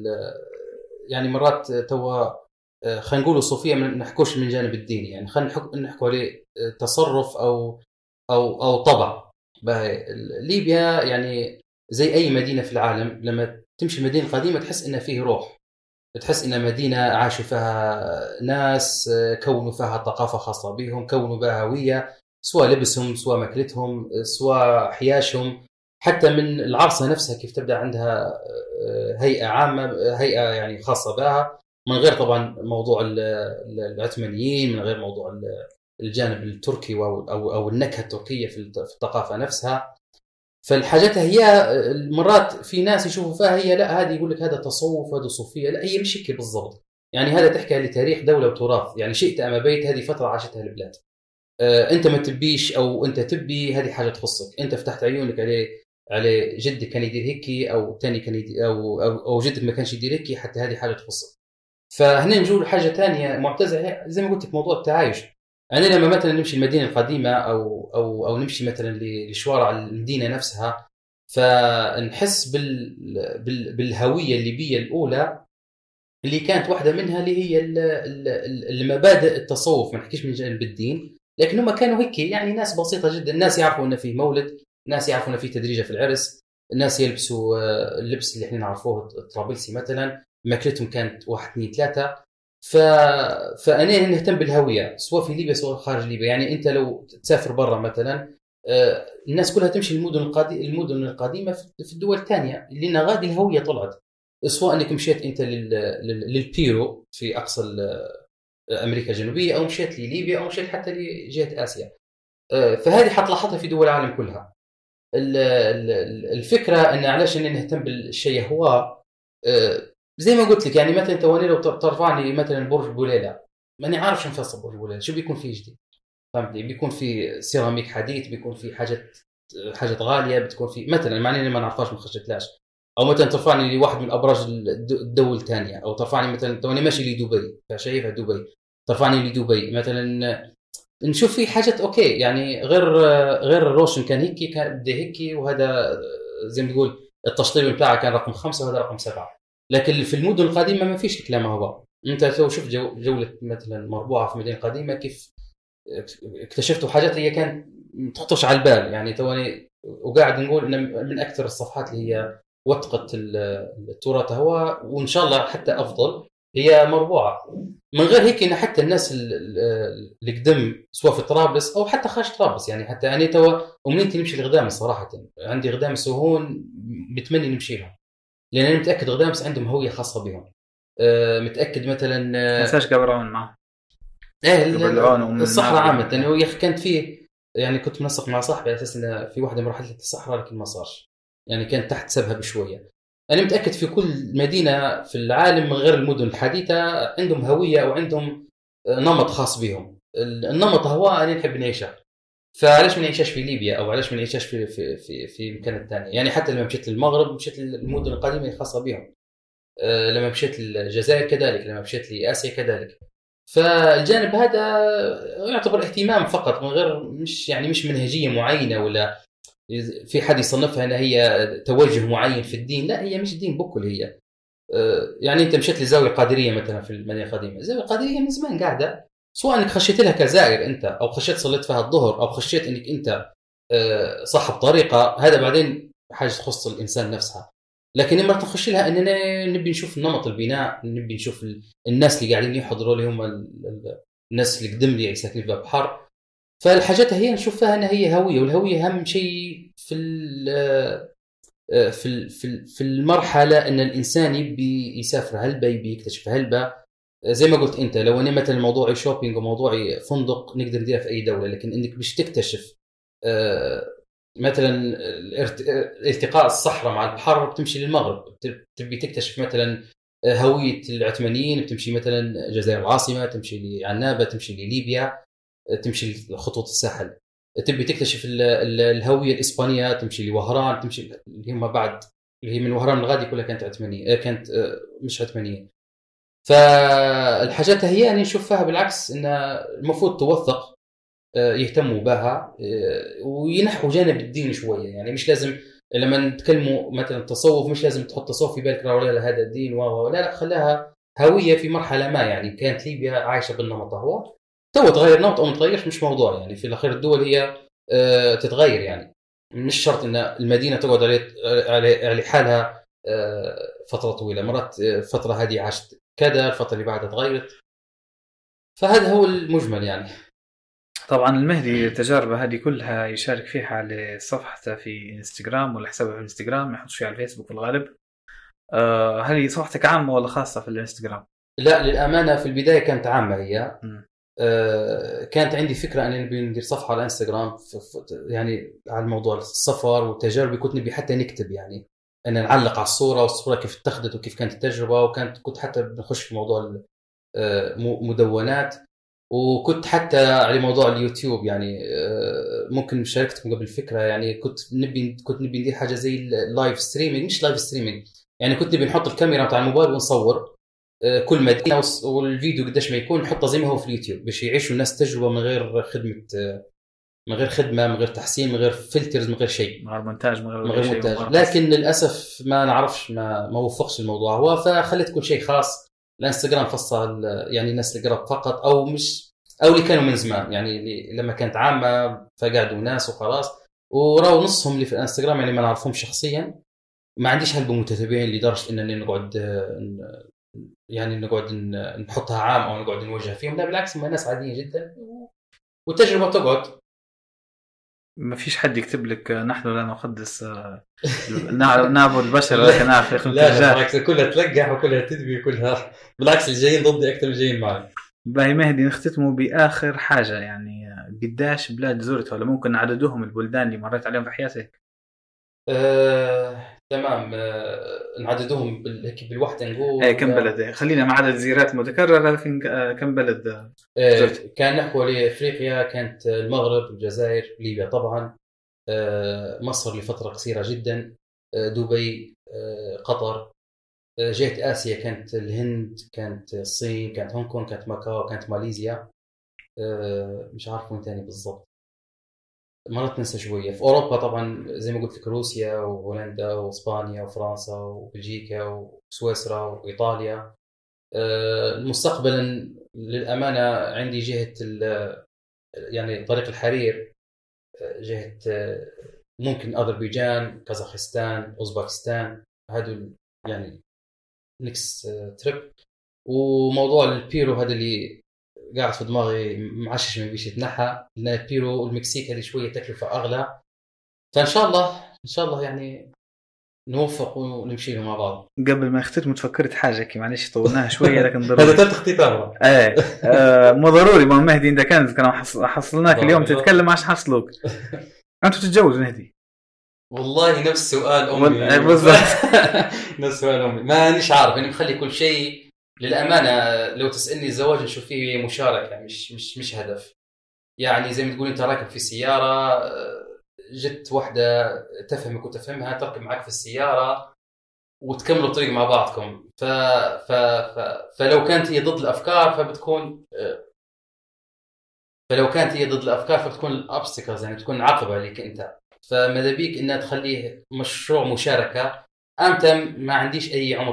يعني مرات توا خلينا نقول الصوفيه ما نحكوش من جانب الديني، يعني خلينا نحكوا عليه تصرف او طبع. ليبيا يعني زي اي مدينه في العالم، لما تمشي المدينه القديمه تحس ان فيه روح، تحس ان مدينه عاشوا فيها ناس، كونوا فيها ثقافه خاصه بهم، كونوا بها هويه، سواء لبسهم سواء ماكلتهم سواء حياشهم، حتى من العرصه نفسها كيف تبدا عندها هيئه عامه، هيئه يعني خاصه بها، من غير طبعا موضوع العثمانيين، من غير موضوع الجانب التركي او النكهه التركيه في الثقافه نفسها. فالحاجات هي مرات في ناس يشوفوا فيها هي لا هذه يقول لك هذا تصوف هذا صوفيه، لا هي مش هيك بالضبط. يعني هذا تحكي لتاريخ دوله وتراث، يعني شئت ام ابيت هذه فتره عاشتها البلاد. انت ما تبيش او انت تبي، هذه حاجه تخصك انت، فتحت عيونك على جدك كان يدير هيك او ثاني كان يدير او جدك ما كانش يدير هيك، حتى هذه حاجه تخصك. فهنا نجول حاجه ثانيه معتزله زي ما قلت لك، موضوع التعايش. أنا لما مثلا نمشي المدينة القديمة أو نمشي مثلا لشوارع المدينة نفسها، فنحس بالهوية الليبية الأولى اللي كانت واحدة منها اللي هي المبادئ التصوف. ما نحكيش من جانب الدين، لكن هم كانوا هيك يعني ناس بسيطة جدا. الناس يعرفوا أن فيه مولد، الناس يعرفوا أن فيه تدريجة في العرس، الناس يلبسوا اللبس اللي احنا نعرفوه الطرابلسي مثلا، ماكلتهم كانت 1 2 3. فأنا نهتم بالهوية سواء في ليبيا سواء خارج ليبيا. يعني أنت لو تسافر برا مثلا، الناس كلها تمشي المدن القديمة في الدول الثانية، لأن غادي الهوية طلعت. سواء أنك مشيت أنت للبيرو في أقصى أمريكا الجنوبية، أو مشيت لليبيا، أو مشيت حتى لجهة آسيا. فهذه حتلاحظها في دول العالم كلها. الفكرة أن علاش أني نهتم بالشيء هو زي ما قلت لك، يعني مثلا تواني لو ترفعني مثلا برج بوليلة، ماني عارف شو نفصل برج بوليلة، شو بيكون فيه جديد؟ فهمتني؟ بيكون فيه سيراميك حديث، بيكون فيه حاجات غالية، بتكون فيه مثلا معني ما نعرفهاش ما خشيتلاش. او مثلا ترفعني لواحد من ابراج الدول الثانية، او ترفعني مثلا تواني ماشي لدبي، شايفها دبي، ترفعني لدبي مثلا، نشوف فيه حاجات اوكي، يعني غير الروشن كان هيك، كان بده هيك، وهذا زي ما تقول التشطيب بتاعه كان رقم 5 وهذا رقم 7. لكن في المدن القديمه ما فيش الكلام هذا. انت لو شفت جوله مثلا مربوعه في مدينه قديمه، كيف اكتشفتوا حاجات هي كانت ما تخطرش على البال. يعني تواني وقاعد نقول ان من اكثر الصفحات اللي هي وثقت التراث هو، وان شاء الله حتى افضل، هي مربوعه. من غير هيك ان حتى الناس اللي قدم سواء في طرابلس او حتى خارج طرابلس، يعني حتى انا توا امنيتي نمشي لغدامس صراحه، عندي غدامس وهون بتمني نمشي لهم، لان انا متاكد غدامس عندهم هويه خاصه بهم. متاكد مثلا نساش قبرعون معه الصحراء عامه، انه يا اخي كانت فيه، يعني كنت منسق مع صاحبي على اساس انه في واحده من رحلات الصحراء لكن ما صارش، يعني كانت تحت سبها بشويه. انا متاكد في كل مدينه في العالم من غير المدن الحديثه عندهم هويه او عندهم نمط خاص بهم. النمط هو انا نحب نعيشه، فعلاش ما نعيشش في ليبيا، او علاش ما نعيشش في مكان ثاني؟ يعني حتى لما مشيت للمغرب مشيت للمدن القديمه الخاصه بهم، لما مشيت للجزائر كذلك، لما مشيت لآسيا كذلك. فالجانب هذا يعتبر اهتمام فقط، من غير مش منهجيه معينه، ولا في حد يصنفها ان هي توجه معين في الدين. لا، هي مش دين بكل. هي يعني انت مشيت لزاويه قادريه مثلا في المدينه القديمه، الزاويه القادريه من زمان قاعده، سواء انك خشيت لها كزائر انت، او خشيت صليت فيها الظهر، او خشيت انك انت صاحب طريقه، هذا بعدين حاجه تخص الانسان نفسها. لكن لما تخش لها اننا نبي نشوف نمط البناء، نبي نشوف الناس اللي قاعدين يحضروا اللي هم الناس اللي قدم لي ساكنين في بحر. فالحاجات هي نشوف فيها انها هي هويه، والهويه اهم شيء في المرحله ان الانسان يبي يسافر هلبة، يبي يكتشف هلبة. زي ما قلت انت، لو انا مثلا موضوعي شوبينج وموضوعي فندق نقدر نديرها في اي دوله، لكن انك باش تكتشف مثلا التقاء الصحراء مع البحر بتمشي للمغرب، تبي تكتشف مثلا هويه العثمانيين، بتمشي مثلا جزائر العاصمه، تمشي لعنابه، تمشي لليبيا، تمشي لخطوط الساحل. تبي تكتشف الهويه الاسبانيه، تمشي لوهران، تمشي اللي هم بعد اللي هي من وهران الغادي كلها كانت عثمانيه، كانت مش عثمانيه. فالحاجات هي يعني نشوفها بالعكس إن المفروض توثق، يهتموا بها، وينحوا جانب الدين شوية. يعني مش لازم لما نتكلموا مثلا تصوف مش لازم تحط تصوف في بالك ولا هذا الدين لا خلاها هوية في مرحلة ما. يعني كانت ليبيا عايشة بالنمط هو، تو تغير نمط أو متغيرش مش موضوع. يعني في الأخير الدول هي تتغير، يعني مش شرط إن المدينة تقعد على حالها فترة طويلة. مرات فترة هذه عاشت كذا، الفترة اللي بعدها تغيرت. فهذا هو المجمل يعني. طبعا المهدي التجارب هذه كلها يشارك فيها على صفحته في انستغرام ولا حسابه في انستغرام، ما يحطش فيها على الفيسبوك في الغالب. هل صفحتك عامة ولا خاصة في الانستغرام؟ لا للأمانة في البداية كانت عامة هي. كانت عندي فكرة أن نبي ندير صفحة على انستغرام يعني على الموضوع السفر وتجاربي. كنت نبي حتى نكتب يعني أن نعلق على الصورة والصورة كيف اتخذت وكيف كانت التجربة. كنت حتى بنخش في موضوع مدونات، وكنت حتى على موضوع اليوتيوب يعني ممكن شاركتكم قبل فكرة. يعني كنت نبي ندير حاجة زي اللايف ستريمينج، مش لايف ستريمينج يعني، كنت نبي نحط الكاميرا بتاع الموبايل ونصور كل مدينة والفيديو قديش ما يكون نحطه زي ما هو في اليوتيوب، باش يعيشوا الناس تجربة من غير خدمة، من غير تحسين، من غير فلترز، من غير شيء، من غير مونتاج، من غير مونتاج. لكن للأسف ما نعرفش ما وفقش الموضوع هو، فخليت كل شيء خاص. الانستغرام فصل يعني الناس اللي قرب فقط أو مش أو اللي كانوا من زمان، يعني لما كانت عامة فقعدوا ناس وخلاص. وراو نصهم اللي في الانستغرام يعني ما نعرفهم شخصيا. ما عنديش هلبة متتابعين لدرجة إنني نقعد نحطها عام أو نقعد نوجه فيهم. لا بالعكس، هم ناس عاديين جدا والتجربة تقعد. ما فيش حد يكتب لك نحن لا نقدس نعبد البشر ولكن نعرف لا بالعكس، كلها تلقح وكلها تدبي وكلها بالعكس، الجايين ضدي أكثر من الجايين معي. باهي مهدي، نختتموا بآخر حاجة. يعني قداش بلاد زرت ولا ممكن عددهم البلدان اللي مريت عليهم في حياتك؟ تمام. نعددهم هيك بالوحدة نقول كم بلد؟ خلينا مع عدد زيارات متكررة، لكن كم بلد زرت؟ كان نحكوا لأفريقيا، كانت المغرب، الجزائر، ليبيا طبعا، مصر لفترة قصيرة جدا، دبي، قطر. جهة آسيا كانت الهند، كانت الصين، كانت هونغ كونغ، كانت ماكاو، كانت ماليزيا. مش عارف وين تاني بالضبط، مرات ننسى شوية. في أوروبا طبعا زي ما قلت لك روسيا وهولندا وإسبانيا وفرنسا وبلجيكا وسويسرا وإيطاليا. مستقبلا للأمانة عندي جهة يعني طريق الحرير، جهة ممكن أذربيجان، كازاخستان، أوزباكستان. هذا يعني نكس تريب. وموضوع البيرو هذا اللي قاعد في دماغي معشش ما بيش يتنحى، لأن البيرو والمكسيك هذه شوية تكلفة أغلى. فإن شاء الله يعني نوفق ونمشي له مع بعض. قبل ما نختتم تفكرت حاجة كي معلش طولناها شوية لكن ضروري. هذا ثالث اختتام. مو ضروري. ما مهدي إذا كان حصلناك اليوم تتكلم عشان حصلوك. أنتوا تتجوزوا مهدي؟ والله نفس سؤال أمي. بالضبط. نفس سؤال أمي، ما نيش عارف يعني. مخلي كل شيء للأمانة. لو تسألني الزواج نشوف فيه مشاركة، يعني مش هدف. يعني زي ما تقول أنت راكب في سيارة، جت واحدة تفهمك وتفهمها، تركب معك في السيارة وتكملوا الطريق مع بعضكم. فلو كانت هي ضد الأفكار فبتكون الأبستيكلز، يعني تكون عقبة لك أنت. فماذا بيك إنها تخليه مشروع مشاركة. أمتى ما عنديش أي عمر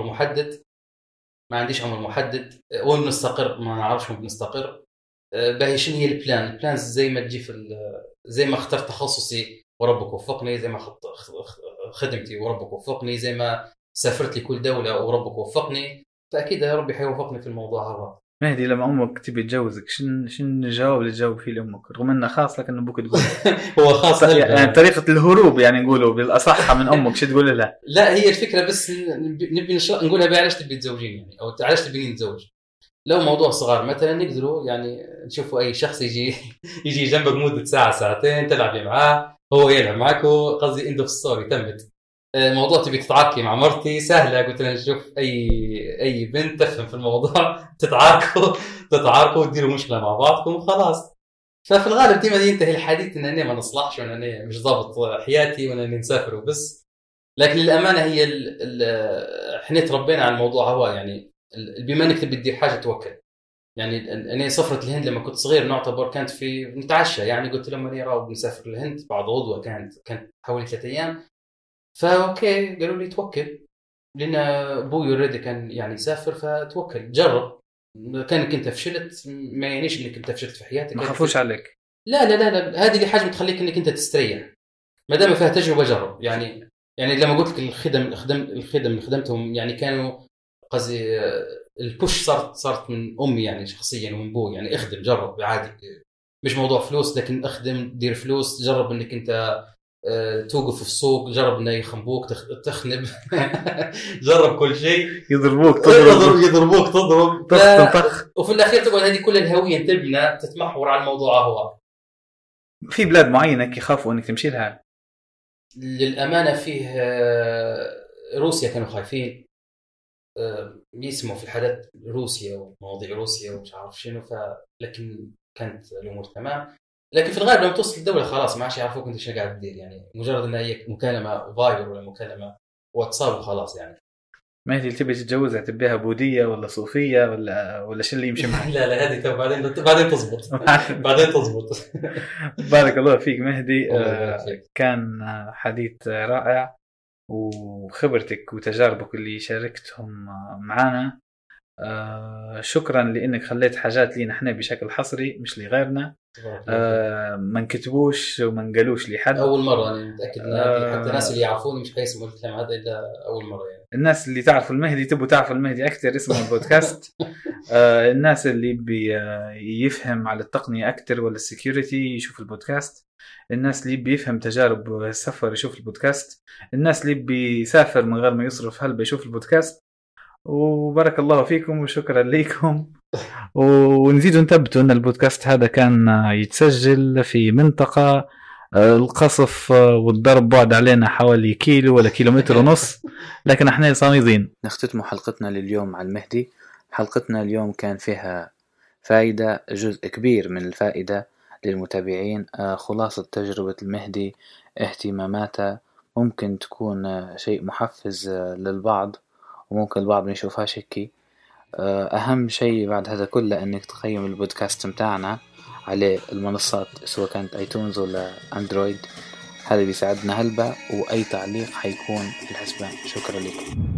محدد، ونستقر ما نعرفش بنستقر. باهي شنو هي البلان زي ما تجي زي ما اخترت تخصصي وربك وفقني، زي ما خدمتي وربك وفقني، زي ما سافرت لكل دولة وربك وفقني، فأكيد يا ربي حيوفقني في الموضوع هذا. مهدي، لما أمك تبي تجوزك شن الجواب اللي تجاوب فيه لأمك؟ رغم أنه خاص لكن أبوك تقول هو خاص يعني طريقة الهروب يعني نقوله بالأصح من أمك شو تقول لها؟ لا هي الفكرة بس نبي نقولها بعلاش تبي تزوجين يعني، أو علاش تبي نتزوج. لو موضوع صغار مثلا نقدروا يعني نشوفوا أي شخص يجي جنبك مدة ساعة ساعتين تلعب معاه، هو يلعب معك، قصدي end of story تمت. موضوع تبي تتعاركي مع مرتي سهلة، قلت لها نشوف أي بنت تفهم في الموضوع تتعاركوا وتديروا مشكلة مع بعضكم وخلاص. ففي الغالب ديما ينتهي الحديث إن أنا ما نصلحش وإن أنا مش ضابط حياتي وإن أنا نسافر وبس. لكن للأمانة هي إحنا تربينا على الموضوع هو يعني بما انك تبي تدير حاجه توكل. يعني انا سفره الهند لما كنت صغير نعتبر كانت في نتعشى، يعني قلت لهم اني راح بنسافر الهند بعد غدوه كانت حوالي 3 ايام، فاوكي قالوا لي توكل، لان ابوي اوريدي كان يعني يسافر، فتوكل جرب، كانك انت فشلت ما يعنيش انك انت فشلت في حياتك، ما خافوش عليك. لا لا لا لا، هذه اللي حاجه بتخليك انك انت تستريح ما دام فيها تجربه جرب. يعني لما قلت لك الخدم خدمتهم يعني كانوا قصدي البوش صارت من امي يعني شخصيا ومن ابوي، يعني اخدم جرب عادي، مش موضوع فلوس لكن اخدم دير فلوس، جرب انك انت توقف في السوق، جرب انه يخنبوك تخنب جرب كل شيء، يضربوك تضرب طخ. وفي الاخير تقعد هذه كل الهويه تبنى تتمحور على الموضوع. هو في بلاد معينه يخافوا انك تمشي لها؟ للامانه فيه روسيا كانوا خايفين يسمعوا في الحدث روسيا ومواضيع روسيا ومش عارف شنو، لكن كانت الامور تمام. لكن في الغالب لما توصل الدوله خلاص ما عادش يعرفوك انت ايش قاعد تدير، يعني مجرد انها هي مكالمه فايبر ولا مكالمه واتساب وخلاص. يعني ما هي اللي تبي تتجوزها تبيها بوديه ولا صوفيه ولا شو اللي يمشي معك؟ لا لا، هذه تو بعدين تزبط بعدين تزبط. بارك الله فيك مهدي، كان حديث رائع، وخبرتك وتجاربك اللي شاركتهم معنا. شكرا لانك خليت حاجات لينا احنا بشكل حصري مش لغيرنا، ما نكتبوش وما نقالوش لحد. اول مره انا متاكد ان حتى الناس اللي يعرفوني مش حيسمعوا الكلام هذا الا اول مره. يعني الناس اللي تعرف المهدي تبوا تعرف المهدي اكثر اسمه البودكاست. الناس اللي بيفهم على التقنيه اكثر ولا السكيورتي يشوف البودكاست. الناس اللي بيفهم تجارب السفر يشوف البودكاست. الناس اللي بيسافر من غير ما يصرف هل بيشوف البودكاست. وبارك الله فيكم وشكرا لكم. ونزيد نثبتوا ان البودكاست هذا كان يتسجل في منطقة القصف والضرب بعد علينا حوالي كيلو ولا كيلومتر ونص، لكن احنا صامدين. نختتم حلقتنا لليوم على المهدي. حلقتنا اليوم كان فيها فائدة، جزء كبير من الفائدة للمتابعين، خلاصة تجربة المهدي، اهتماماته، ممكن تكون شيء محفز للبعض وممكن البعض ما يشوفهاش هيك. أهم شيء بعد هذا كله أنك تقيم البودكاست متاعنا على المنصات سواء كانت ايتونز ولا اندرويد، هذا بيساعدنا هلبا، وأي تعليق حيكون في الحسبان. شكرا لكم.